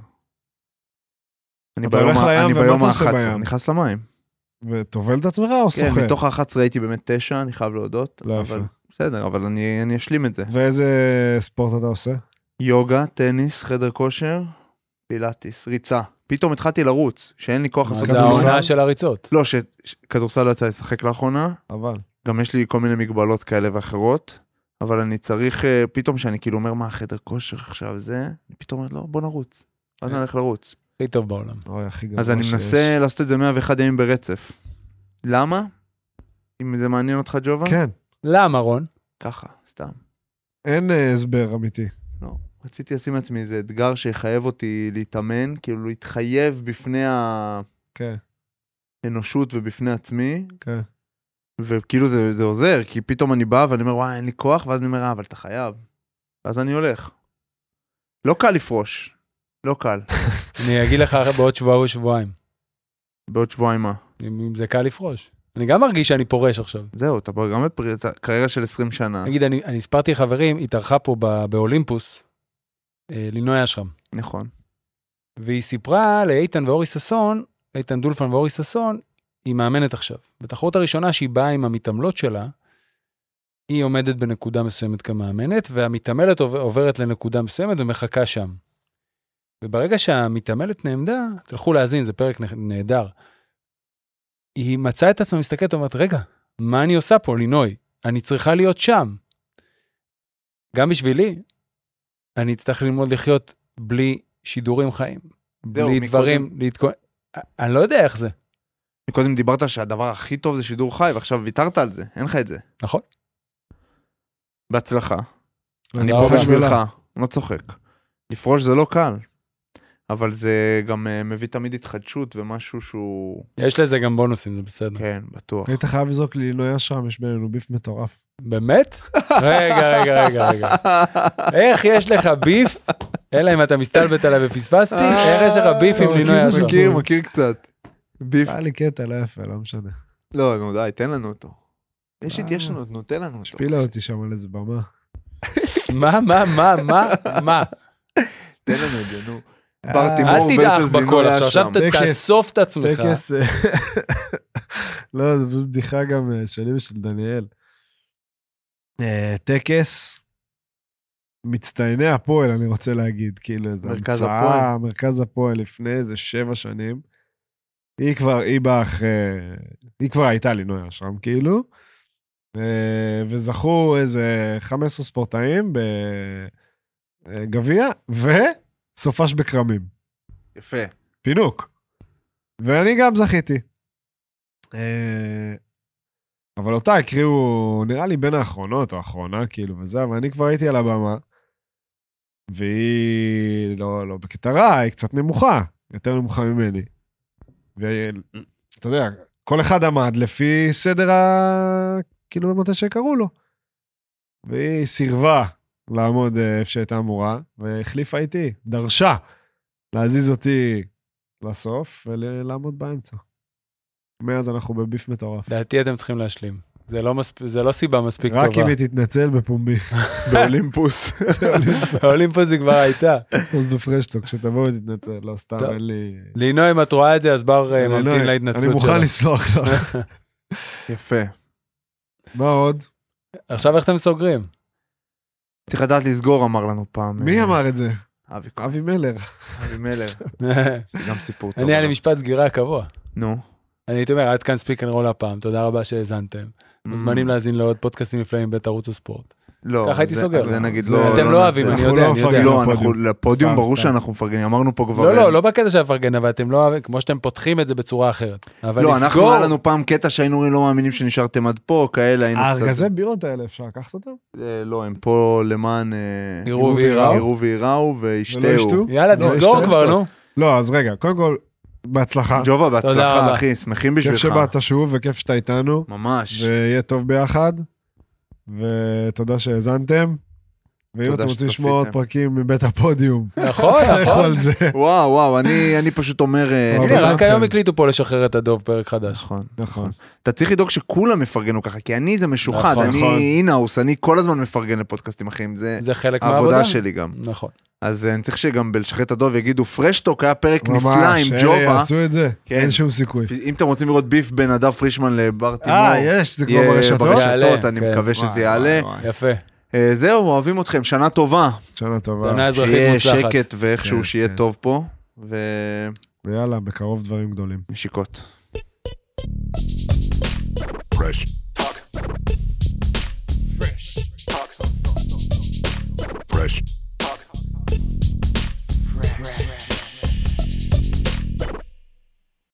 אני ביום ה-11, נכנס למים. וטובל את עצמך או שוחה? כן, מתוך ה-11 הייתי באמת 9, אני חייב להודות. לא יפה. בסדר, אבל אני אשלים את זה. ואיזה ספורט אתה עושה? יוגה, טניס, חדר כושר, פילאטיס, ריצה. פתאום התחלתי לרוץ, שאין לי כוח לעשות זה העונה של הריצות. לא, שכדורסל לא יצא לשחק לאחרונה. אבל. גם יש לי כל מיני מגבלות כאלה ואחרות, אבל אני צריך, פתאום שאני כאילו אומר, מה החדר כושר עכשיו זה? אני פתאום אומר, לא, בוא נרוץ. אז אני הולך לרוץ. הכי טוב בעולם. אז אני מנסה לעשות את זה 101 ימים ברצף. למה? אם זה מעניין אותך, ג'ובה? כן. למה, רון? ככה, סתם. אין הסבר אמיתי. לא, רציתי לשים עצמי איזה אתגר שיחייב אותי להתאמן, כאילו להתחייב בפני האנושות ובפני עצמי. כן. וכאילו זה עוזר, כי פתאום אני בא ואני אומר, וואי, אין לי כוח, ואז אני אומר, אבל אתה חייב. ואז אני הולך. לא קל לפרוש. לא קל. אני אגיד לך בעוד שבוע או שבועיים. בעוד שבועיים מה? אם זה קל לפרוש. אני גם מרגיש שאני פורש עכשיו. זהו, אתה גם קריירה של 20 שנה. נגיד, אני הספרתי חברים, התארחה פה באולימפוס, לינוי אשרם. נכון. והיא סיפרה לאיתן ואורי ססון, איתן דולפן ואורי ססון, היא מאמנת עכשיו. בתחרות הראשונה שהיא באה עם המתעמלות שלה, היא עומדת בנקודה מסוימת כמאמנת, והמתעמלת עוברת לנקודה מסוימת ומחכה שם. וברגע שהמתעמלת נעמדה, תלכו להאזין, זה פרק נהדר. היא מצאה את עצמה, מסתכלת, אומרת, רגע, מה אני עושה פה, לינוי? אני צריכה להיות שם. גם בשבילי, אני אצטרך ללמוד לחיות בלי שידורים חיים. בלי דברים, אני לא יודע איך זה. מקודם דיברת שהדבר הכי טוב זה שידור חי, ועכשיו ויתרת על זה, אין לך את זה. נכון. בהצלחה. אני פה בשבילך, אני לא צוחק. לפרוש זה לא קל. אבל זה גם מביא תמיד התחדשות ומשהו שהוא... יש לזה גם בונוסים, זה בסדר. כן, בטוח. היית חייב לזרוק לי, לא היה שם, יש בינינו ביף מטורף. באמת? רגע. איך יש לך ביף? אלא אם אתה מסתלבט עליו ופספסתי, איך יש לך ביף עם לינוי אשרם? מכיר קצת. ביף. היה לי קטע, לא יפה, לא משנה. לא, נו די, תן לנו אותו. יש לנו, נו, תן לנו אותו. שפילה אותי שם על איזה במה. מה? תן לנו את זה, נו. ברטימור אל תדעך versus בכל לינוי עכשיו, אשם. עכשיו תאסוף את עצמך. טקס... לא, זו בדיחה גם שלי ושל דניאל. טקס מצטייני הפועל, אני רוצה להגיד, כאילו, איזו מרכז המצאה, מרכז הפועל לפני איזה 7 שנים. היא באה אחרי, היא כבר הייתה לינוי אשם, כאילו, וזכו איזה 15 ספורטאים בגביע, וסופש בקרמים. יפה. פינוק. ואני גם זכיתי. אבל אותה הקריאו, נראה לי בין האחרונות, או האחרונה, כאילו, וזה, ואני כבר הייתי על הבמה, והיא לא בקטע רע, היא קצת נמוכה, יותר נמוכה ממני. ואתה יודע, כל אחד עמד לפי סדר כאילו במתי שקראו לו. והיא סירבה לעמוד איפה שהייתה אמורה, והחליפה איתי, דרשה להזיז אותי לסוף ולעמוד באמצע. מאז אנחנו בביף מטורף. דעתי אתם צריכים להשלים. זה לא סיבה מספיק טובה. רק אם היא תתנצל בפומבי. באולימפוס. האולימפוס היא כבר הייתה. אז בפרשטוק, כשתבואו תתנצל, לא סתם, אין לי... לינוי, אם את רואה את זה, אז בר ממתין להתנצלות שלו. אני מוכן לסלוח לך. יפה. מה עוד? עכשיו איך אתם סוגרים? צריך לדעת לסגור, אמר לנו פעם. מי אמר את זה? אבי מלר. אבי מלר. גם סיפור טוב. אני היה לי משפט סגירה קבוע. נו. אני הייתי אומר, עד כאן ספיק אנד רול הפעם, תודה רבה שהאזנתם. מוזמנים להאזין לעוד פודקאסטים נפלאים בית ערוץ הספורט. לא, ככה הייתי סוגר. זה נגיד לא... אתם לא אוהבים, אני יודע. לא, אנחנו לפודיום ברור שאנחנו מפרגנים, אמרנו פה כבר... לא בקטע של הפרגן, אבל אתם לא אוהבים, כמו שאתם פותחים את זה בצורה אחרת. לא, אנחנו היה לנו פעם קטע שהיינו לא מאמינים שנשארתם עד פה, כאלה היינו קצת... ארגזי בירות האלה, אפשר לקחת אותם? לא, הם פה למען... יראו ויראו וישתהו. יאללה, תסגור כבר, נו. לא, אז רגע, קודם כל, בהצלחה. ג'ובה, בהצלחה, אחי, שמחים בשבילך. כיף שבאת שוב וכיף שאתה איתנו. ממש. ויהיה טוב ביחד. ותודה שהאזנתם. ואם אתם רוצים לשמוע עוד פרקים מבית הפודיום. נכון. וואו, אני פשוט אומר... רק היום הקליטו פה לשחרר את הדוב פרק חדש. נכון. אתה צריך לדאוג שכולם מפרגנו ככה, כי אני זה משוחד, אני אינאוס, אני כל הזמן מפרגן לפודקאסטים אחרים, זה חלק מהעבודה. העבודה שלי גם. נכון. אז אני צריך שגם בלשחרר את הדוב יגידו, פרשטוק היה פרק נפלא עם ממש, ג'ובה. יעשו את זה, אין שום סיכוי. אם אתם רוצים לראות ביף בין נדב פרישמן לבר תימור, יש, זה כבר ברשתות. אני מקווה שזה יעלה. יפה. זהו, אוהבים אתכם, שנה טובה. שנה טובה. שנה אזרחית שיהיה מוצלחת. שקט ואיכשהו שיהיה טוב פה. ויאללה, בקרוב דברים גדולים. נשיקות.